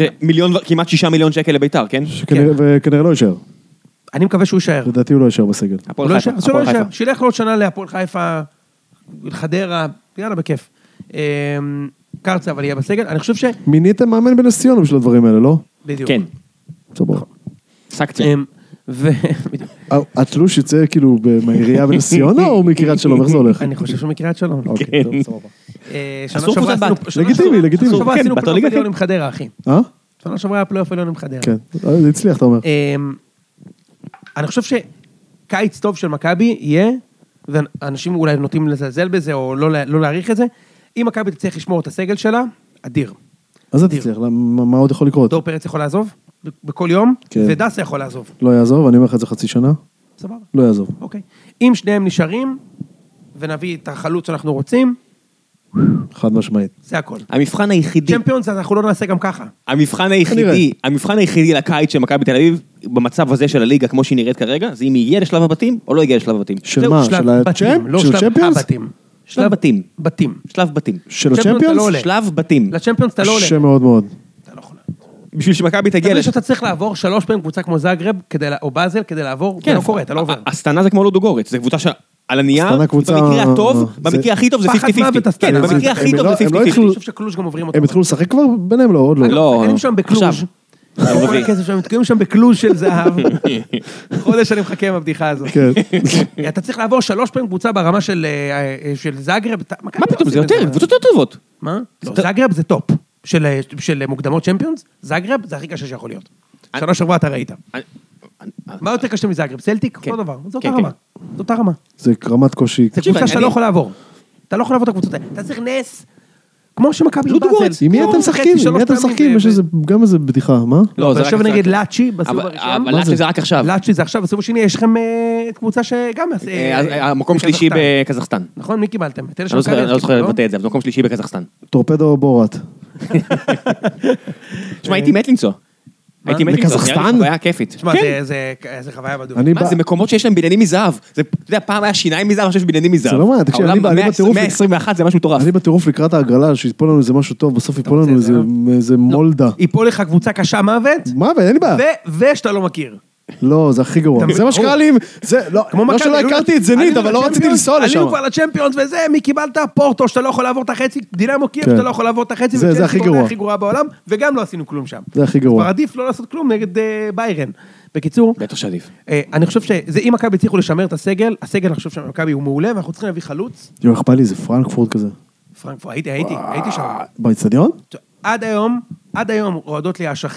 Speaker 1: כמעט 6 מיליון שקל לביתר, כן?
Speaker 3: וכנראה לא יישאר.
Speaker 2: אני מקווה שהוא יישאר.
Speaker 3: לדעתי הוא לא יישאר בסגל.
Speaker 2: הוא לא יישאר, שילך לעוד שנה להפועל חיפה, חדרה, יאללה, בכיף. קרצב, אבל יהיה בסגל, אני חושב ש...
Speaker 3: מיניתם מאמן בנס ציונה בשביל הדברים האלה, לא?
Speaker 2: בדיוק.
Speaker 1: כן.
Speaker 3: סבבה.
Speaker 1: סקציה.
Speaker 3: התלוש יצא כאילו מהעירייה בנס ציונה או מקריית שלום? איך זה הולך?
Speaker 2: אני חושב שהוא מקריית שלום.
Speaker 3: אוקיי, טוב, סבבה.
Speaker 2: שנה שעברה
Speaker 3: לגיטימי.
Speaker 2: שנה שעברה עשינו פלייאוף עליון עם חדרה, אחי. שנה שעברה היה פלייאוף עליון עם חדרה.
Speaker 3: כן, זה הצליח, אתה אומר.
Speaker 2: אני חושב שקיץ טוב של מכבי יהיה, ואנשים אולי נוטים לזלזל בזה או לא להעריך את זה, אם מכבי תצליח לשמור את הסגל שלה, אדיר.
Speaker 3: אז זה תצליח, מה עוד יכול לקרות?
Speaker 2: דור פרץ יכול לעזוב בכל יום, ודסה יכול לעזוב.
Speaker 3: לא יעזוב, אני אומר לך את זה חצי שנה.
Speaker 2: סבבה.
Speaker 3: לא יעזוב.
Speaker 2: אוקיי. אם שניהם נשארים, ונביא את החלוץ שאנחנו רוצים,
Speaker 3: חד משמעית.
Speaker 2: זה הכל.
Speaker 1: המבחן היחידי...
Speaker 2: צ'מפיונס, אנחנו לא נעשה גם ככה.
Speaker 1: המבחן היחידי לקיץ של מכבי תל אביב, במצב הזה של הליגה, כמו שהיא נראית כרגע, זה אם יגיע לשלב הבתים, או לא יגיע לשלב הבתים.
Speaker 3: של מה? של הצ'מפיונס? של צ'מפיונס?
Speaker 1: שלב בתים. שלב בתים.
Speaker 3: של הצ'מפיונס?
Speaker 1: שלב בתים.
Speaker 2: לצ'מפיונס אתה לא עולה.
Speaker 3: שמאוד מאוד.
Speaker 2: אתה לא יכול.
Speaker 1: בשביל שמכבי תגיע...
Speaker 2: אתה צריך לעבור 3 פעמים קבוצה כמו זאגרב, או באזל, כדי לעבור, זה לא קורה, אתה לא עובר.
Speaker 1: הסטנה זה כמו לודוגורץ, זה קבוצה על הנייר, במקרה הטוב, במקרה הכי טוב זה 50-50. כן, במקרה הכי טוב זה 50-50.
Speaker 2: אני חושב שקלוז' גם עוברים אותו.
Speaker 3: הם התחילו לשחק כבר ביניהם? לא, עוד לא.
Speaker 1: לא,
Speaker 2: הם שם בקלוז'. כל הכסף שהם מתקיים שם בקלוז' של זהב. חודש אני מחכה עם הבדיחה הזאת. אתה צריך לעבור 3 פעמים קבוצה ברמה של זאגרב.
Speaker 1: מה פתאום, זה יותר, קבוצות יותר טובות.
Speaker 2: מה? זאגרב זה טופ. של מוקדמות צ'מפיונס, זאגרב זה הכי קשה שיכול להיות. שנה שבוע אתה ראית. מה יותר קשה מזאגרב? סלטיק? אותו דבר. זאת הרמה. זאת הרמה.
Speaker 3: זה רמת קושי.
Speaker 2: זה קבוצה שאתה לא יכול לעבור. אתה לא יכול לעבור את הקבוצות האלה. אתה צריך נס, כמו שמכבי באזל.
Speaker 3: עם מי אתם משחקים? עם מי אתם משחקים? יש גם איזה בדיחה, מה?
Speaker 1: לא, זה רק
Speaker 2: עכשיו נגיד לאצ'י, בסיבוב הראשון.
Speaker 1: אבל לאצ'י זה רק עכשיו.
Speaker 2: לאצ'י זה עכשיו, בסיבוב השני יש לכם קבוצה שגם...
Speaker 1: המקום שלישי בקזחסטן.
Speaker 2: נכון, מי קיבלתם?
Speaker 1: אני לא זוכר לבטא את זה, אבל מקום שלישי בקזחסטן.
Speaker 3: טורפדו בורת.
Speaker 1: תשמע, הייתי מת לנסוע. הייתי מת לנסוע, זה נראה לי חוויה כיפית.
Speaker 2: תשמע, זה חוויה בדוק.
Speaker 1: זה מקומות שיש להם בניינים מזהב. אתה יודע, פעם היה שיניים מזהב, עכשיו יש בניינים מזהב.
Speaker 3: זה לא מה, תקשיב, אני בטירוף...
Speaker 1: 121 זה משהו מטורף.
Speaker 3: אני בטירוף לקראת ההגרלה, שיפול לנו איזה משהו טוב, בסוף יפול לנו איזה מולדה.
Speaker 2: יפול לך קבוצה קשה מוות.
Speaker 3: מוות, אין לי בעיה.
Speaker 2: ושאתה לא מכיר.
Speaker 3: לא, זה הכי גרוע. זה מה שקרה לי, לא שלא הכרתי את זנית, אבל לא רציתי לנסוע לשם.
Speaker 2: עלינו כבר לצ'מפיונס וזה, מי קיבלת פורטו, שאתה לא יכול לעבור את החצי, דינמו קייב, שאתה לא יכול לעבור את החצי,
Speaker 3: זה הכי גרוע.
Speaker 2: הכי גרוע בעולם, וגם לא עשינו כלום שם.
Speaker 3: זה הכי גרוע.
Speaker 2: כבר עדיף לא לעשות כלום נגד ביירן. בקיצור,
Speaker 1: בטח שעדיף.
Speaker 2: אני חושב שאם מכבי הצליחו לשמר את הסגל אני חושב שמכבי הוא מעולה, ואנחנו צריכים להביא חלוץ.
Speaker 3: יו, אכפת לי, זה פרנקפורט כזה.
Speaker 2: פרנקפורט, הייתי שם.
Speaker 3: באצטדיון?
Speaker 2: עד היום רועדות לי האשכים,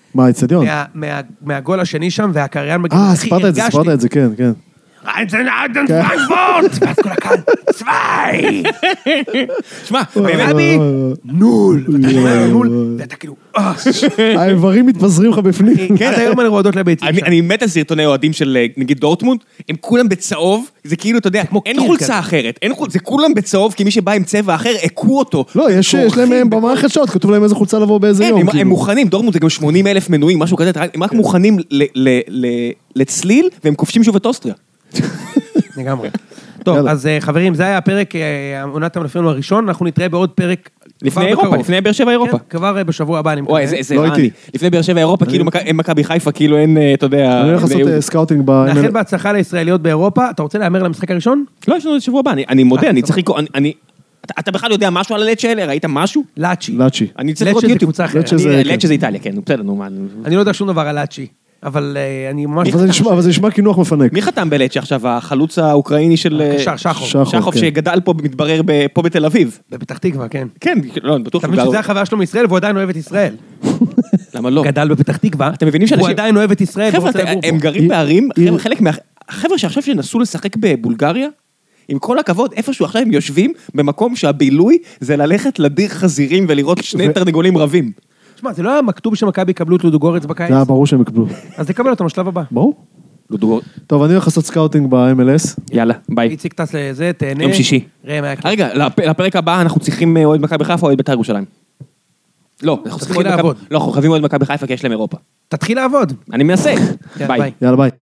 Speaker 3: מה, האצטדיון?
Speaker 2: מהגול השני שם, והקריין מגיע,
Speaker 3: ספרת את זה, כן, כן.
Speaker 2: פרנקפורט! ואז כל הקהל, צווי!
Speaker 1: שמע,
Speaker 2: מכבי, נול! ואתה שומע נול, ואתה כאילו,
Speaker 3: האיברים מתפזרים לך בפנים.
Speaker 2: עד היום אני רועדות לביצים.
Speaker 1: אני מת על סרטוני אוהדים של נגיד דורטמונד, הם כולם בצהוב, זה כאילו, אתה יודע, אין חולצה אחרת, זה כולם בצהוב, כי מי שבא עם צבע אחר, עקו אותו.
Speaker 3: לא, יש להם במערכת שעות, כתוב להם איזה חולצה לבוא באיזה יום.
Speaker 1: הם מוכנים, דורטמונד זה גם 80,000 מנויים, משהו כזה, הם רק מוכנים לצליל, והם כובשים שוב את אוסטריה.
Speaker 2: לגמרי. טוב, אז חברים, זה היה הפרק, עונת המלפפון הראשון, אנחנו נתראה בעוד פרק
Speaker 1: לפני אירופה, לפני באר שבע אירופה.
Speaker 2: כן, כבר בשבוע הבא, אני מקווה.
Speaker 1: וואי, איזה רעני. לפני באר שבע אירופה, כאילו אין מכבי חיפה, כאילו אין, אתה יודע...
Speaker 3: אני הולך לעשות סקאוטינג ב...
Speaker 2: נאחל בהצלחה לישראליות באירופה. אתה רוצה להאמר למשחק הראשון?
Speaker 1: לא, יש לנו את שבוע הבא. אני מודה, אני צריך לקרוא... אתה בכלל יודע משהו על הלצ'ה האלה? ראית משהו?
Speaker 2: לאצ'י.
Speaker 1: אני צריך לקרוא יוטיוב.
Speaker 3: לצ'ה
Speaker 1: זה איטליה, כן, בסדר, נו מה...
Speaker 2: אני לא יודע שום דבר על לאצ'י. אבל אני ממש...
Speaker 3: אבל זה נשמע כינוח מפנק.
Speaker 1: מי חתם בלצ'ה עכשיו? החלוץ האוקראיני של... שחוב שגדל פה, מתברר פה בתל אביב.
Speaker 2: בפתח תקווה, כן.
Speaker 1: כן, לא, אני בטוח
Speaker 2: שהוא גר... שזה החוויה שלו מישראל, והוא עדיין אוהב את ישראל.
Speaker 1: למה לא?
Speaker 2: גדל בפתח תקווה,
Speaker 1: אתם מבינים שאנשים...
Speaker 2: הוא עדיין אוהב את ישראל.
Speaker 1: חבר'ה, הם גרים בערים, חלק החבר'ה שעכשיו שנסו לשחק בבולגריה, עם כל הכבוד, איפשהו עכשיו הם יושבים במקום שהבילוי זה ללכת לדיר חזירים ולראות שני תרנגולים רבים.
Speaker 2: תשמע, זה לא היה מכתוב שמכבי יקבלו את לודוגורץ בקיץ?
Speaker 3: זה היה ברור שהם יקבלו.
Speaker 2: אז תקבל אותם בשלב הבא.
Speaker 3: ברור. טוב, אני הולך לעשות סקאוטינג ב-MLS.
Speaker 1: יאללה, ביי.
Speaker 2: איציק טס לזה, תהנה.
Speaker 1: יום שישי. רגע, לפרק הבא אנחנו צריכים אוהד מכבי חיפה או אוהד בית"ר ירושלים. לא, אנחנו חייבים אוהד מכבי חיפה כי יש להם אירופה.
Speaker 2: תתחיל לעבוד.
Speaker 1: אני מנסה. ביי.
Speaker 3: יאללה, ביי.